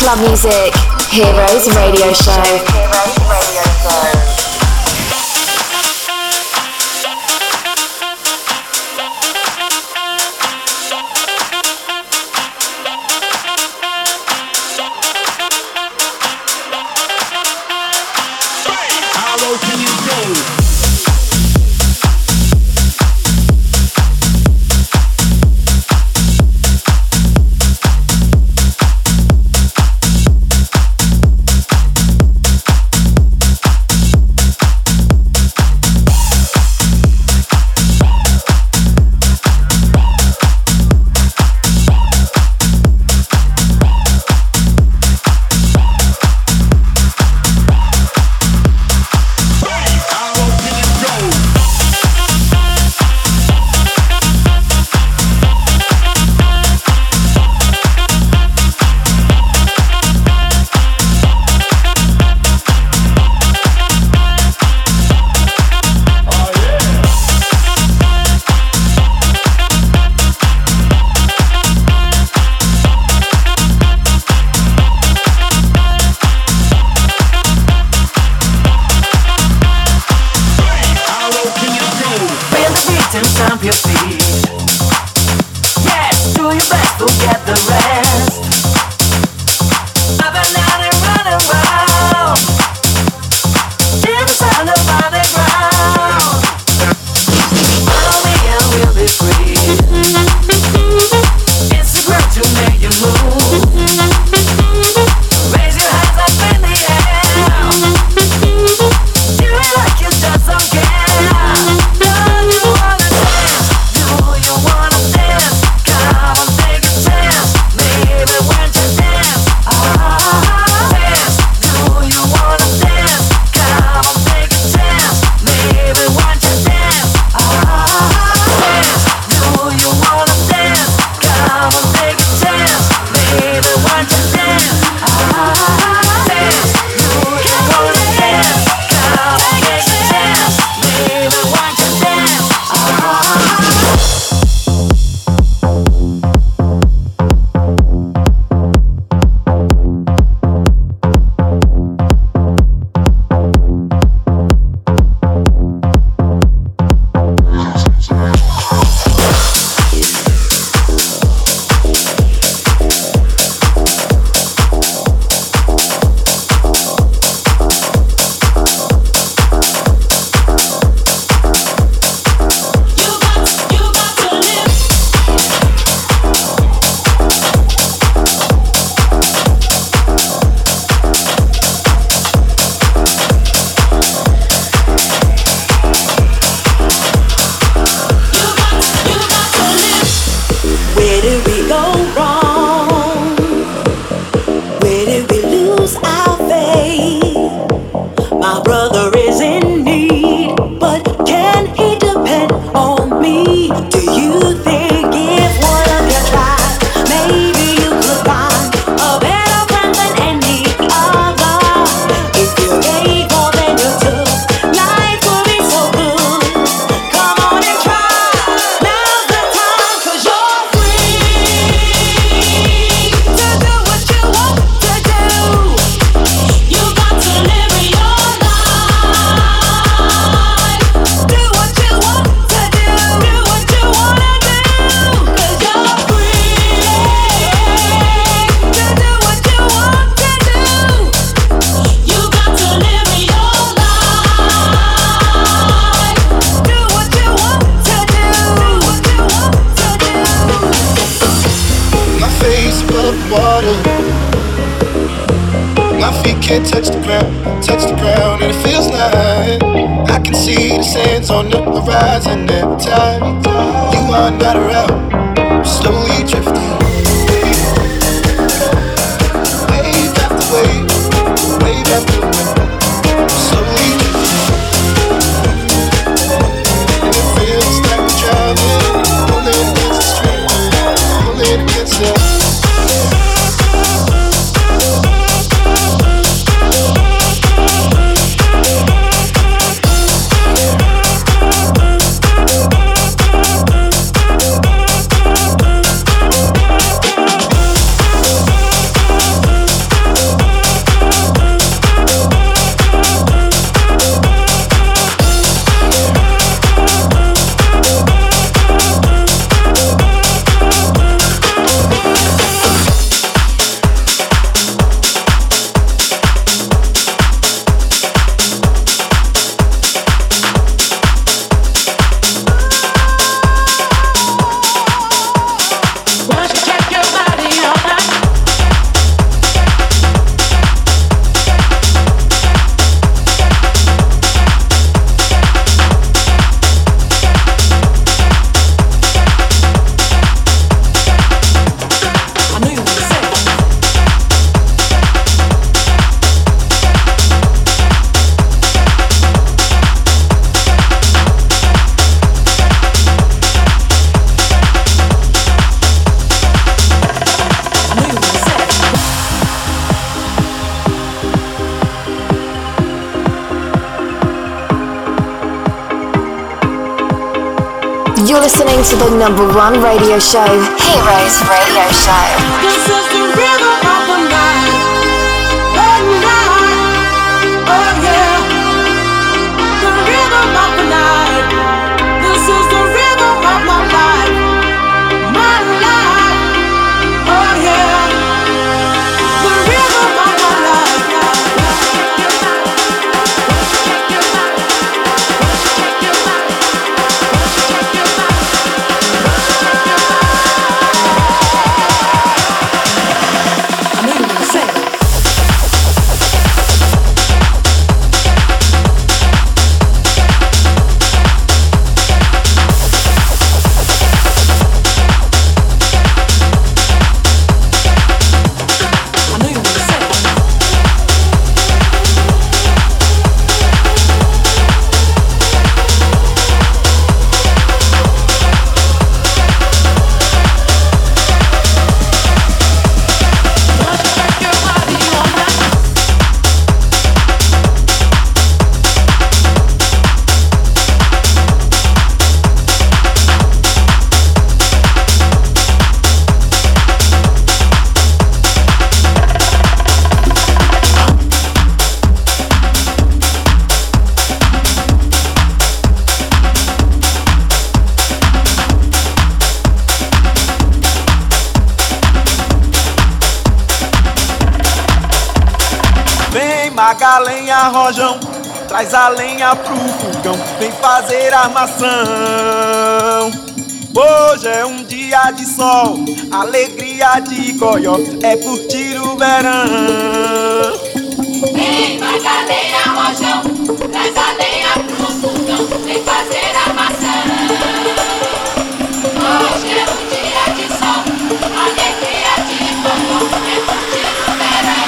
club music. Heroes Radio Show. You're listening to the #1 radio show, Heroes Radio Show. This is the rhythm of the night. Oh yeah. The rhythm of the night. This is the rhythm of my life. My life. Oh yeah. The rhythm of my life. Maga, lenha, rojão, traz a lenha pro fogão, vem fazer armação. Hoje é um dia de sol, alegria de goió, é curtir o verão. Vem, maga, lenha, rojão, traz a lenha pro fogão, vem fazer armação. Hoje é um dia de sol, alegria de goió, é curtir o verão.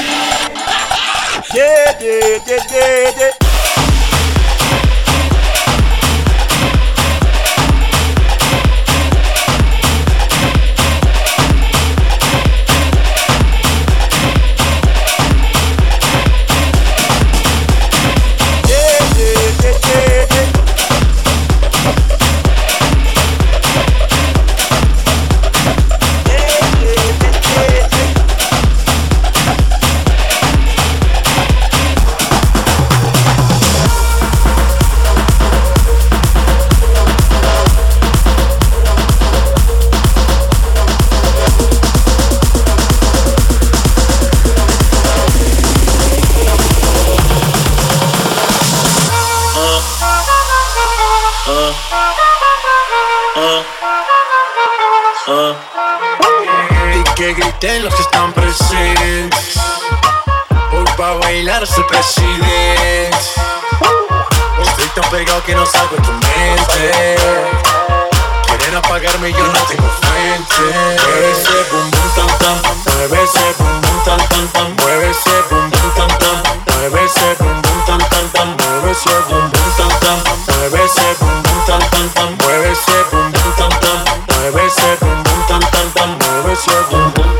Yeah, yeah, yeah, yeah, yeah. Y que griten los que están presentes. Hoy pa' bailar soy presidente. Estoy tan pegado que no salgo de tu mente. Quieren apagarme y yo no tengo frente. Mueve ese bum bum tam tam. Mueve ese bum bum tam tam tam. Mueve ese bum bum tam tam. Mueve ese bum bum tam tam tam. Mueve ese bum bum tam tam. Mueve ese bum bum tam tam tam. Mueve ese bum bum tam tam. Mueve ese bum bum tam tam tam. Mueve ese bum bum.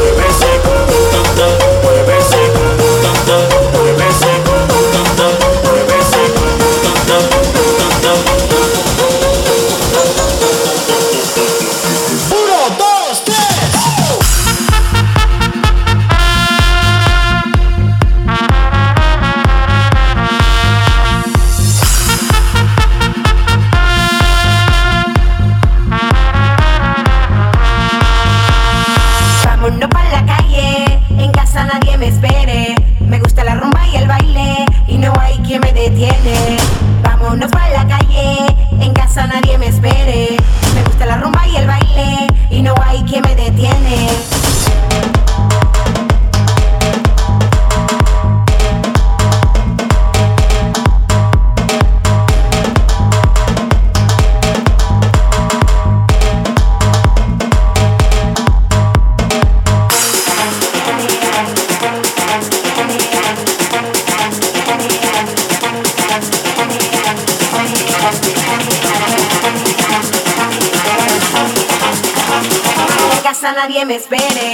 Mueve ese bum bum tam tam. casa nadie me espere.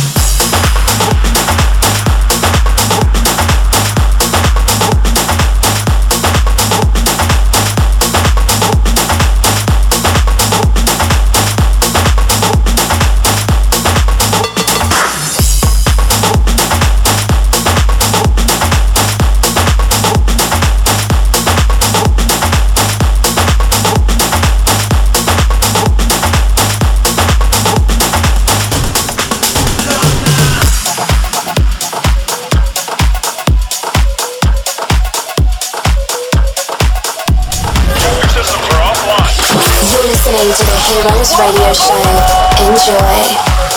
To the Heroes Radio Show. Enjoy.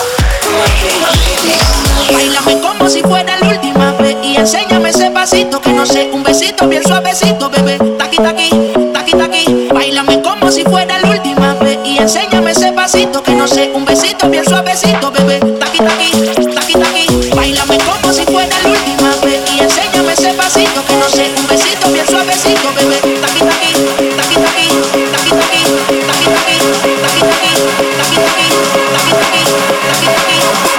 Báilame como si fuera la última vez y enséñame ese pasito que no sé, un besito bien suavecito, bebé. Taqui taqui, taqui taqui. Báilame como si fuera la última vez y enséñame ese pasito que no sé, un besito bien suavecito, bebé. Taqui taqui, taqui taqui. Báilame como si fuera la última vez y enséñame ese pasito que no sé, un besito bien suavecito, bebé. Taqui taqui, taqui taqui, taqui taqui, taqui taqui, taqui taqui, taqui taqui, taqui taqui, taqui taqui.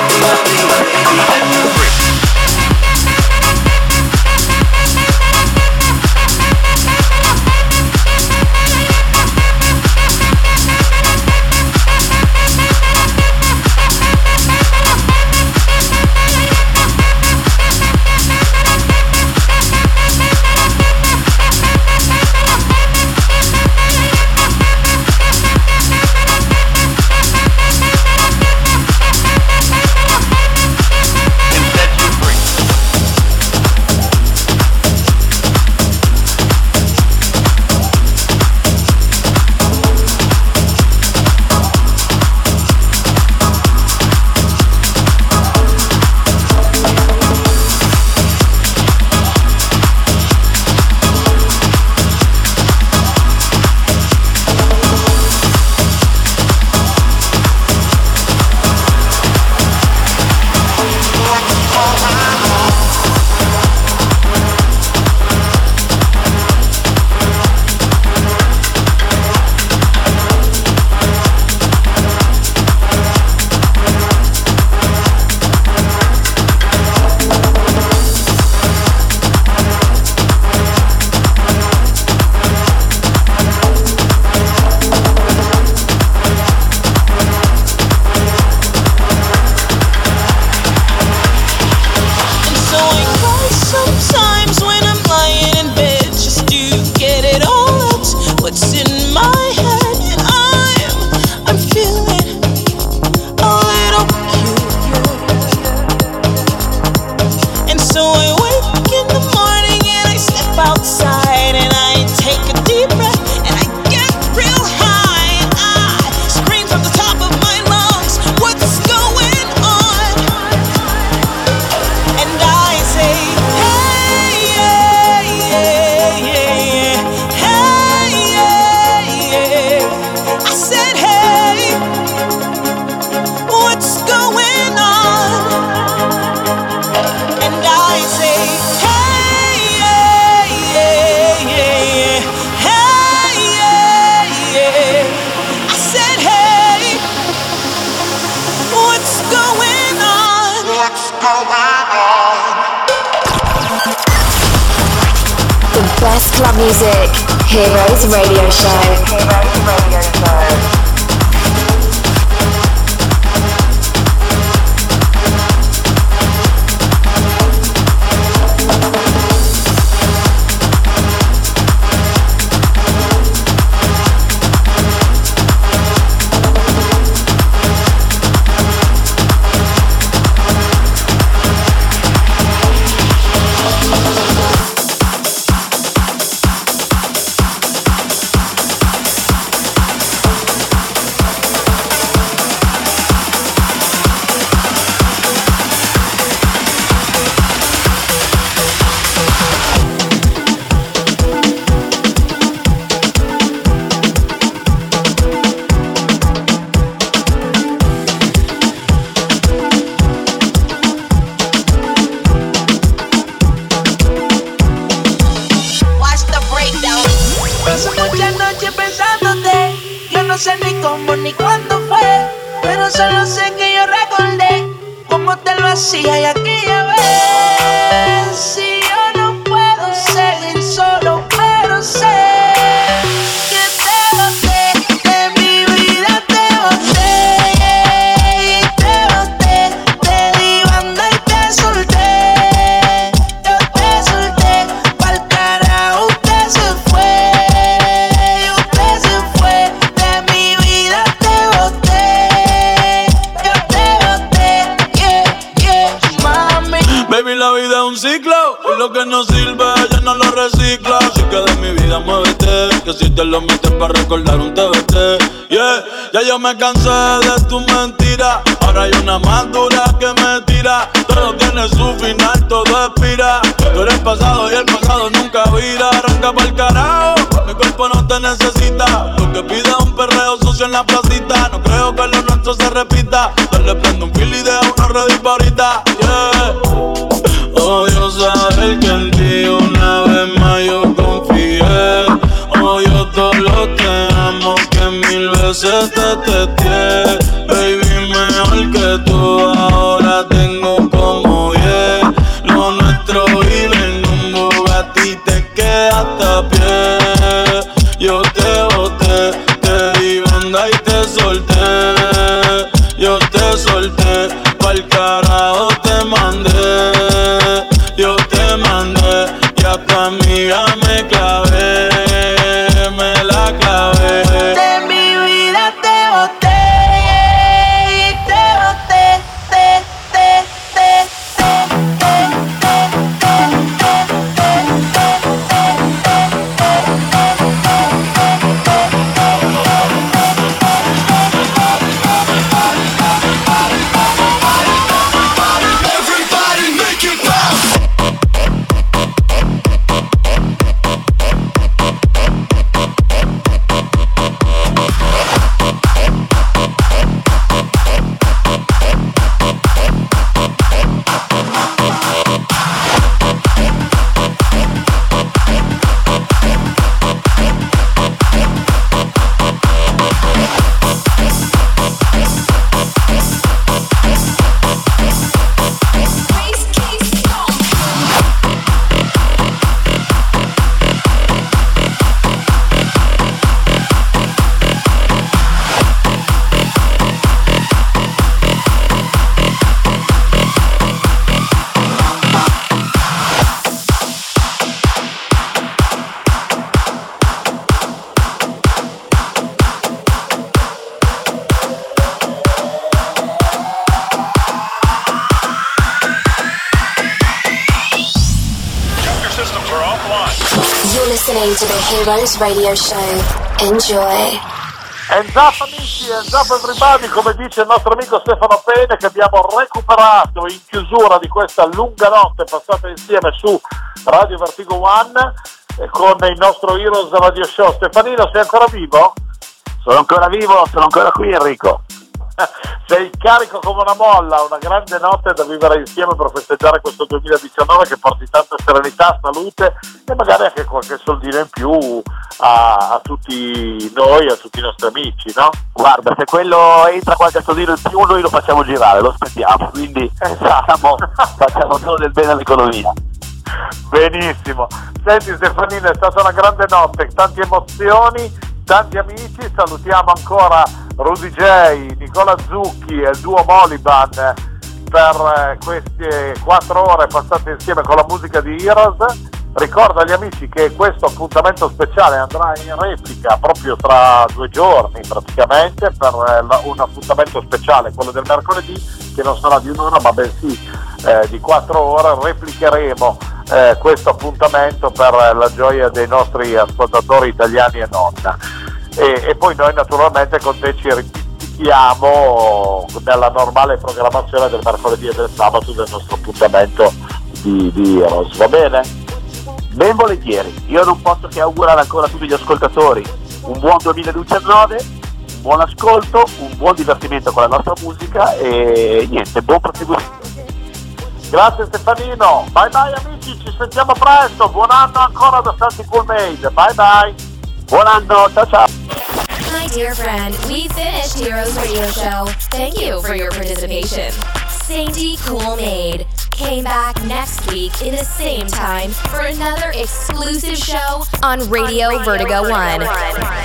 best club music. Heroes Radio Show. Heroes Radio Show. No sé ni cómo ni cuándo fue, pero solo sé que yo vacía y aquí ya ves. Si yo no puedo seguir solo, pero sé que te boté, de mi vida te boté. Y te boté, te di banda y te solté. Yo te solté, pa'l carajo usted se fue. Y usted se fue, de mi vida te boté. Yo te boté, yeah, mami. Baby, la vida es un ciclo y lo que no sirve ya no lo recicla. Así que de mi vida muévete, que si te lo metes para recordar un TBT. Yeah, ya yo me cansé de tu mentira. Ahora hay una más dura que me tira. Todo tiene su final, todo expira. Tú eres pasado y el pasado nunca vira. Arranca pa'l carajo, mi cuerpo no te necesita. Lo que pide es un perreo sucio en la placita. No creo que lo nuestro se repita. Dale, prende un fil y deja uno ready pa' ahorita. Yeah. Odio saber que en ti una vez más yo confié. Odio todo lo te amo que mil veces te testé. Baby, mejor que tú ahora tengo como 10. Lo nuestro vive en un Bugatti, te quedaste a pie. Yo te boté, te di banda y te solté. Yo te solté, pa'l carajo te mandé. Yo te mandé y a tu amiga me clavé, me la clavé. De mi vida te boté, y te boté, Everybody make it bounce. You're listening to the Heroes Radio Show. Enjoy. Hands up amici, hands up everybody, come dice il nostro amico Stefano Pene, che abbiamo recuperato in chiusura di questa lunga notte passata insieme su Radio Vertigo One con il nostro Heroes Radio Show. Stefanino, sei ancora vivo? Sono ancora vivo, sono ancora qui Enrico. Sei carico come una molla, una grande notte da vivere insieme per festeggiare questo 2019 che porti tanta serenità, salute e magari anche qualche soldino in più a tutti noi, a tutti i nostri amici, no? Guarda, se quello entra qualche soldino in più noi lo facciamo girare, lo aspettiamo, quindi facciamo solo del bene all'economia. Benissimo. Senti Stefanino, è stata una grande notte, tante emozioni, tanti amici, salutiamo ancora Rudy J, Nicola Zucchi e il duo Moliban per queste 4 ore passate insieme con la musica di Heroes. Ricordo agli amici che questo appuntamento speciale andrà in replica proprio tra 2 giorni praticamente per un appuntamento speciale, quello del mercoledì, che non sarà di 1 ora ma bensì di 4 ore. Replicheremo questo appuntamento per la gioia dei nostri ascoltatori italiani e non. E poi noi naturalmente con te ci ripetiamo nella normale programmazione del mercoledì e del sabato del nostro appuntamento di Heroes, va bene? Ben volentieri, io non posso che augurare ancora a tutti gli ascoltatori un buon 2019, un buon ascolto, un buon divertimento con la nostra musica e niente, buon proseguimento. Grazie Stefanino, bye bye amici, ci sentiamo presto, buon anno ancora da Santi Cool Made, bye bye, buon anno, ciao ciao. My dear friend, we finished Heroes Radio Show. Thank you for your participation. Sainty Cool Made came back next week in the same time for another exclusive show on Radio Vertigo 1.